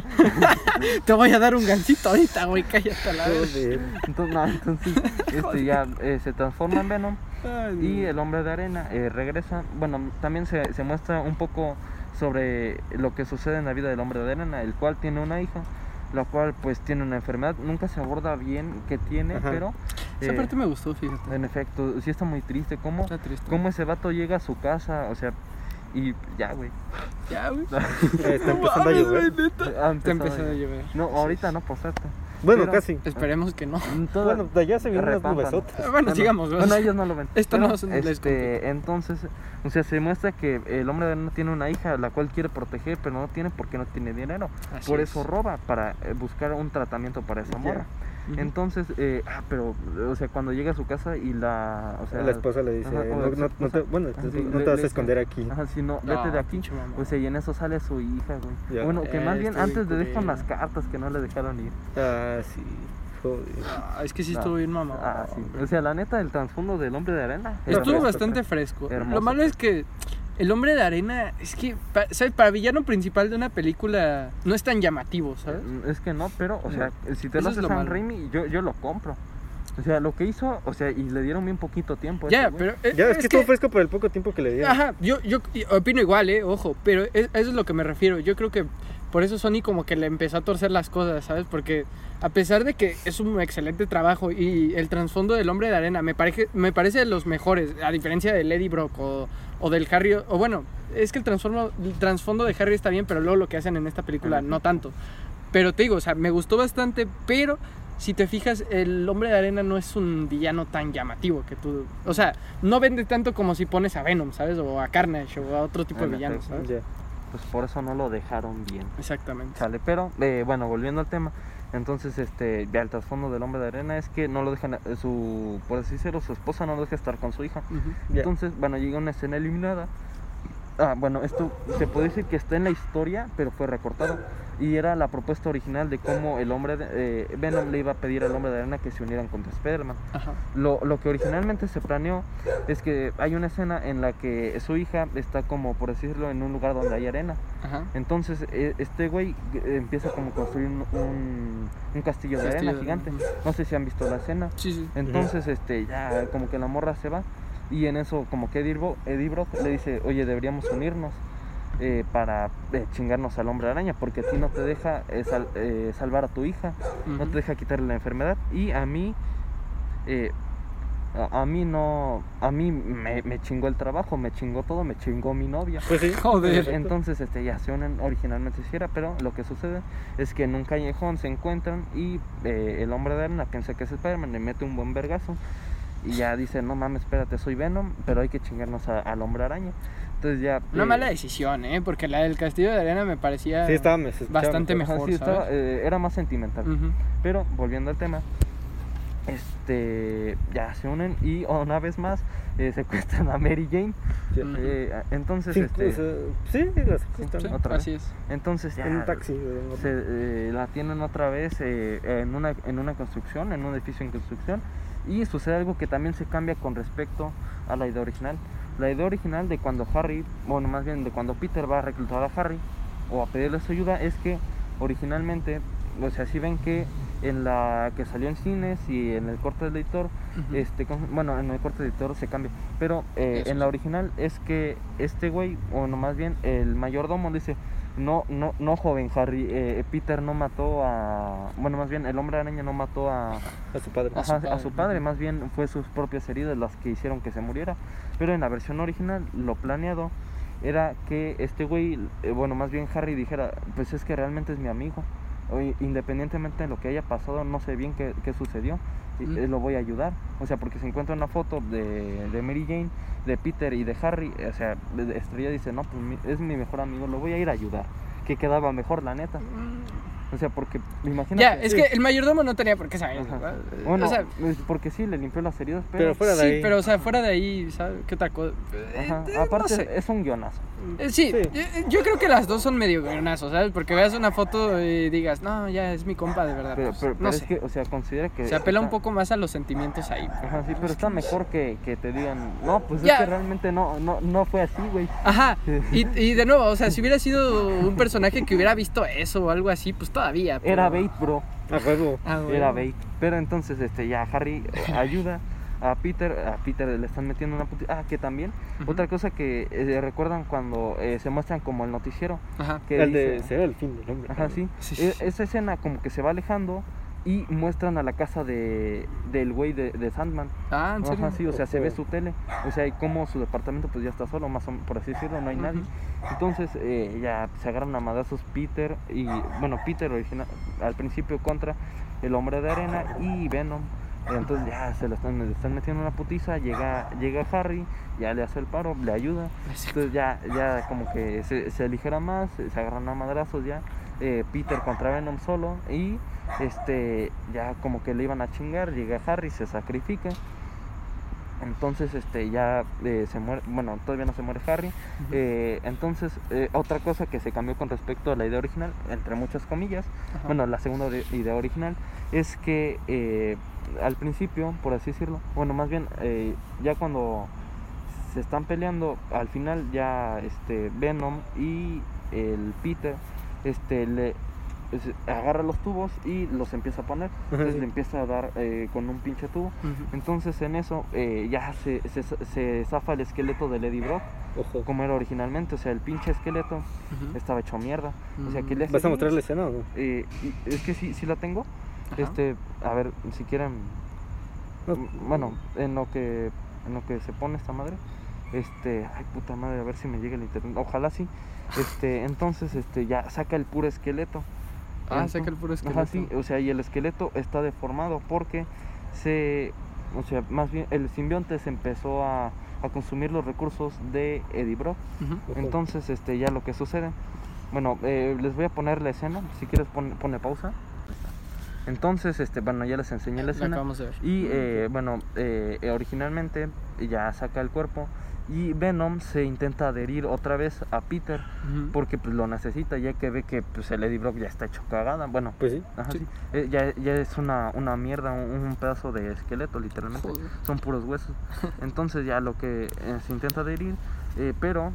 Te voy a dar un gancito ahorita, güey, cállate a la vez. Joder. Entonces ya se transforma en Venom Ay, y el Hombre de Arena regresa. Bueno, también se muestra un poco sobre lo que sucede en la vida del Hombre de Arena, el cual tiene una hija, la cual pues tiene una enfermedad, nunca se aborda bien qué tiene, Ajá. pero esa parte me gustó, fíjate. en efecto, sí está muy triste cómo Está triste. ese vato llega a su casa, o sea, y ya, güey. Ya, güey. Está empezando a llover. Está empezando a llover. No, ahorita no, por suerte. Bueno, Pero- casi. Esperemos que no. Bueno, de allá se vienen unas Repámpano. nubesotas. Bueno, sigamos. Bueno, ellos no lo ven. Esto Pero, no les compete. entonces, o sea, se muestra que el Hombre de Arena tiene una hija la cual quiere proteger, pero no tiene porque no tiene dinero. Así Por es. eso roba para buscar un tratamiento para esa morra. Ujú. Entonces, pero, o sea, cuando llega a su casa y la esposa le dice, ajá, o la no te, esposa. bueno, Ajá, no sí, te le vas a dice, esconder aquí. Ajá, sí, no, No, vete de aquí. pinche mamá. O sea, y en eso sale su hija, güey. Ya. Bueno, que más bien Estoy antes le dejan culero. las cartas que no le dejaron ir. Ah, sí. Joder. Es que sí No. estuvo bien, mamá. Sí. O sea, la neta, el trasfondo del Hombre de Arena. era Estuvo fresco, bastante fresco. Hermoso. Lo malo es que el Hombre de Arena, es que, ¿sabes? Para villano principal de una película no es tan llamativo, ¿sabes? Es que no, pero, o sea, si te Eso lo es hace lo Sam malo. Raimi, yo lo compro. O sea, lo que hizo, o sea, y le dieron bien poquito tiempo. a Ya, ese güey. pero... Ya, es que estuvo fresco por el poco tiempo que le dieron. Ajá, yo opino igual, ojo, pero eso es lo que me refiero. Yo creo que por eso Sony como que le empezó a torcer las cosas, ¿sabes? Porque a pesar de que es un excelente trabajo y el trasfondo del Hombre de Arena me parece de los mejores, a diferencia del Eddie Brock o del Harry, o bueno, es que el trasfondo de Harry está bien, pero luego lo que hacen en esta película no tanto. Pero te digo, o sea, me gustó bastante, pero si te fijas, el Hombre de Arena no es un villano tan llamativo que tú... O sea, no vende tanto como si pones a Venom, ¿sabes? O a Carnage o a otro tipo de En villanos, efecto. ¿sabes? Ya. Pues por eso no lo dejaron bien. Exactamente. Sale, pero, bueno, volviendo al tema. Entonces, ya el trasfondo del Hombre de Arena es que no lo dejan, por así decirlo, su esposa no lo deja estar con su hija. Ujú. Ya. Entonces, bueno, llega una escena eliminada. Bueno, esto se puede decir que está en la historia, pero fue recortado. Y era la propuesta original de cómo el hombre Venom le iba a pedir al Hombre de Arena que se unieran contra Spider-Man. Ajá. Lo que originalmente se planeó es que hay una escena en la que su hija está como, por decirlo, en un lugar donde hay arena. Ajá. Entonces este güey empieza como a construir un castillo de arena gigante. No sé si han visto la escena. Sí, sí. Entonces ya como que la morra se va y en eso como que Eddie Brock le dice, oye, deberíamos unirnos para chingarnos al Hombre Araña, porque a ti no te deja salvar a tu hija, no te deja quitarle la enfermedad, y a mí me chingó el trabajo, me chingó todo, me chingó mi novia. Pues sí. Joder. Entonces ya se unen, originalmente sí era, pero lo que sucede es que en un callejón se encuentran y el Hombre de Arena piensa que es Spider-Man, le mete un buen vergazo y ya dice, no mames, espérate, soy Venom, pero hay que chingarnos al Hombre Araña. Entonces ya... Una mala decisión, porque la del Castillo de Arena me parecía Sí, estaba, me escuchaba bastante mejor. mejor, sí, estaba, ¿sabes? era más sentimental. Ujú. Pero volviendo al tema, ya se unen y una vez más secuestran a Mary Jane. Ya. Ujú. Entonces Sí, o sea, sí, las secuestran. Sí, otra vez. así es. Entonces ya En un taxi. la tienen otra vez en una construcción, en un edificio en construcción, y sucede algo que también se cambia con respecto a la idea original. La idea original de cuando Harry, bueno, más bien de cuando Peter va a reclutar a Harry o a pedirle su ayuda, es que originalmente, o sea, si ven que en la que salió en cines y en el corte del editor, bueno, en el corte del editor se cambia, pero en la original es que este güey, o no, más bien el mayordomo dice, no, joven Harry, Peter no mató a, bueno, más bien el hombre araña no mató a su padre. Ajá, a su padre, más bien fue sus propias heridas las que hicieron que se muriera. Pero en la versión original, lo planeado era que este güey, bueno, más bien Harry dijera, pues es que realmente es mi amigo, independientemente de lo que haya pasado, no sé bien qué sucedió, lo voy a ayudar. O sea, porque se encuentra una foto de Mary Jane, de Peter y de Harry, o sea, Estrella dice, no, pues es mi mejor amigo, lo voy a ir a ayudar, que quedaba mejor, la neta. O sea, porque imagínate. Ya, es que el mayordomo no tenía por qué saber eso, ¿verdad? Bueno, o sea, porque sí, le limpió las heridas, pero fuera de ahí. Sí, pero o sea, fuera de ahí, ¿sabes qué otra cosa? Aparte, no sé. es un guionazo. Sí, yo creo que las dos son medio guionazos, ¿sabes? Porque veas una foto y digas, no, ya es mi compa de verdad. Pero no es sé. que, o sea, considera que. Se apela un poco más a los sentimientos ahí. Ajá, sí, pero está mejor que te digan, no, pues Ya. es que realmente no fue así, güey. Ajá, y de nuevo, o sea, si hubiera sido un personaje que hubiera visto eso o algo así, pues todavía. Pero... Era bait, bro. A juego. bueno. Era bait. Pero entonces, ya Harry ayuda a Peter le están metiendo una putita. Ah, que también, otra cosa que recuerdan cuando se muestran como el noticiero. Ajá. Que Será el fin del hombre. Ajá, sí. Esa escena como que se va alejando y muestran a la casa del güey de Sandman. Ah, ¿en serio? Ajá, sí, o sea, se ve su tele, o sea, y como su departamento pues ya está solo, más o menos, por así decirlo, no hay nadie. Entonces ya se agarran a madrazos Peter y, bueno, Peter original al principio contra el hombre de arena y Venom. Entonces ya le están metiendo una putiza, llega Harry, ya le hace el paro, le ayuda. Entonces ya como que se aligera más, se agarran a madrazos ya. Peter contra Venom solo y ya como que le iban a chingar, llega Harry, se sacrifica. Entonces ya se muere, bueno, todavía no se muere Harry. Entonces otra cosa que se cambió con respecto a la idea original, entre muchas comillas, bueno, la segunda idea original es que al principio, por así decirlo, bueno, más bien ya cuando se están peleando, al final ya Venom y el Peter agarra los tubos y los empieza a poner. Entonces le empieza a dar con un pinche tubo. Entonces en eso ya se zafa el esqueleto de Eddie Brock. Ojo. Como era originalmente, o sea, el pinche esqueleto estaba hecho mierda. O sea, que le hace ¿Vas a mostrar la escena o no? es que sí la tengo. Ajá. A ver, si quieren, bueno, en lo que se pone esta madre, ay puta madre, a ver si me llega el internet, ojalá sí. Entonces ya saca el puro esqueleto. Saca el puro esqueleto. Ajá, sí, o sea, y el esqueleto está deformado porque o sea, más bien el simbionte se empezó a consumir los recursos de Eddie Brock. Entonces ya lo que sucede, bueno, les voy a poner la escena, si quieres pone pausa. Entonces, bueno, ya les enseñé la escena. Vamos a ver. Y bueno, originalmente ya saca el cuerpo y Venom se intenta adherir otra vez a Peter porque pues lo necesita, ya que ve que pues el Eddie Brock ya está hecho cagada. Bueno, pues sí. Ajá, sí. Ya es una mierda, un pedazo de esqueleto literalmente. Joder. Son puros huesos. Entonces ya lo que se intenta adherir, pero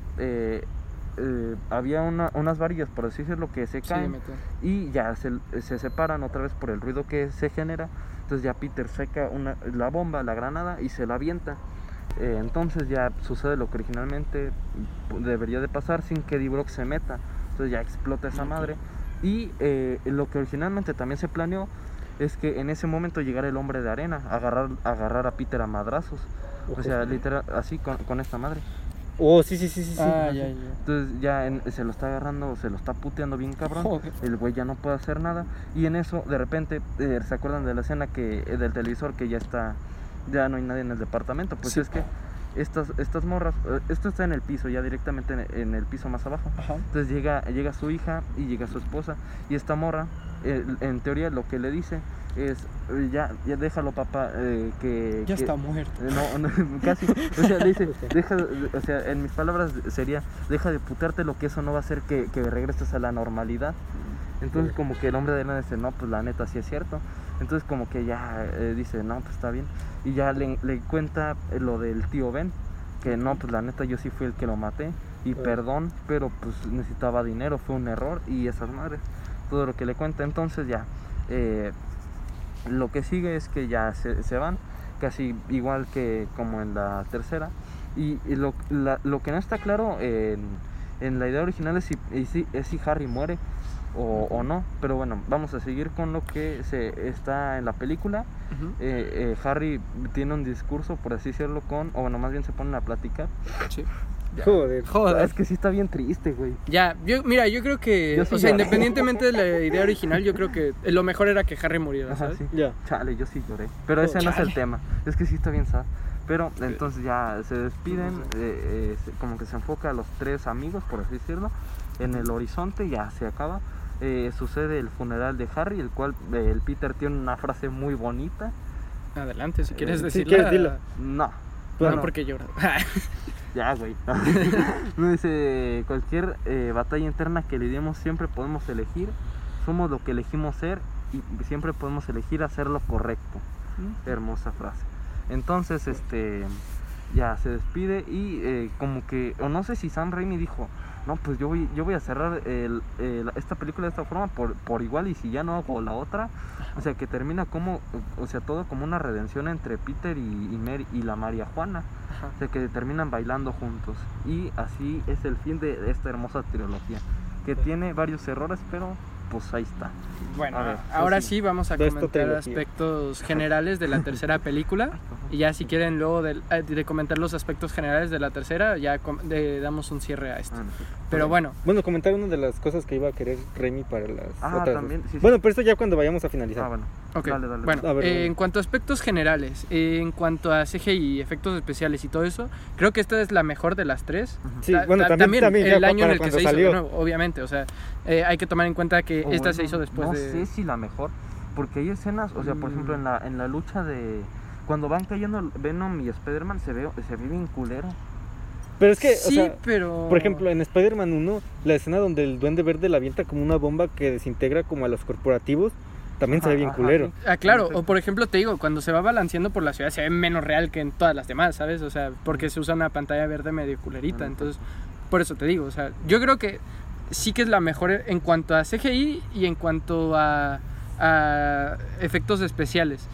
había unas varillas, por así decirlo, que se caen y ya se separan otra vez por el ruido que se genera. Entonces ya Peter saca la bomba, la granada y se la avienta. Entonces ya sucede lo que originalmente debería de pasar sin que Eddie Brock se meta. Entonces ya explota esa madre. Y lo que originalmente también se planeó es que en ese momento llegara el hombre de arena a agarrar a Peter a madrazos. O sea, literal, así con esta madre. Oh, sí. Ya. Entonces ya se lo está agarrando, se lo está puteando bien cabrón. Joder. El güey ya no puede hacer nada. Y en eso, de repente, ¿se acuerdan de la escena del televisor que ya no hay nadie en el departamento? Pues sí. Es que estas morras, esto está en el piso, ya directamente en el piso más abajo. Ajá. Entonces llega su hija y llega su esposa. Y esta morra, en teoría lo que le dice es, ya déjalo papá, que está muerto. No, casi. O sea, le dice, o sea, en mis palabras sería, deja de putearte, lo que eso no va a hacer que regreses a la normalidad. Entonces como que el hombre de arena dice, no, pues la neta sí es cierto. Entonces como que ya dice, no, pues está bien. Y ya le cuenta lo del tío Ben. que no, pues la neta yo sí fui el que lo maté y perdón, pero pues necesitaba dinero, fue un error y esas madres, todo lo que le cuenta. Entonces ya, lo que sigue es que ya se van, casi igual que como en la tercera, y lo que no está claro en la idea original es si Harry muere o no, pero bueno, vamos a seguir con lo que está en la película. Harry tiene un discurso, por así decirlo, o bueno, más bien se ponen a platicar. Sí. Joder. Es que sí está bien triste, güey. Ya, yo creo que, Yo sí o sea, lloré. independientemente de la idea original, yo creo que lo mejor era que Harry muriera, Ajá, ¿sabes? sí. Ya. Chale, yo sí lloré. Pero ese no es el tema. Es que sí está bien sad. Pero entonces ya se despiden, como que se enfoca a los tres amigos, por así decirlo, en el horizonte, ya se acaba. Sucede el funeral de Harry, el cual el Peter tiene una frase muy bonita. Adelante, si quieres si decirla. quieres, dila. No. Bueno, No, porque llora. Ya, güey. No dice, cualquier batalla interna que lidiemos siempre podemos elegir. Somos lo que elegimos ser y siempre podemos elegir hacer lo correcto. Hermosa frase. Entonces, ya se despide y como que, o no sé si Sam Raimi dijo, no, pues yo voy a cerrar esta película de esta forma por igual, y si ya no hago la otra, o sea, que termina como, o sea, todo como una redención entre Peter y Mary y la María Juana. Ajá. O sea, que terminan bailando juntos. Y así es el fin de esta hermosa trilogía, que tiene varios errores, pero pues ahí está. Bueno, A ver, ahora pues sí vamos a de esta comentar trilogía. aspectos generales de la tercera película. Y ya si quieren luego de comentar los aspectos generales de la tercera, ya damos un cierre a esto. Ah, no sé. Pero bueno, Bueno, comentar una de las cosas que iba a querer Raimi para las otras. también, sí, sí. Bueno, pero esto ya cuando vayamos a finalizar. Bueno. ok. Dale. Bueno, A ver, dale. en cuanto a aspectos generales, en cuanto a CGI, efectos especiales y todo eso, creo que esta es la mejor de las tres. Ujú. Sí, bueno, también ya el año en para el que cuando se hizo, salió. de nuevo, obviamente, o sea, hay que tomar en cuenta que O esta se bueno, hizo después no de... sé si la mejor, porque hay escenas, o sea, por ejemplo, en la lucha de cuando van cayendo Venom y Spider-Man, se ve bien culero. Pero es que, sí, o sea, pero... por ejemplo, en Spider-Man 1, la escena donde el Duende Verde la avienta como una bomba que desintegra como a los corporativos, también se ve bien Ajá, culero. sí. Ah, claro, Perfecto. o por ejemplo te digo, cuando se va balanceando por la ciudad se ve menos real que en todas las demás, ¿sabes? O sea, porque se usa una pantalla verde medio culerita, entonces, por eso te digo, o sea, yo creo que sí que es la mejor en cuanto a CGI y en cuanto a efectos especiales.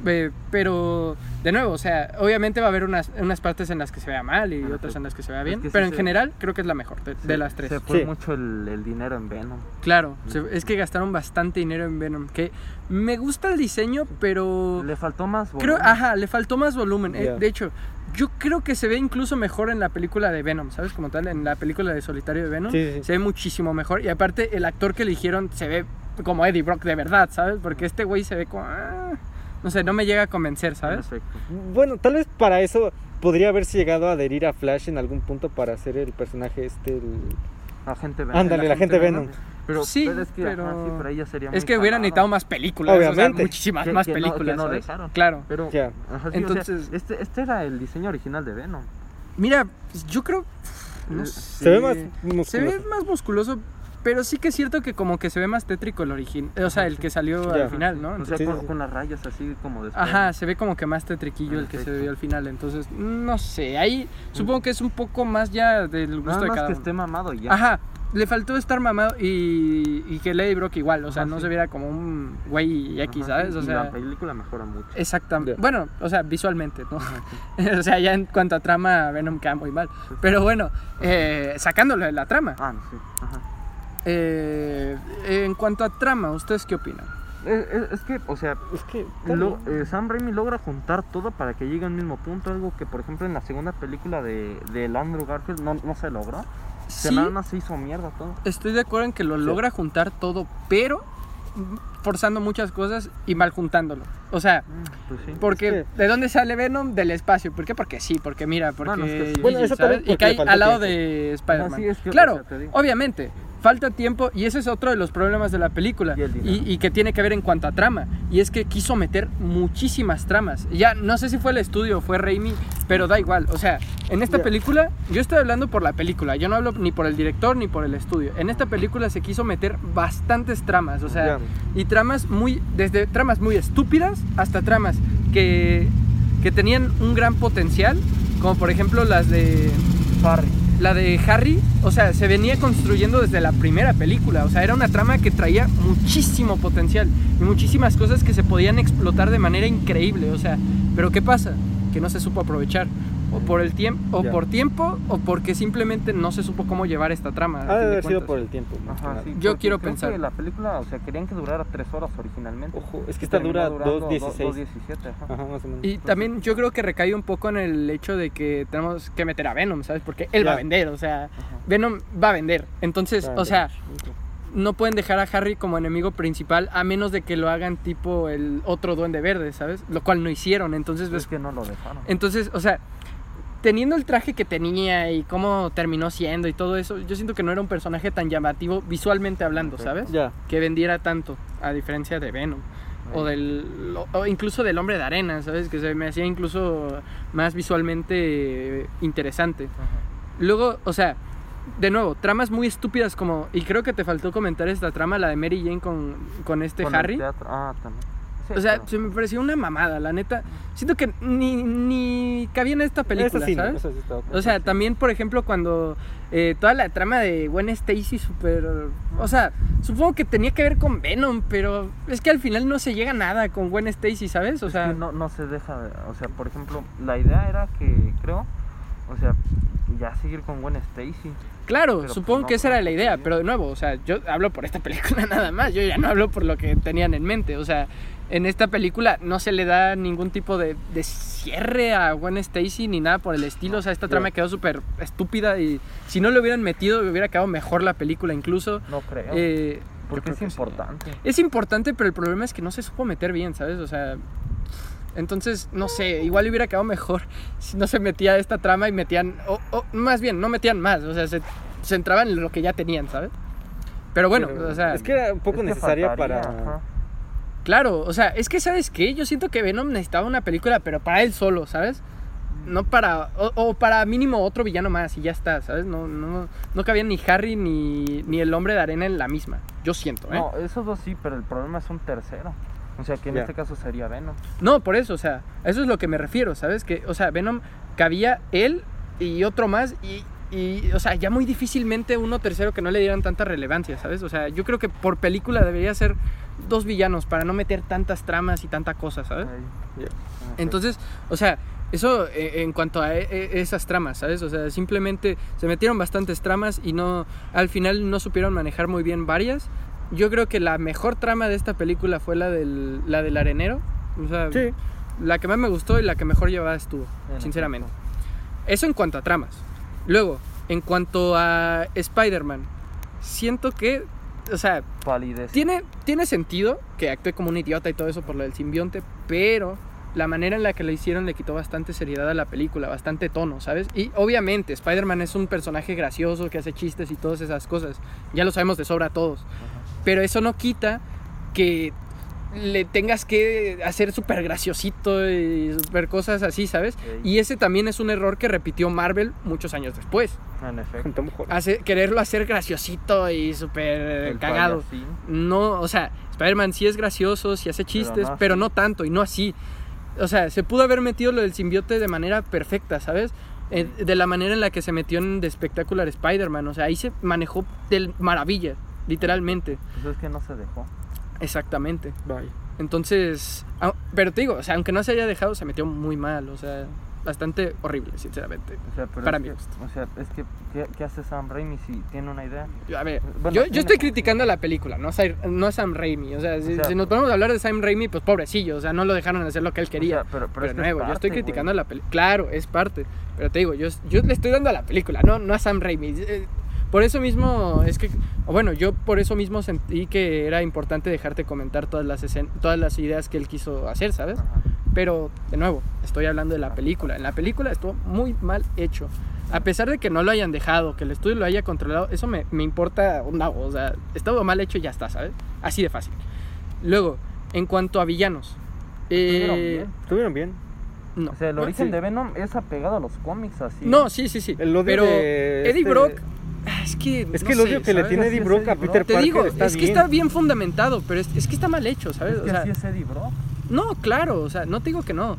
Pero, de nuevo, o sea, obviamente va a haber unas partes en las que se vea mal y otras en las que se vea bien, Es que sí pero en se- general creo que es la mejor de las tres. Se fue Sí. mucho el dinero en Venom. Claro, es que gastaron bastante dinero en Venom, que me gusta el diseño, pero... Le faltó más Creo, volumen. le faltó más volumen. Ya. De hecho, yo creo que se ve incluso mejor en la película de Venom, ¿sabes? Como tal, en la película de Solitario de Venom, Sí, sí, sí. se ve muchísimo mejor. Y aparte, el actor que eligieron se ve como Eddie Brock de verdad, ¿sabes? Porque este güey se ve como... no sé, no me llega a convencer, En ¿sabes? efecto. Bueno, tal vez para eso podría haberse llegado a adherir a Flash en algún punto para hacer el personaje La gente Venom. Ándale, la gente Venom. Pero, Sí, es que, pero- ajá, sí, pero ella sería Es muy que hubieran jalada. necesitado más películas, Obviamente. o sea, muchísimas Que- más que no- películas, que no ¿sabes? dejaron. Claro. Pero, Ya. ajá, sí, Entonces- o sea, este era el diseño original de Venom. Mira, pues, yo creo... No Se ve más sé. musculoso. Se ve más musculoso, pero sí que es cierto que como que se ve más tétrico el origen, o sea, el que salió Ya. al final, ¿no? O sea, Sí, con, sí. con las rayas así como de... Ajá, se ve como que más tetriquillo el que se Perfecto. vio al final, entonces, no sé, ahí supongo que es un poco más ya del gusto Nada de más cada que uno. esté mamado y ya. Ajá, le faltó estar mamado y que Lady Brock igual, o sea, Ajá, no sí. se viera como un güey X, Ajá, ¿sabes? O y sea, la película mejora mucho. exactamente. Ya. Bueno, o sea, visualmente, ¿no? O sea, ya en cuanto a trama, Venom queda muy mal. Pero bueno, sacándolo de la trama. Ah, no, sí. Ajá. En cuanto a trama, ¿ustedes qué opinan? Es que, o sea, Es que Sam Raimi logra juntar todo para que llegue al mismo punto. Algo que, por ejemplo, en la segunda película de Andrew Garfield no se logró. Sí, Que nada más se hizo mierda todo. estoy de acuerdo en que lo logra juntar todo, pero forzando muchas cosas y mal juntándolo. O sea, Pues sí. porque Es ¿de dónde sale Venom? Del espacio. ¿Por qué? Porque sí, porque mira, porque Bueno, es que sí. Bueno, eso ¿sabes? también Y porque cae le faltó al lado tiempo. de Spider-Man. Ajá, sí, es que, claro, o sea, te digo. obviamente, falta tiempo y ese es otro de los problemas de la película Y el dinero. y que tiene que ver en cuanto a trama. Y es que quiso meter muchísimas tramas. Ya no sé si fue el estudio o fue Raimi, pero da igual. O sea, en esta Ya. película, yo estoy hablando por la película, yo no hablo ni por el director ni por el estudio. En esta película se quiso meter bastantes tramas, o sea, Ya. y tramas desde tramas muy estúpidas hasta tramas que tenían un gran potencial, como por ejemplo las de Harry. la de Harry, o sea, se venía construyendo desde la primera película, o sea, era una trama que traía muchísimo potencial y muchísimas cosas que se podían explotar de manera increíble, o sea, pero ¿qué pasa? Que no se supo aprovechar, o por el tiempo, o Ya. por tiempo, o porque simplemente no se supo cómo llevar esta trama. a Ha fin de de haber sido cuentas. por el tiempo. Más que Ajá, nada. sí, Yo porque quiero creo pensar. que la película, o sea, querían que durara 3 horas originalmente. Ojo, es que Y esta terminó dura durando 2:16. 2:17, ajá. Ajá, más o menos. Y también yo creo que recae un poco en el hecho de que tenemos que meter a Venom, ¿sabes? Porque él va a Ya. vender, o sea, Ajá. Venom va a vender. Entonces, Ah, o sea, ok. no pueden dejar a Harry como enemigo principal a menos de que lo hagan tipo el otro Duende Verde, ¿sabes? Lo cual no hicieron, entonces Es que no lo dejaron. entonces, o sea, teniendo el traje que tenía y cómo terminó siendo y todo eso, yo siento que no era un personaje tan llamativo visualmente hablando, Ok. ¿sabes? Ya. Que vendiera tanto, a diferencia de Venom. O incluso del Hombre de Arena, ¿sabes? Que se me hacía incluso más visualmente interesante. Ajá. Luego, o sea, de nuevo, tramas muy estúpidas como... Y creo que te faltó comentar esta trama, la de Mary Jane con este Con el Harry. teatro. Ah, también. Sí, O sea, pero- se me pareció una mamada, la neta. Siento que ni cabía en esta película, Esa sí, ¿sabes? esa sí está ok. O sea, también, por ejemplo, cuando toda la trama de Gwen Stacy super... O sea, supongo que tenía que ver con Venom, pero es que al final no se llega a nada con Gwen Stacy, ¿sabes? O es sea, que no se deja, o sea, por ejemplo, la idea era que, creo, o sea, ya seguir con Gwen Stacy. claro, pero, supongo pues, no, que esa no era la idea, sucedió. pero de nuevo, o sea, yo hablo por esta película nada más, yo ya no hablo por lo que tenían en mente, o sea, en esta película no se le da ningún tipo de cierre a Gwen Stacy ni nada por el estilo, o sea, esta trama quedó súper estúpida y si no lo hubieran metido hubiera quedado mejor la película incluso. No creo. yo porque creo es que sí. importante. Es importante, pero el problema es que no se supo meter bien, ¿sabes? O sea, entonces, no sé, igual hubiera quedado mejor si no se metía esta trama y metían, o más bien, no metían más, o sea, se centraban en lo que ya tenían, ¿sabes? Pero bueno, Pero o sea, es que era un poco Es que necesaria faltaría, para. ajá. claro, o sea, es que, ¿sabes qué? Yo siento que Venom necesitaba una película, pero para él solo, ¿sabes? No para, o para mínimo otro villano más y ya está, ¿sabes? No cabían ni Harry ni el Hombre de Arena en la misma, yo siento, ¿eh? No, esos dos sí, pero el problema es un tercero. O sea, que en Ya. este caso sería Venom. No, por eso, o sea, a eso es lo que me refiero, ¿sabes? Que, o sea, Venom cabía él y otro más y, o sea, ya muy difícilmente uno tercero que no le dieran tanta relevancia, ¿sabes? O sea, yo creo que por película debería ser 2 villanos para no meter tantas tramas y tanta cosa, ¿sabes? Ahí. Ya. Ah, Entonces, o sea, eso en cuanto a esas tramas, ¿sabes? O sea, simplemente se metieron bastantes tramas y no, al final no supieron manejar muy bien varias. Yo creo que la mejor trama de esta película fue la del arenero. O sea, Sí. la que más me gustó y la que mejor llevada estuvo, En sinceramente. Eso en cuanto a tramas. Luego, en cuanto a Spider-Man, siento que, o sea, Palidez. tiene sentido que actúe como un idiota y todo eso por lo del simbionte, pero la manera en la que lo hicieron le quitó bastante seriedad a la película, bastante tono, ¿sabes? Y obviamente Spider-Man es un personaje gracioso que hace chistes y todas esas cosas. Ya lo sabemos de sobra todos. Ajá. Pero eso no quita que le tengas que hacer súper graciosito y súper cosas así, ¿sabes? Ey. Y ese también es un error que repitió Marvel muchos años después. En efecto. Con Tom Holland. Quererlo hacer graciosito y súper El cagado. payasín. No, o sea, Spider-Man sí es gracioso, sí hace chistes, no pero así. no tanto y no así. O sea, se pudo haber metido lo del simbiote de manera perfecta, ¿sabes? De la manera en la que se metió en The Spectacular Spider-Man. O sea, ahí se manejó de maravilla, literalmente. Pues es que no se dejó. Exactamente. Bye. Entonces, pero te digo, o sea, aunque no se haya dejado, se metió muy mal. O sea, bastante horrible, sinceramente. O sea, pero Para es mi que, gusto. o sea, es que ¿qué hace Sam Raimi si tiene una idea? A ver, Bueno, yo tiene estoy como- criticando la película, no a Sam Raimi. O sea, si sea, nos ponemos a hablar de Sam Raimi, pues pobrecillo, o sea, no lo dejaron hacer lo que él quería. O sea, pero Pero es que nuevo, es yo estoy parte, criticando güey. la película. Claro, es parte. Pero te digo, yo le estoy dando a la película, no a Sam Raimi. Por eso mismo es que, o bueno, yo por eso mismo sentí que era importante dejarte comentar todas las ideas que él quiso hacer, ¿sabes? Ajá. Pero, de nuevo, estoy hablando de la película. En la película estuvo muy mal hecho. A pesar de que no lo hayan dejado, que el estudio lo haya controlado, eso me importa un nabo. O sea, estuvo mal hecho y ya está, ¿sabes? Así de fácil. Luego, en cuanto a villanos. Estuvieron bien. Estuvieron bien. No. O sea, el No, origen sí. de Venom es apegado a los cómics, así. No, sí. El odio Pero de Eddie este- Brock... Es que Es no que el sé, odio que le ¿sabes? tiene Así Eddie es Brock a Eddie Peter Brock. Te Parker digo, está es que bien. está bien fundamentado, pero es que está mal hecho, ¿sabes? Es que O sea, así es Eddie Brock. no, claro, o sea, no te digo que no.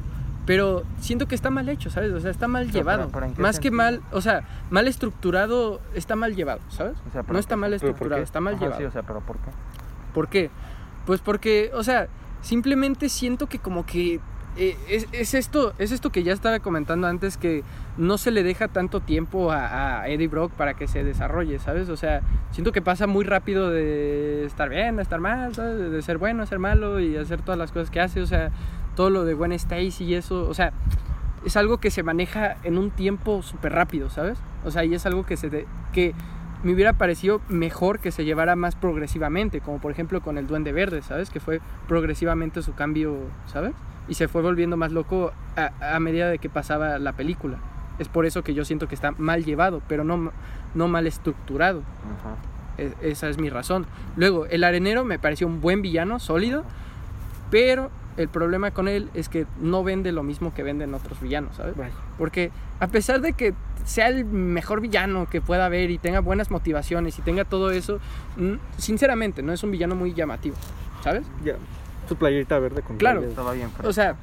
pero siento que está mal hecho, ¿sabes? O sea, está mal llevado. ¿pero en qué Más que sentido? mal, o sea, mal estructurado, está mal llevado, ¿sabes? O sea, ¿pero No está por mal qué? ¿Pero por estructurado, qué? está mal Ajá, llevado. sí, o sea, pero ¿por qué? ¿Por qué? Pues porque, o sea, simplemente siento que como que es esto que ya estaba comentando antes, que no se le deja tanto tiempo a Eddie Brock para que se desarrolle, ¿sabes? O sea, siento que pasa muy rápido de estar bien a estar mal, ¿sabes? De ser bueno a ser malo y hacer todas las cosas que hace, o sea, todo lo de Gwen Stacy y eso, o sea, es algo que se maneja en un tiempo súper rápido, ¿sabes? O sea, y es algo que me hubiera parecido mejor que se llevara más progresivamente, como por ejemplo con el Duende Verde, ¿sabes? Que fue progresivamente su cambio, ¿sabes? Y se fue volviendo más loco a medida de que pasaba la película. Es por eso que yo siento que está mal llevado, pero no mal estructurado. Ajá. Esa es mi razón. Luego, el arenero me pareció un buen villano, sólido, pero el problema con él es que no vende lo mismo que venden otros villanos, ¿sabes? Vaya. Porque a pesar de que sea el mejor villano que pueda haber y tenga buenas motivaciones y tenga todo eso, sinceramente no es un villano muy llamativo, ¿sabes? Ya. Su playerita verde con Claro. rayas. Estaba bien fresco. O sea,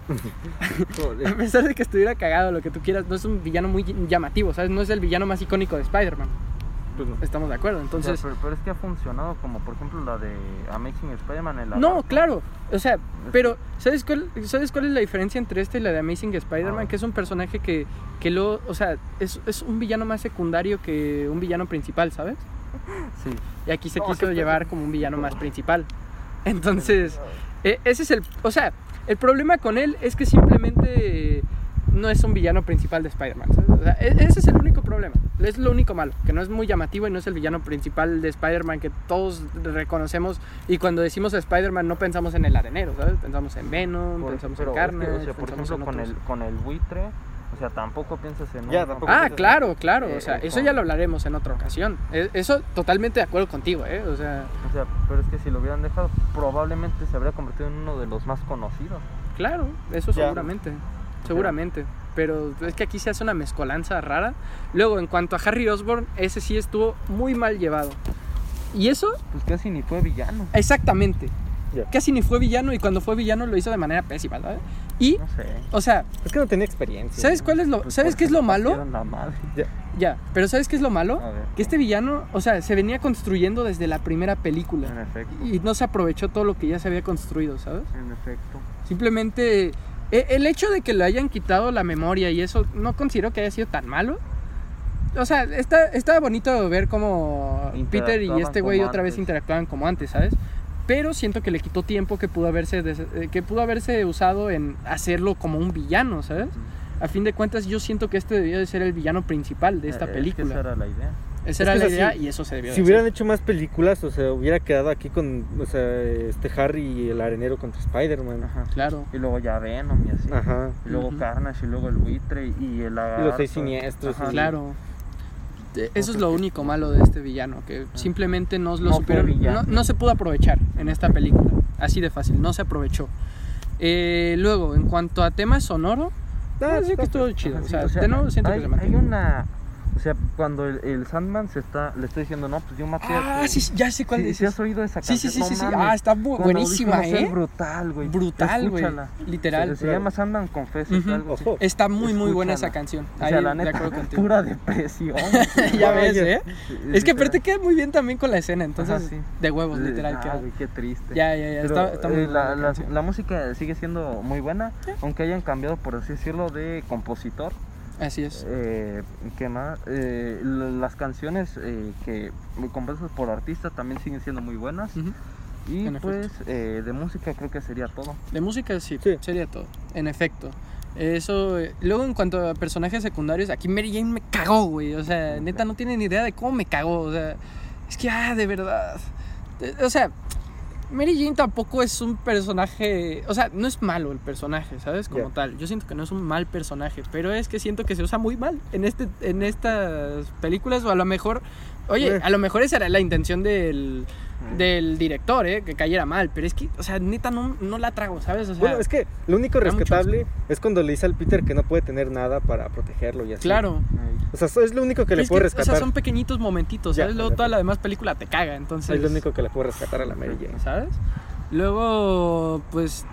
a pesar de que estuviera cagado, lo que tú quieras, no es un villano muy llamativo, ¿sabes? No es el villano más icónico de Spider-Man. Pues no. Estamos de acuerdo, entonces... O sea, pero es que ha funcionado como por ejemplo la de Amazing Spider-Man en la No, claro, o sea, pero ¿sabes cuál es la diferencia entre este y la de Amazing Spider-Man? Ah. Que es un personaje que o sea, es un villano más secundario que un villano principal, ¿sabes? Sí. Y aquí se No, quiso qué llevar como un villano más principal. Entonces, ese es o sea, el problema con él es que simplemente no es un villano principal de Spider-Man, ¿sabes? O sea, ese es el único problema, es lo único malo, que no es muy llamativo y no es el villano principal de Spider-Man que todos reconocemos, y cuando decimos Spider-Man no pensamos en el arenero, ¿sabes? Pensamos en Venom, pensamos en Pero Carnage, o sea, por pensamos ejemplo en otros. con el buitre, o sea, tampoco piensas en Ya, uno. tampoco. Ah, claro, o sea, eso con- ya lo hablaremos en otra ocasión. Eso totalmente de acuerdo contigo, o sea, O sea, pero es que si lo hubieran dejado, probablemente se habría convertido en uno de los más conocidos. claro, eso Ya. seguramente, pero es que aquí se hace una mezcolanza rara. Luego, en cuanto a Harry Osborn, ese sí estuvo muy mal llevado. Y eso, Pues casi ni fue villano. exactamente, Ya. casi ni fue villano, y cuando fue villano lo hizo de manera pésima, ¿sabes? Y, No sé. o sea, Es que no tenía experiencia. ¿sabes ¿no? cuál es Pues ¿sabes qué es lo malo? partieron la madre. Ya, pero ¿sabes qué es lo malo? A ver. Que este villano, o sea, se venía construyendo desde la primera película. En efecto. Y no se aprovechó todo lo que ya se había construido, ¿sabes? En efecto. Simplemente el hecho de que le hayan quitado la memoria y eso no considero que haya sido tan malo. O sea, está bonito ver cómo Peter y Interactuaban este güey como otra vez antes. interactuaban como antes, ¿sabes? Pero siento que le quitó tiempo que pudo haberse usado en hacerlo como un villano, ¿sabes? A fin de cuentas, yo siento que este debió de ser el villano principal de esta Es que película. esa era la idea. Esa Es era que la es idea así. y eso se debió Si de hubieran hacer. hecho más películas, o sea, hubiera quedado aquí con, o sea, Harry y el arenero contra Spider-Man. Ajá. Claro. Y luego ya Venom y así. Ajá. Y luego Ujú. Carnage y luego el buitre y el lagarto. Y los 6 siniestros. Ajá. y- Claro. Eso es lo único malo de este villano, que simplemente no lo No fue supieron, villano. no se pudo aprovechar en esta película, así de fácil, no se aprovechó. Luego, en cuanto a tema sonoro, Ah, sí que estuvo chido, Ajá, o sí, sea, de nuevo siento que hay, se hay mantiene. una... O sea, cuando el Sandman le está diciendo, no, pues yo maté a... Sí, ya sé cuál Sí, dices. ¿sí has oído esa Sí, canción? sí, No sí. mames. Está Con buenísima, audífonos es brutal, güey. Brutal, güey. Escúchala. Literal. Se llama Sandman Confesses, Ujú. algo así. Ojo. Está muy buena Escúchala. esa canción. O Ahí, sea, la de neta, acuerdo contigo. pura depresión. Ya ves, ¿eh? Sí, Es que literal. aparte queda muy bien también con la escena, entonces, Ajá, sí. de huevos, literal. queda. güey, qué triste. Ya, Pero, está muy buena la canción. la música sigue siendo muy buena, aunque hayan cambiado, por así decirlo, de compositor. Así es. ¿Qué más? Las canciones que compuestas por artistas también siguen siendo muy buenas. Ujú. Y En pues de música creo que sería todo. De música sí, Sí. sería todo, en efecto. Eso, luego en cuanto a personajes secundarios, aquí Mary Jane me cagó, güey. O sea, neta no tienen ni idea de cómo me cagó. O sea, es que, de verdad. O sea, Mary Jane tampoco es un personaje, o sea, no es malo el personaje, ¿sabes? Como Ya. tal. Yo siento que no es un mal personaje, pero es que siento que se usa muy mal en estas películas, o a lo mejor, oye, a lo mejor esa era la intención del director, que cayera mal, pero es que, o sea, neta no la trago, ¿sabes? O sea, Bueno, es que lo único da mucho rescatable es cuando le dice al Peter que no puede tener nada para protegerlo y así. claro. O sea, eso es lo único que le Es puedo que, rescatar. o sea, son pequeñitos momentitos, Ya, ¿sabes? Luego ya. toda la demás película te caga, entonces... Es lo único que le puedo rescatar a la Mary Jane. ¿Sabes? Luego, pues,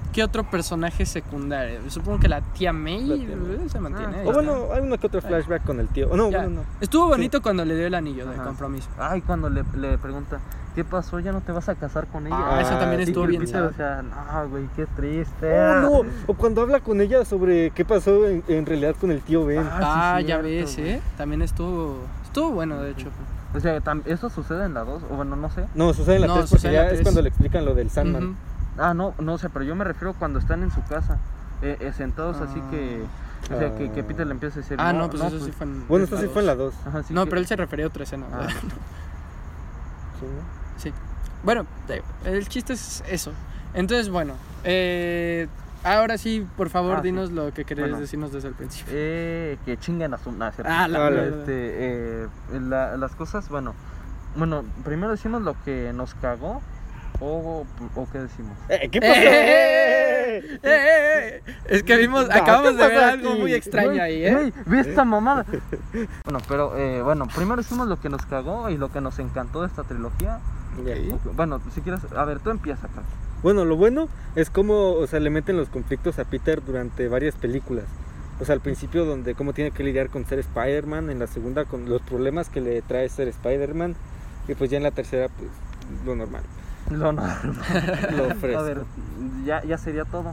¿qué otro personaje secundario? Supongo que la tía May La tía May. se mantiene. ahí O está. bueno, hay uno que otro flashback con el tío. No, Ya. bueno, no. Estuvo bonito cuando le dio el anillo de Ajá. compromiso. Ay, cuando le pregunta, ¿qué pasó? ¿Ya no te vas a casar con ella? Ah, eso también sí, estuvo Y bien Peter, sad. o sea, no, güey, qué triste. Oh, no. O cuando habla con ella sobre qué pasó en realidad con el tío Ben. Ah, sí, Ya cierto, ves, güey. También estuvo bueno, de hecho. O sea, ¿eso sucede en la 2? O bueno, no sé. No, sucede en la No, 3 sucede porque en la ya es 3. cuando le explican lo del Sandman. Ujú. Ah, no sé, pero yo me refiero cuando están en su casa, sentados así que... O sea, que Peter le empieza a decir... No, pues eso pues, sí fue en Bueno, en esto la sí fue en la 2. Ajá, sí No, que- pero él se refería a otra escena. Ah, ¿verdad? Sí, ¿no? Sí. Bueno, el chiste es eso. Entonces, bueno, ahora sí, por favor, Ah, sí. dinos lo que querías Bueno. decirnos desde el principio. que chinguen a su... Nah, ¿cierto? Ah, la Vale. verdad. Las cosas, bueno, primero decimos lo que nos cagó o qué decimos. ¿Qué pasó? Es que No, acabamos ¿qué de ver pasa algo aquí? muy extraño Güey, ahí, ¿eh? güey, ve esta mamada. Bueno, pero primero decimos lo que nos cagó y lo que nos encantó de esta trilogía. Bueno, si quieres, a ver, tú empieza acá. Bueno, lo bueno es cómo, o sea, le meten los conflictos a Peter durante varias películas. O sea, al principio donde cómo tiene que lidiar con ser Spider-Man, en la segunda con los problemas que le trae ser Spider-Man y pues ya en la tercera pues lo normal, Lo no. lo fresco. A ver, ya sería todo.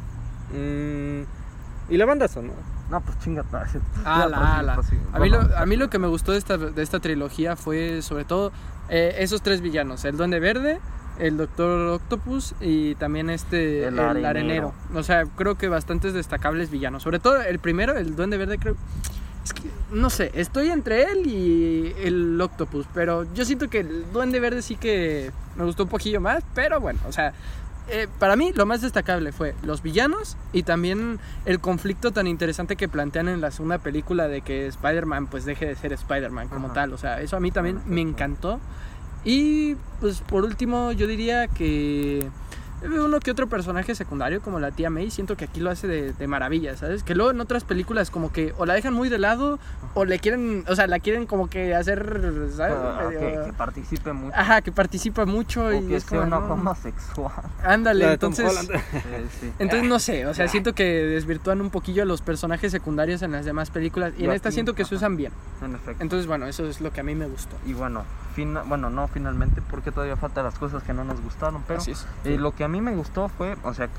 Y la banda sonora. No, pues chingate. Ala. A mí lo que me gustó de esta trilogía fue sobre todo esos tres villanos, el Duende Verde, el Doctor Octopus y también el arenero. O sea, creo que bastantes destacables villanos. Sobre todo el primero, el Duende Verde, creo. Es que, no sé, estoy entre él y el Octopus, pero yo siento que el Duende Verde sí que me gustó un poquillo más, pero bueno, o sea, para mí lo más destacable fue los villanos y también el conflicto tan interesante que plantean en la segunda película de que Spider-Man pues deje de ser Spider-Man como Ajá. tal, o sea, eso a mí también Perfecto. me encantó. Y pues por último yo diría que uno que otro personaje secundario como la tía May, siento que aquí lo hace de maravilla, ¿sabes? Que luego en otras películas como que o la dejan muy de lado o le quieren, o sea, la quieren como que hacer, ¿sabes? Que participe mucho. Ajá, que participa mucho O y que es sea como, una no. forma sexual. Ándale, La de Tom entonces Holland. Sí. entonces no sé, o sea, siento que desvirtúan un poquillo a los personajes secundarios en las demás películas y Y en esta aquí, siento que se ajá. usan bien. En efecto. Entonces, bueno, eso es lo que a mí me gustó. Y bueno, no finalmente, porque todavía faltan las cosas que no nos gustaron, pero Así es. lo que a mí me gustó fue, o sea,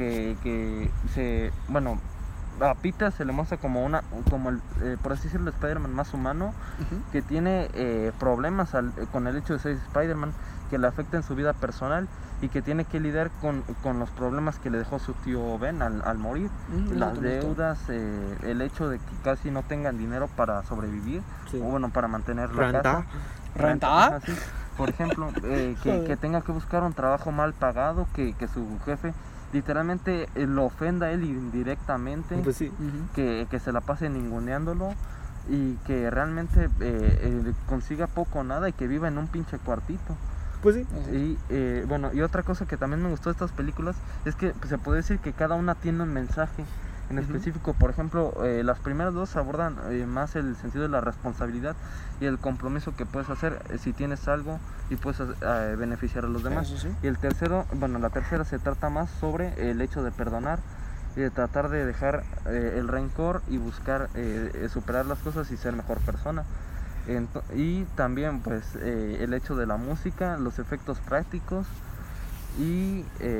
a Peter se le muestra como el, por así decirlo, Spider-Man más humano, Ujú. que tiene problemas con el hecho de ser Spider-Man, que le afecta en su vida personal y que tiene que lidiar con los problemas que le dejó su tío Ben al morir, las eso me gustó. deudas, el hecho de que casi no tengan dinero para sobrevivir, Sí. o bueno, para mantener la Renta. casa. ¿Renta? Ajá, sí. Por ejemplo, que tenga que buscar un trabajo mal pagado, que su jefe literalmente lo ofenda a él indirectamente, Pues sí. Ujú. que se la pase ninguneándolo y que realmente consiga poco o nada y que viva en un pinche cuartito. Pues sí. Así Y otra cosa que también me gustó de estas películas es que pues, se puede decir que cada una tiene un mensaje en Ujú. específico. Por ejemplo, las primeras dos abordan más el sentido de la responsabilidad y el compromiso que puedes hacer si tienes algo y puedes beneficiar a los demás. Eso sí. Y la tercera se trata más sobre el hecho de perdonar y de tratar de dejar el rencor y buscar superar las cosas y ser mejor persona. Y también pues el hecho de la música, los efectos prácticos y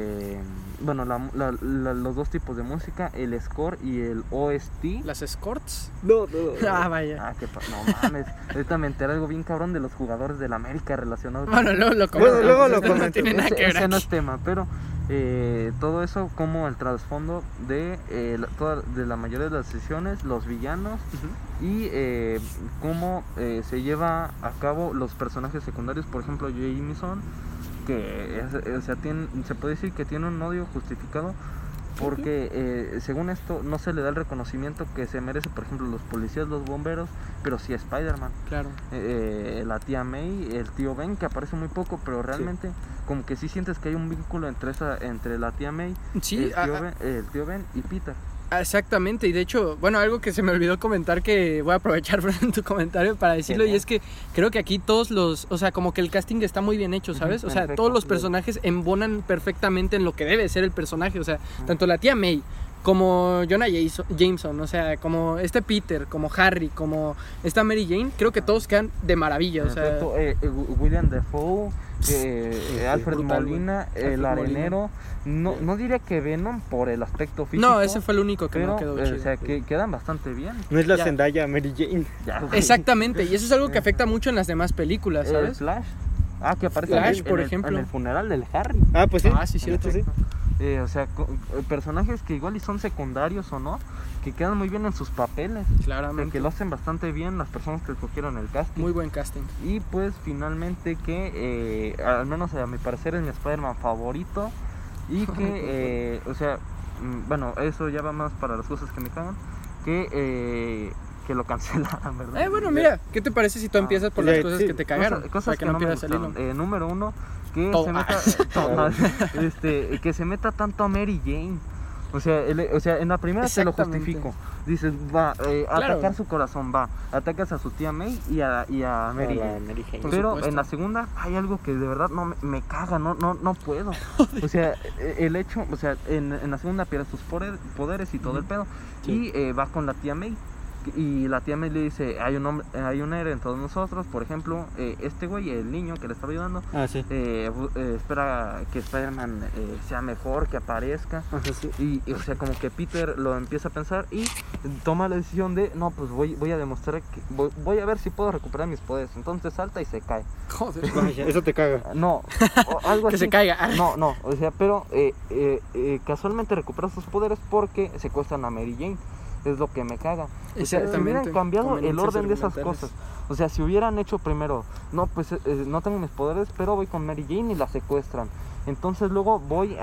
los dos tipos de música, el score y el OST. Las escorts. No. Ah, vaya. No mames, ahorita me enteré algo bien cabrón de los jugadores del América relacionados Bueno, luego lo Bueno, luego lo No comento. tiene nada que ver ese no es aquí. tema, pero todo eso como el trasfondo de la mayoría de las sesiones, los villanos Ujú. y cómo se lleva a cabo los personajes secundarios. Por ejemplo, Jameson, que se puede decir que tiene un odio justificado porque según esto no se le da el reconocimiento que se merece, por ejemplo, los policías, los bomberos, pero sí a Spider-Man. Claro. La tía May, el tío Ben, que aparece muy poco, pero realmente como que sí sientes que hay un vínculo entre la tía May, Sí, el tío Ben y Peter. Exactamente, y de hecho, bueno, algo que se me olvidó comentar que voy a aprovechar en tu comentario para decirlo, Genial. y es que creo que aquí todos o sea, como que el casting está muy bien hecho, ¿sabes? O sea, Perfecto. todos los personajes embonan perfectamente en lo que debe ser el personaje, o sea, tanto la tía May como Jonah Jameson, o sea, como este Peter, como Harry, como esta Mary Jane, creo que todos quedan de maravilla, o sea, Perfecto. William Dafoe, Alfred brutal, güey. Molina, el Alfred arenero. No diría que Venom por el aspecto físico. no, ese fue el único que pero, no quedó chido. o sea, que quedan bastante bien. No es la Ya. Zendaya Mary Jane. Ya, güey. Exactamente, y eso es algo que afecta mucho en las demás películas, ¿sabes? Flash. Que aparece Flash, en por el, ejemplo. en el funeral del Harry. Ah, pues sí. Ah, sí, cierto. Sí. O sea, personajes que igual y son secundarios o no, que quedan muy bien en sus papeles. O sea, Claramente. que lo hacen bastante bien las personas que escogieron el casting. Muy buen casting. Y pues finalmente que, al menos a mi parecer, es mi Spider-Man favorito. Y que, o sea, bueno, eso ya va más para las cosas que me cagan. Que lo cancelaran, ¿verdad? Bueno, mira, ¿qué te parece si tú empiezas por las sí, cosas sí, que te cagaron? Cosas para que no me pierdas el hilo. gustaron. Número uno, que Todo. se meta que se meta tanto a Mary Jane. O sea, en la primera te lo Exactamente. justifico. Dices, va, Claro. atacar su corazón, va. Atacas a su tía May y a Mary A la Jane. Mary Jane. Por Pero supuesto. en la segunda hay algo que de verdad no me caga, no puedo. O sea, el hecho, o sea, en la segunda pierde sus poderes y todo el pedo. Sí. Y va con la tía May. Y la tía May le dice, hay un héroe en todos nosotros. Por ejemplo, este güey, el niño que le estaba ayudando, Ah, sí. espera que Spider-Man sea mejor, que aparezca. Ajá, sí. Y, o sea, como que Peter lo empieza a pensar y toma la decisión de, no, pues voy a demostrar que voy a ver si puedo recuperar mis poderes. Entonces salta y se cae. Joder. Vaya, eso te caga. No, algo Que así. se caiga. No, o sea, pero casualmente recupera sus poderes porque secuestran a Mary Jane. Es lo que me caga. O sea, si hubieran Exactamente. cambiado el Conveniencias orden de esas argumentales. cosas. O sea, si hubieran hecho primero, no, pues no tengo mis poderes, pero voy con Mary Jane y la secuestran. Entonces luego voy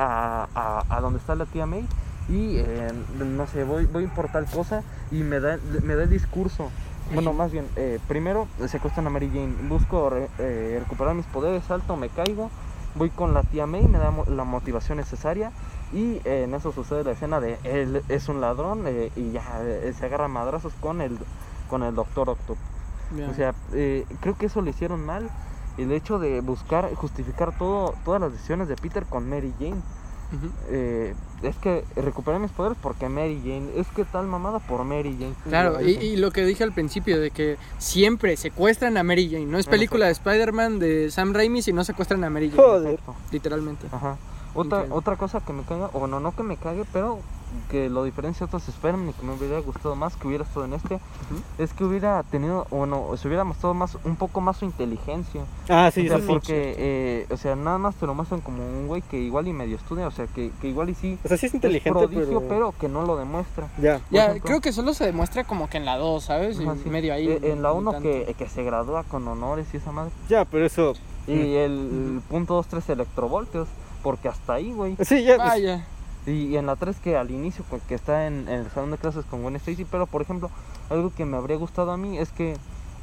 a donde está la tía May y, no sé, voy por tal cosa y me da el discurso. Bueno, más bien, primero secuestran a Mary Jane, busco recuperar mis poderes, salto, me caigo, voy con la tía May, me da la motivación necesaria. Y en eso sucede la escena de él es un ladrón y ya se agarra a madrazos con el Doctor Octopus. Bien. O sea, creo que eso lo hicieron mal. El hecho de justificar todas las decisiones de Peter con Mary Jane. Ujú. Es que recuperé mis poderes porque Mary Jane. Es que tal mamada por Mary Jane. Claro, y lo que dije al principio de que siempre secuestran a Mary Jane. No es película de Spider-Man de Sam Raimi si no secuestran a Mary Jane. Joder. Literalmente. Ajá. Entiendo. Otra cosa que me caga, o bueno, no que me cague, pero que lo diferencia de otros Spider-Man y que me hubiera gustado más que hubiera estado en este, es que hubiera tenido, bueno, se hubiera mostrado un poco más su inteligencia. Ah, sí, O sea, eso sí. porque, o sea, nada más te lo muestran como un güey que igual y medio estudia, o sea, que igual y sí O sea, sí es inteligente, prodigio, pero que no lo demuestra. Ya. Ya, ejemplo. creo que solo se demuestra como que en la 2, ¿sabes? Y Ajá, sí. medio ahí. En la 1 tanto. que se gradúa con honores y esa madre. Ya, pero eso. Y el punto 2-3 electrovoltios, porque hasta ahí, güey. Sí, ya. Pues, Vaya. Y en la 3 que al inicio, que está en el salón de clases con Gwen Stacy, pero por ejemplo, algo que me habría gustado a mí es que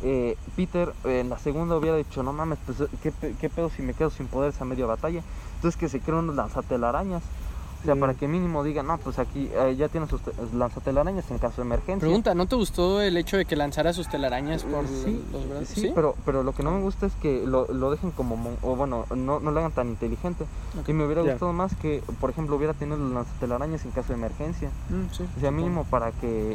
Peter en la segunda hubiera dicho, no mames, pues ¿qué pedo si me quedo sin poderes a media batalla? Entonces que se crean unos lanzatelarañas. O sea, para que mínimo digan, no, pues aquí ya tienen sus lanzatelarañas en caso de emergencia. Pregunta, ¿no te gustó el hecho de que lanzara sus telarañas por Sí, los brazos? sí, pero lo que no me gusta es que lo dejen como, o bueno, no lo hagan tan inteligente. Ok. Y me hubiera Ya. gustado más que, por ejemplo, hubiera tenido las telarañas en caso de emergencia. Sí. O sea, mínimo para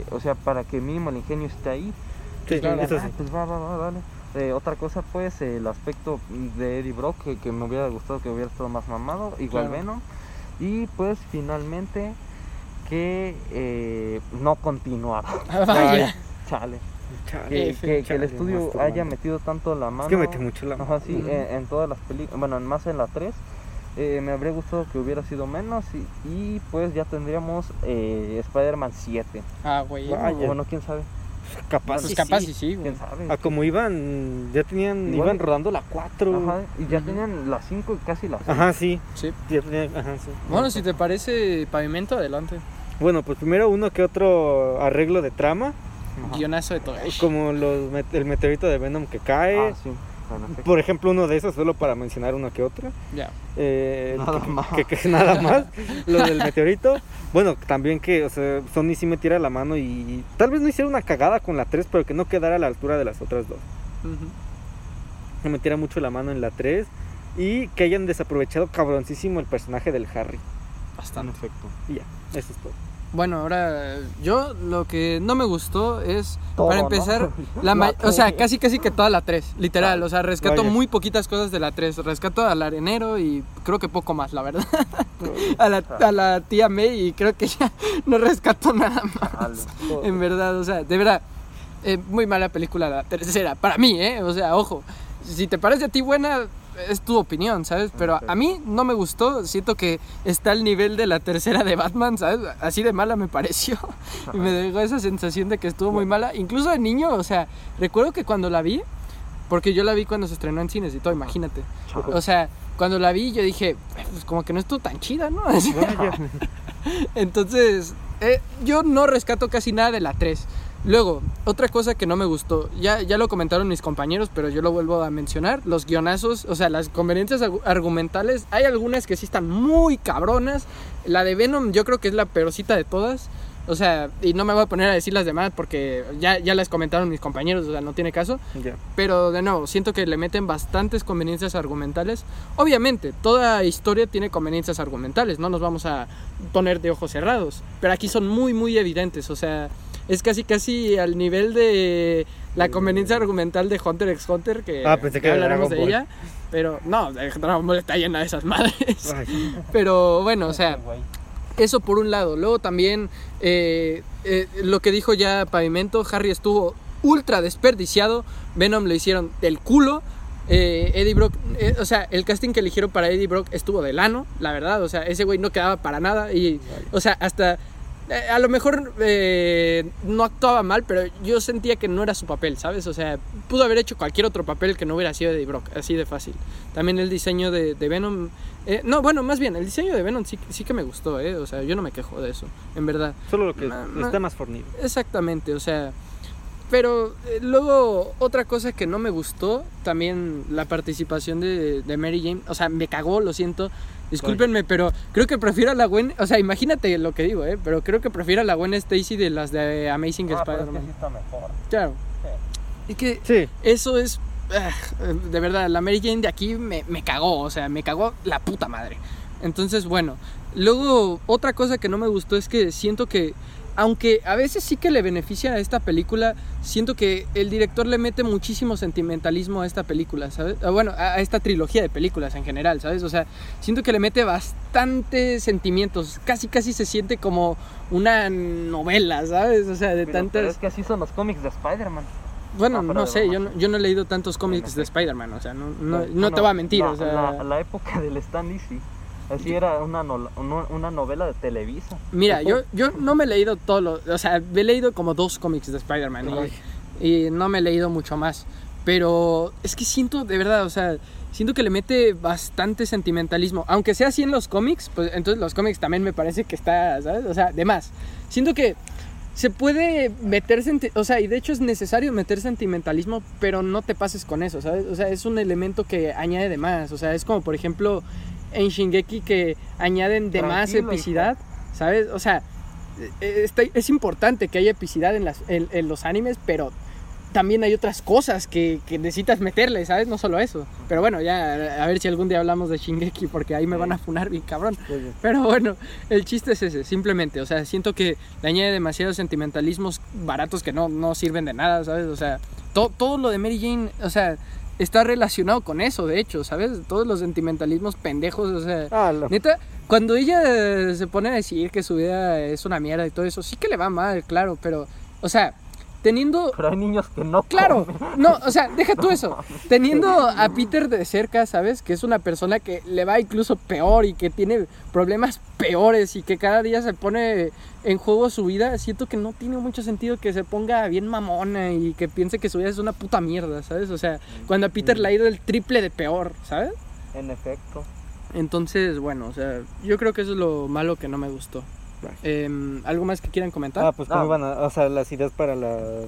que mínimo el ingenio esté ahí. sí, claro. eso sí. Pues va, dale. Otra cosa, pues, el aspecto de Eddie Brock, que me hubiera gustado que hubiera estado más mamado, igual Claro. Venom. Y pues, finalmente, que no continuara. Vaya. Chale. Chale, Que el chale, estudio más tu haya mano. metido tanto la mano. Es que mete mucho la mano. Ajá, sí, Ujú. en todas las películas, bueno, más en la 3. Me habría gustado que hubiera sido menos y pues ya tendríamos Spider-Man 7. Ah, güey. Vaya. O bueno, quién sabe. Capaz. Pues sí, capaz sí. y sí, güey. Quién sabe. Ah, como iban, ya tenían, Igual. iban rodando la 4. Ajá, y ya Ujú. tenían las 5 y casi las 6. Ajá, sí. Sí. Ya tenían, ajá, sí. Bueno, si te parece pavimento, adelante. Bueno, pues primero uno que otro arreglo de trama, Ajá. Guionazo de todo. como el meteorito de Venom que cae. Ah, sí. sea, en efecto. Por ejemplo, uno de esos, solo para mencionar uno que otro. Ya. Nada más. Que nada más. Lo del meteorito. Bueno, también que, o sea, Sony sí me tira la mano y tal vez no hiciera una cagada con la 3, pero que no quedara a la altura de las otras dos. Ujú. Me tira mucho la mano en la 3 y que hayan desaprovechado cabroncísimo el personaje del Harry. En Bastante. efecto. Y ya, eso es todo. Bueno, ahora yo lo que no me gustó es, Todo, para ¿no? empezar, La o sea, tres. casi que toda la 3, literal, o sea, rescato Vaya. muy poquitas cosas de la 3, rescato al arenero y creo que poco más, la verdad, a la tía May y creo que ya no rescato nada más, Dale. en verdad, o sea, de verdad, muy mala película la tercera, para mí, o sea, ojo, si te parece a ti buena, es tu opinión, ¿sabes? Pero a mí no me gustó, siento que está al nivel de la tercera de Batman, ¿sabes? Así de mala me pareció y me dejó esa sensación de que estuvo muy mala, incluso de niño, o sea, recuerdo que cuando la vi, porque yo la vi cuando se estrenó en cines y todo, imagínate, o sea, cuando la vi yo dije, pues como que no estuvo tan chida, ¿no? Entonces, yo no rescato casi nada de la 3. Luego, otra cosa que no me gustó, ya lo comentaron mis compañeros, pero yo lo vuelvo a mencionar, los guionazos, o sea, las conveniencias argumentales, hay algunas que sí están muy cabronas, la de Venom yo creo que es la peorcita de todas, o sea, y no me voy a poner a decir las demás porque ya las comentaron mis compañeros, o sea, no tiene caso, Ya. pero de nuevo, siento que le meten bastantes conveniencias argumentales. Obviamente, toda historia tiene conveniencias argumentales, no nos vamos a poner de ojos cerrados, pero aquí son muy evidentes, o sea, es casi al nivel de la conveniencia argumental de Hunter x Hunter, que Pensé que ya era hablaremos de Dragon ella, pero no, Dragon Ball está llena de esas madres. Ay, Pero bueno, o sea, eso por un lado. Luego también lo que dijo ya Pavimento, Harry estuvo ultra desperdiciado, Venom lo hicieron del culo, Eddie Brock, o sea, el casting que eligieron para Eddie Brock estuvo del ano, la verdad, o sea, ese güey no quedaba para nada y, o sea, hasta a lo mejor no actuaba mal, pero yo sentía que no era su papel, ¿sabes? O sea, pudo haber hecho cualquier otro papel que no hubiera sido Eddie Brock, así de fácil. También el diseño de Venom, no, bueno, más bien, el diseño de Venom sí que me gustó, o sea, yo no me quejo de eso, en verdad. solo lo que No. está más fornido. Exactamente, o sea, pero luego otra cosa que no me gustó, también la participación de Mary Jane, o sea, me cagó, lo siento, discúlpenme, pero creo que prefiero a la Gwen, o sea, imagínate lo que digo, pero creo que prefiero a la Gwen Stacy de las de Amazing Pero es que Spider-Man. sí está mejor. Claro. Y que Sí. eso es, de verdad, la Mary Jane de aquí me cagó, o sea, me cagó la puta madre. Entonces, bueno, luego otra cosa que no me gustó es que siento que, aunque a veces sí que le beneficia a esta película, siento que el director le mete muchísimo sentimentalismo a esta película, ¿sabes? Bueno, a esta trilogía de películas en general, ¿sabes? O sea, siento que le mete bastantes sentimientos, casi se siente como una novela, ¿sabes? O sea, de Pero tantas... es que así son los cómics de Spider-Man. Bueno, pero no sé, además- yo no he leído tantos cómics de Spider-Man, o sea, no te voy a mentir, o sea... La época del Stan Lee, sí. Así era una novela de Televisa. Mira, yo no me he leído o sea, he leído como 2 cómics de Spider-Man y no me he leído mucho más, pero es que siento, de verdad, o sea, siento que le mete bastante sentimentalismo, aunque sea así en los cómics, pues entonces los cómics también me parece que está, ¿sabes? O sea, de más, siento que se puede meter, o sea, y de hecho es necesario meter sentimentalismo, pero no te pases con eso, ¿sabes? O sea, es un elemento que añade de más, o sea, es como por ejemplo en Shingeki que añaden de más Tranquilo, epicidad, ¿sabes? O sea, es importante que haya epicidad en los animes, pero también hay otras cosas que necesitas meterle, ¿sabes? No solo eso. Pero bueno, ya a ver si algún día hablamos de Shingeki, porque ahí me van a funar bien cabrón. Pero bueno, el chiste es ese, simplemente. O sea, siento que le añade demasiados sentimentalismos baratos que no sirven de nada, ¿sabes? O sea, todo lo de Mary Jane, o sea, está relacionado con eso, de hecho, ¿sabes? Todos los sentimentalismos pendejos, o sea... Neta, cuando ella se pone a decir que su vida es una mierda y todo eso, sí que le va mal, claro, pero, o sea, teniendo... Pero hay niños que no Claro, comen. no, o sea, deja tú eso. Teniendo a Peter de cerca, ¿sabes? Que es una persona que le va incluso peor y que tiene problemas peores y que cada día se pone en juego su vida. Siento que no tiene mucho sentido que se ponga bien mamona y que piense que su vida es una puta mierda, ¿sabes? O sea, cuando a Peter le ha ido el triple de peor, ¿sabes? En efecto. Entonces, bueno, o sea, yo creo que eso es lo malo que no me gustó. ¿Algo más que quieran comentar? Pues cómo iban o sea, las ideas para las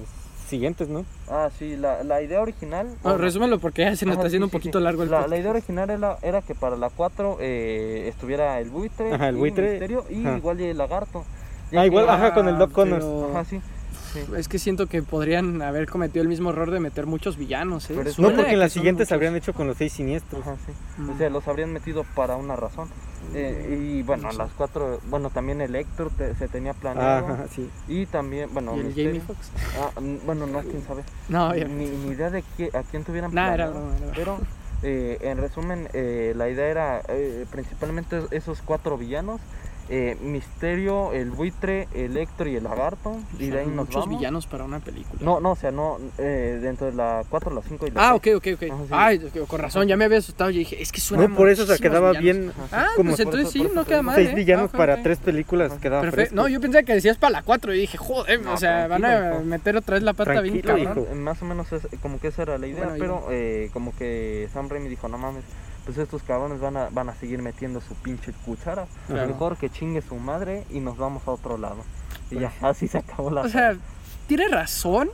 siguientes, ¿no? Ah, sí, la idea original... No, resúmelo porque ya se nos está haciendo un poquito largo el podcast. La idea original era que para la 4 estuviera el buitre, Ajá, el y buitre, Misterio y ajá. igual y el lagarto. Igual, con el Doc Connors. pero- Ajá, sí. Es que siento que podrían haber cometido el mismo error de meter muchos villanos, ¿eh? Pero es- No, Suena porque en que las son siguientes muchos. habrían hecho con los 6 siniestros. Ajá, sí. Mm. O sea, los habrían metido para una razón. Y bueno, Sí. las 4, bueno, también Electro se tenía planeado. Ajá, sí. Y también, bueno, ¿Y el Misterio. Jamie Foxx? Bueno, no, quién sabe. No, ya. Ni idea de a quién tuvieran Nah, era planeado. broma, era Pero, en resumen, la idea era principalmente esos 4 villanos. Misterio, el buitre, Electro y el lagarto. Y de ahí Son nos muchos vamos. villanos para una película. No, o sea, no, dentro de la 4, la 5 y la 6. Ok. Ajá, sí. Ay, con razón, ya me había asustado. Yo dije, es que suena No, por eso se muchísimos quedaba villanos. bien. Ah, como pues entonces por sí, eso no te queda digo. mal. 6 ¿eh? villanos Ok, para ok. 3 películas, quedaba Perfecto. fresco. No, yo pensaba que decías para la 4 y dije, joder, No, o sea, van tranquilo, a hijo. meter otra vez la pata bien Tranquilo, cabrón. hijo. Más o menos como que esa era la idea, Bueno, pero como que Sam Raimi dijo, no mames, pues estos cabrones van a seguir metiendo su pinche cuchara. Claro. Mejor que chingue su madre y nos vamos a otro lado. Y ya, así se acabó la O sea, tiene razón,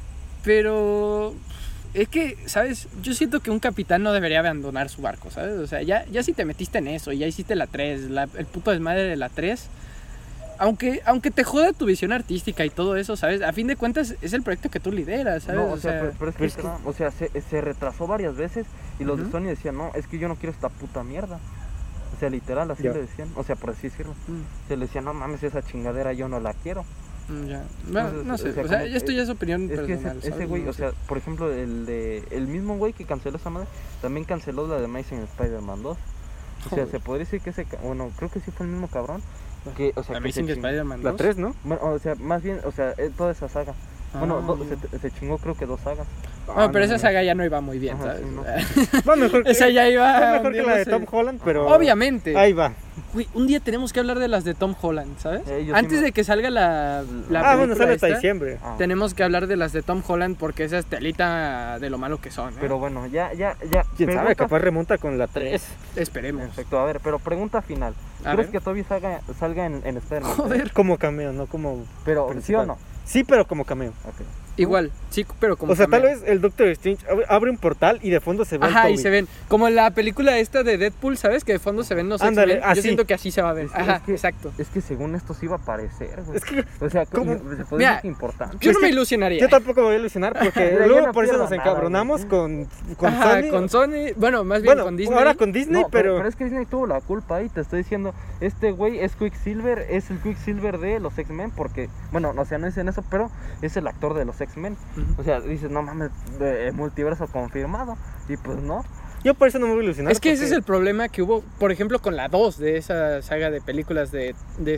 pero es que, ¿sabes? Yo siento que un capitán no debería abandonar su barco, ¿sabes? O sea, ya si te metiste en eso, ya hiciste la 3, el puto desmadre de la 3, aunque te joda tu visión artística y todo eso, ¿sabes? A fin de cuentas es el proyecto que tú lideras, ¿sabes? No, o sea, pero es que, pero o sea, se retrasó varias veces y los Ujú. de Sony decían, no, es que yo no quiero esta puta mierda. O sea, literal, así Ya. le decían, o sea, por así decirlo. Mm, Se le decía, no mames, esa chingadera yo no la quiero. ya. Bueno, Entonces, no sé, o sea, o sea, como- esto ya es opinión Es que personal, ese ¿sabes? güey, No o sé. sea, por ejemplo, el mismo güey que canceló esa madre, también canceló la de Amazing Spider-Man 2. O sea, Joder. se podría decir que bueno, creo que sí fue el mismo cabrón. Que, o sea, que se Amazing chingó- Spider-Man La 2. 3, ¿no? Bueno, o sea, más bien, o sea, toda esa saga. Bueno, Ah. se chingó creo que 2 sagas. Bueno, pero no, esa saga ya no iba muy bien, Ajá, ¿sabes? sí, no. O sea, Va mejor que, esa ya iba. fue mejor que la de Tom hundiéndose. Holland, pero. Obviamente. Ahí va. Güey, un día tenemos que hablar de las de Tom Holland, ¿sabes? Yo sí Antes me- de que salga la Bueno, película sale hasta esta, diciembre. Ah, tenemos que hablar de las de Tom Holland porque esa es telita de lo malo que son, ¿eh? Pero bueno, ya. Quién sabe, pregunta- capaz remonta con la 3. Esperemos. Perfecto, a ver, pero pregunta final. A ¿Crees ver. que Toby salga en Spider-Man? Joder. Como cameo, no como. Pero, ¿sí principal. o no? Sí, pero como cameo. Ok. Igual, sí, pero como O sea, tal cameo. vez el Doctor Strange abre un portal y de fondo se ve. Ajá, el y Toby. se ven. Como en la película esta de Deadpool, ¿sabes? Que de fondo se ven los Ándale, X-Men. Yo así. siento que así se va a ver. Es Ajá, que- exacto. Es que según esto sí iba a aparecer, güey. Es que O sea, ¿cómo? se puede Mira, decir que importante. Yo Es no me que ilusionaría. yo tampoco me voy a ilusionar porque Mira, yo luego no por eso pierdo nos nada, encabronamos con Ajá, Sony. con Sony. Bueno, más bien Bueno, con Disney. ahora con Disney, No, pero es que Disney tuvo la culpa ahí, te estoy diciendo, este güey es Quicksilver, es el Quicksilver de los X-Men, porque, bueno, o sea, no dicen eso, pero es el actor de los X-Men. Ujú. O sea, dices, no mames, multiverso confirmado, y pues no. Yo por eso no me voy a ilusionar. Es que ese es porque- el problema que hubo, por ejemplo, con la 2 de esa saga de películas de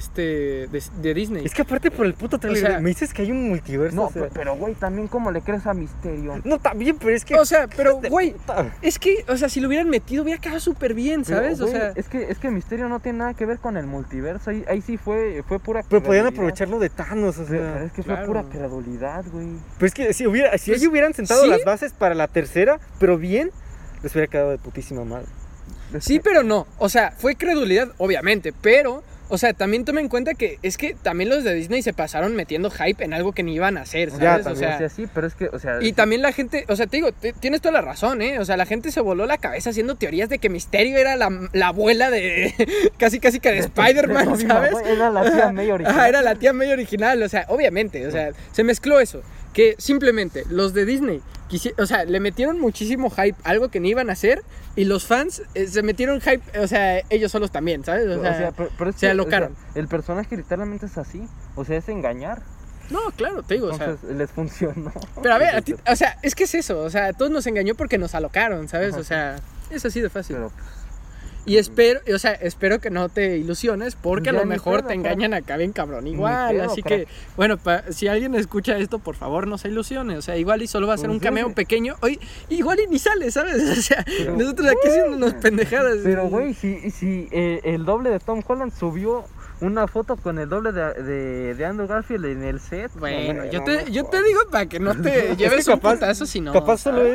Disney. Es que aparte por el puto trailer, O sea- me dices que hay un multiverso. No, o sea- pero güey, también cómo le crees a Misterio. No, también, pero es que. O sea, pero, de güey, puta. es que, o sea, si lo hubieran metido, hubiera quedado súper bien, Pero, ¿sabes? O güey, sea, es que Misterio no tiene nada que ver con el multiverso, ahí sí fue pura Pero podían credulidad. aprovecharlo de Thanos, o Pero sea. es que claro. fue pura credulidad, güey. Pero es que si Pues, ellos hubieran sentado ¿sí? las bases para la tercera, pero bien, les hubiera quedado de putísima madre. sí, pero no. O sea, fue credulidad, obviamente, pero, o sea, también toma en cuenta que es que también los de Disney se pasaron metiendo hype en algo que ni iban a hacer, Ya, ¿sabes? O también, sea, sí, pero es que, o sea... y también la gente, o sea, te digo, tienes toda la razón, ¿eh? O sea, la gente se voló la cabeza haciendo teorías de que Misterio era la abuela de, casi que de Spider-Man, Toby ¿sabes? Maguire, Era la tía May original. Ajá, era la tía May original, o sea, obviamente, o sea, se mezcló eso. Que simplemente los de Disney, o sea, le metieron muchísimo hype, algo que no iban a hacer, y los fans se metieron hype, o sea, ellos solos también, ¿sabes? O sea, pero es se que, alocaron. o sea, el personaje literalmente es así, o sea, es engañar. no, claro, te digo, o sea, Entonces, les funcionó. pero a ver, o sea, es que es eso, o sea, todos nos engañó porque nos alocaron, ¿sabes? Ajá, O sea, es así de fácil. Pero, pues, Y espero que no te ilusiones, porque a Ya lo ni mejor pedo, te engañan acá bien cabrón Ni igual, pedo, así crack. que, bueno, si alguien escucha esto, por favor, no se ilusione, o sea, igual y solo va a ser Pues un sí, cameo güey. pequeño, hoy igual y ni sale, ¿sabes? O sea, Pero- nosotros aquí haciendo unas pendejadas. pero güey, si el doble de Tom Holland subió una foto con el doble de Andrew Garfield en el set. Bueno, No, yo no, te digo para que no te Es lleves que un putazo si no. capaz solo ¿sabes? es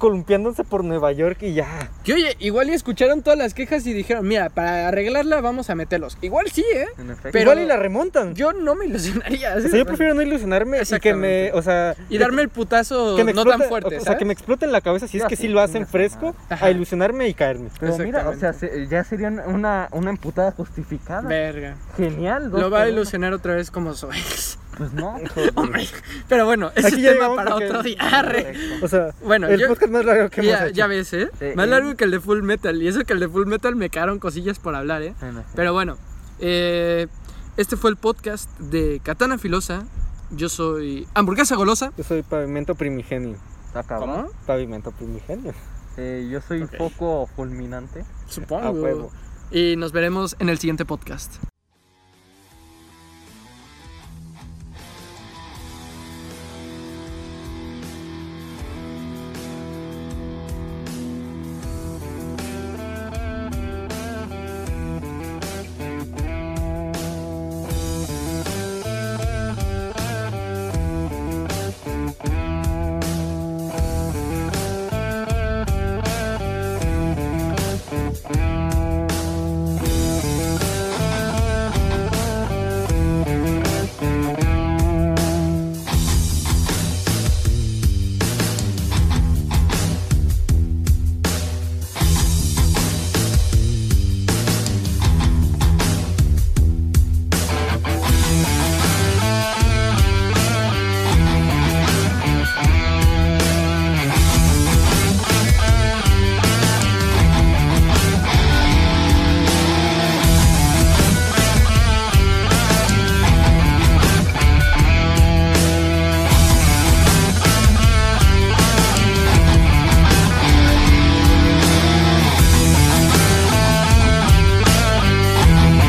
columpiándose por Nueva York y ya. Que oye, igual y escucharon todas las quejas y dijeron, mira, para arreglarla vamos a meterlos. Igual sí, En efecto. Pero- Igual y la remontan. yo no me ilusionaría. O sea, yo prefiero no ilusionarme y que Exactamente. me, o sea, Y darme el putazo que me no explote, tan fuerte, o sea, ¿sabes? que me explote en la cabeza si es Ya que sé, sí lo hacen chinga su fresco, madre. Ajá. a ilusionarme y caerme. Pero mira, o sea, Exactamente. ya sería una emputada justificada. Verga. Genial. Lo va a 2-1. ilusionar otra vez como su ex. Pues no. Hombre. Pero bueno, ese Aquí es ya tema llegamos para porque- otro día. Arre. O sea, Bueno, el yo- podcast más largo que hemos Ya, hecho. ya ves, más largo que el de Full Metal. Y eso que el de Full Metal me quedaron cosillas por hablar, En efecto. Pero bueno, este fue el podcast de Katana Filosa. Yo soy Hamburguesa Golosa. Yo soy Pavimento Primigenio. Está cabrón. Pavimento Primigenio. Yo soy Ok. foco fulminante. A Supongo. huevo. Y nos veremos en el siguiente podcast.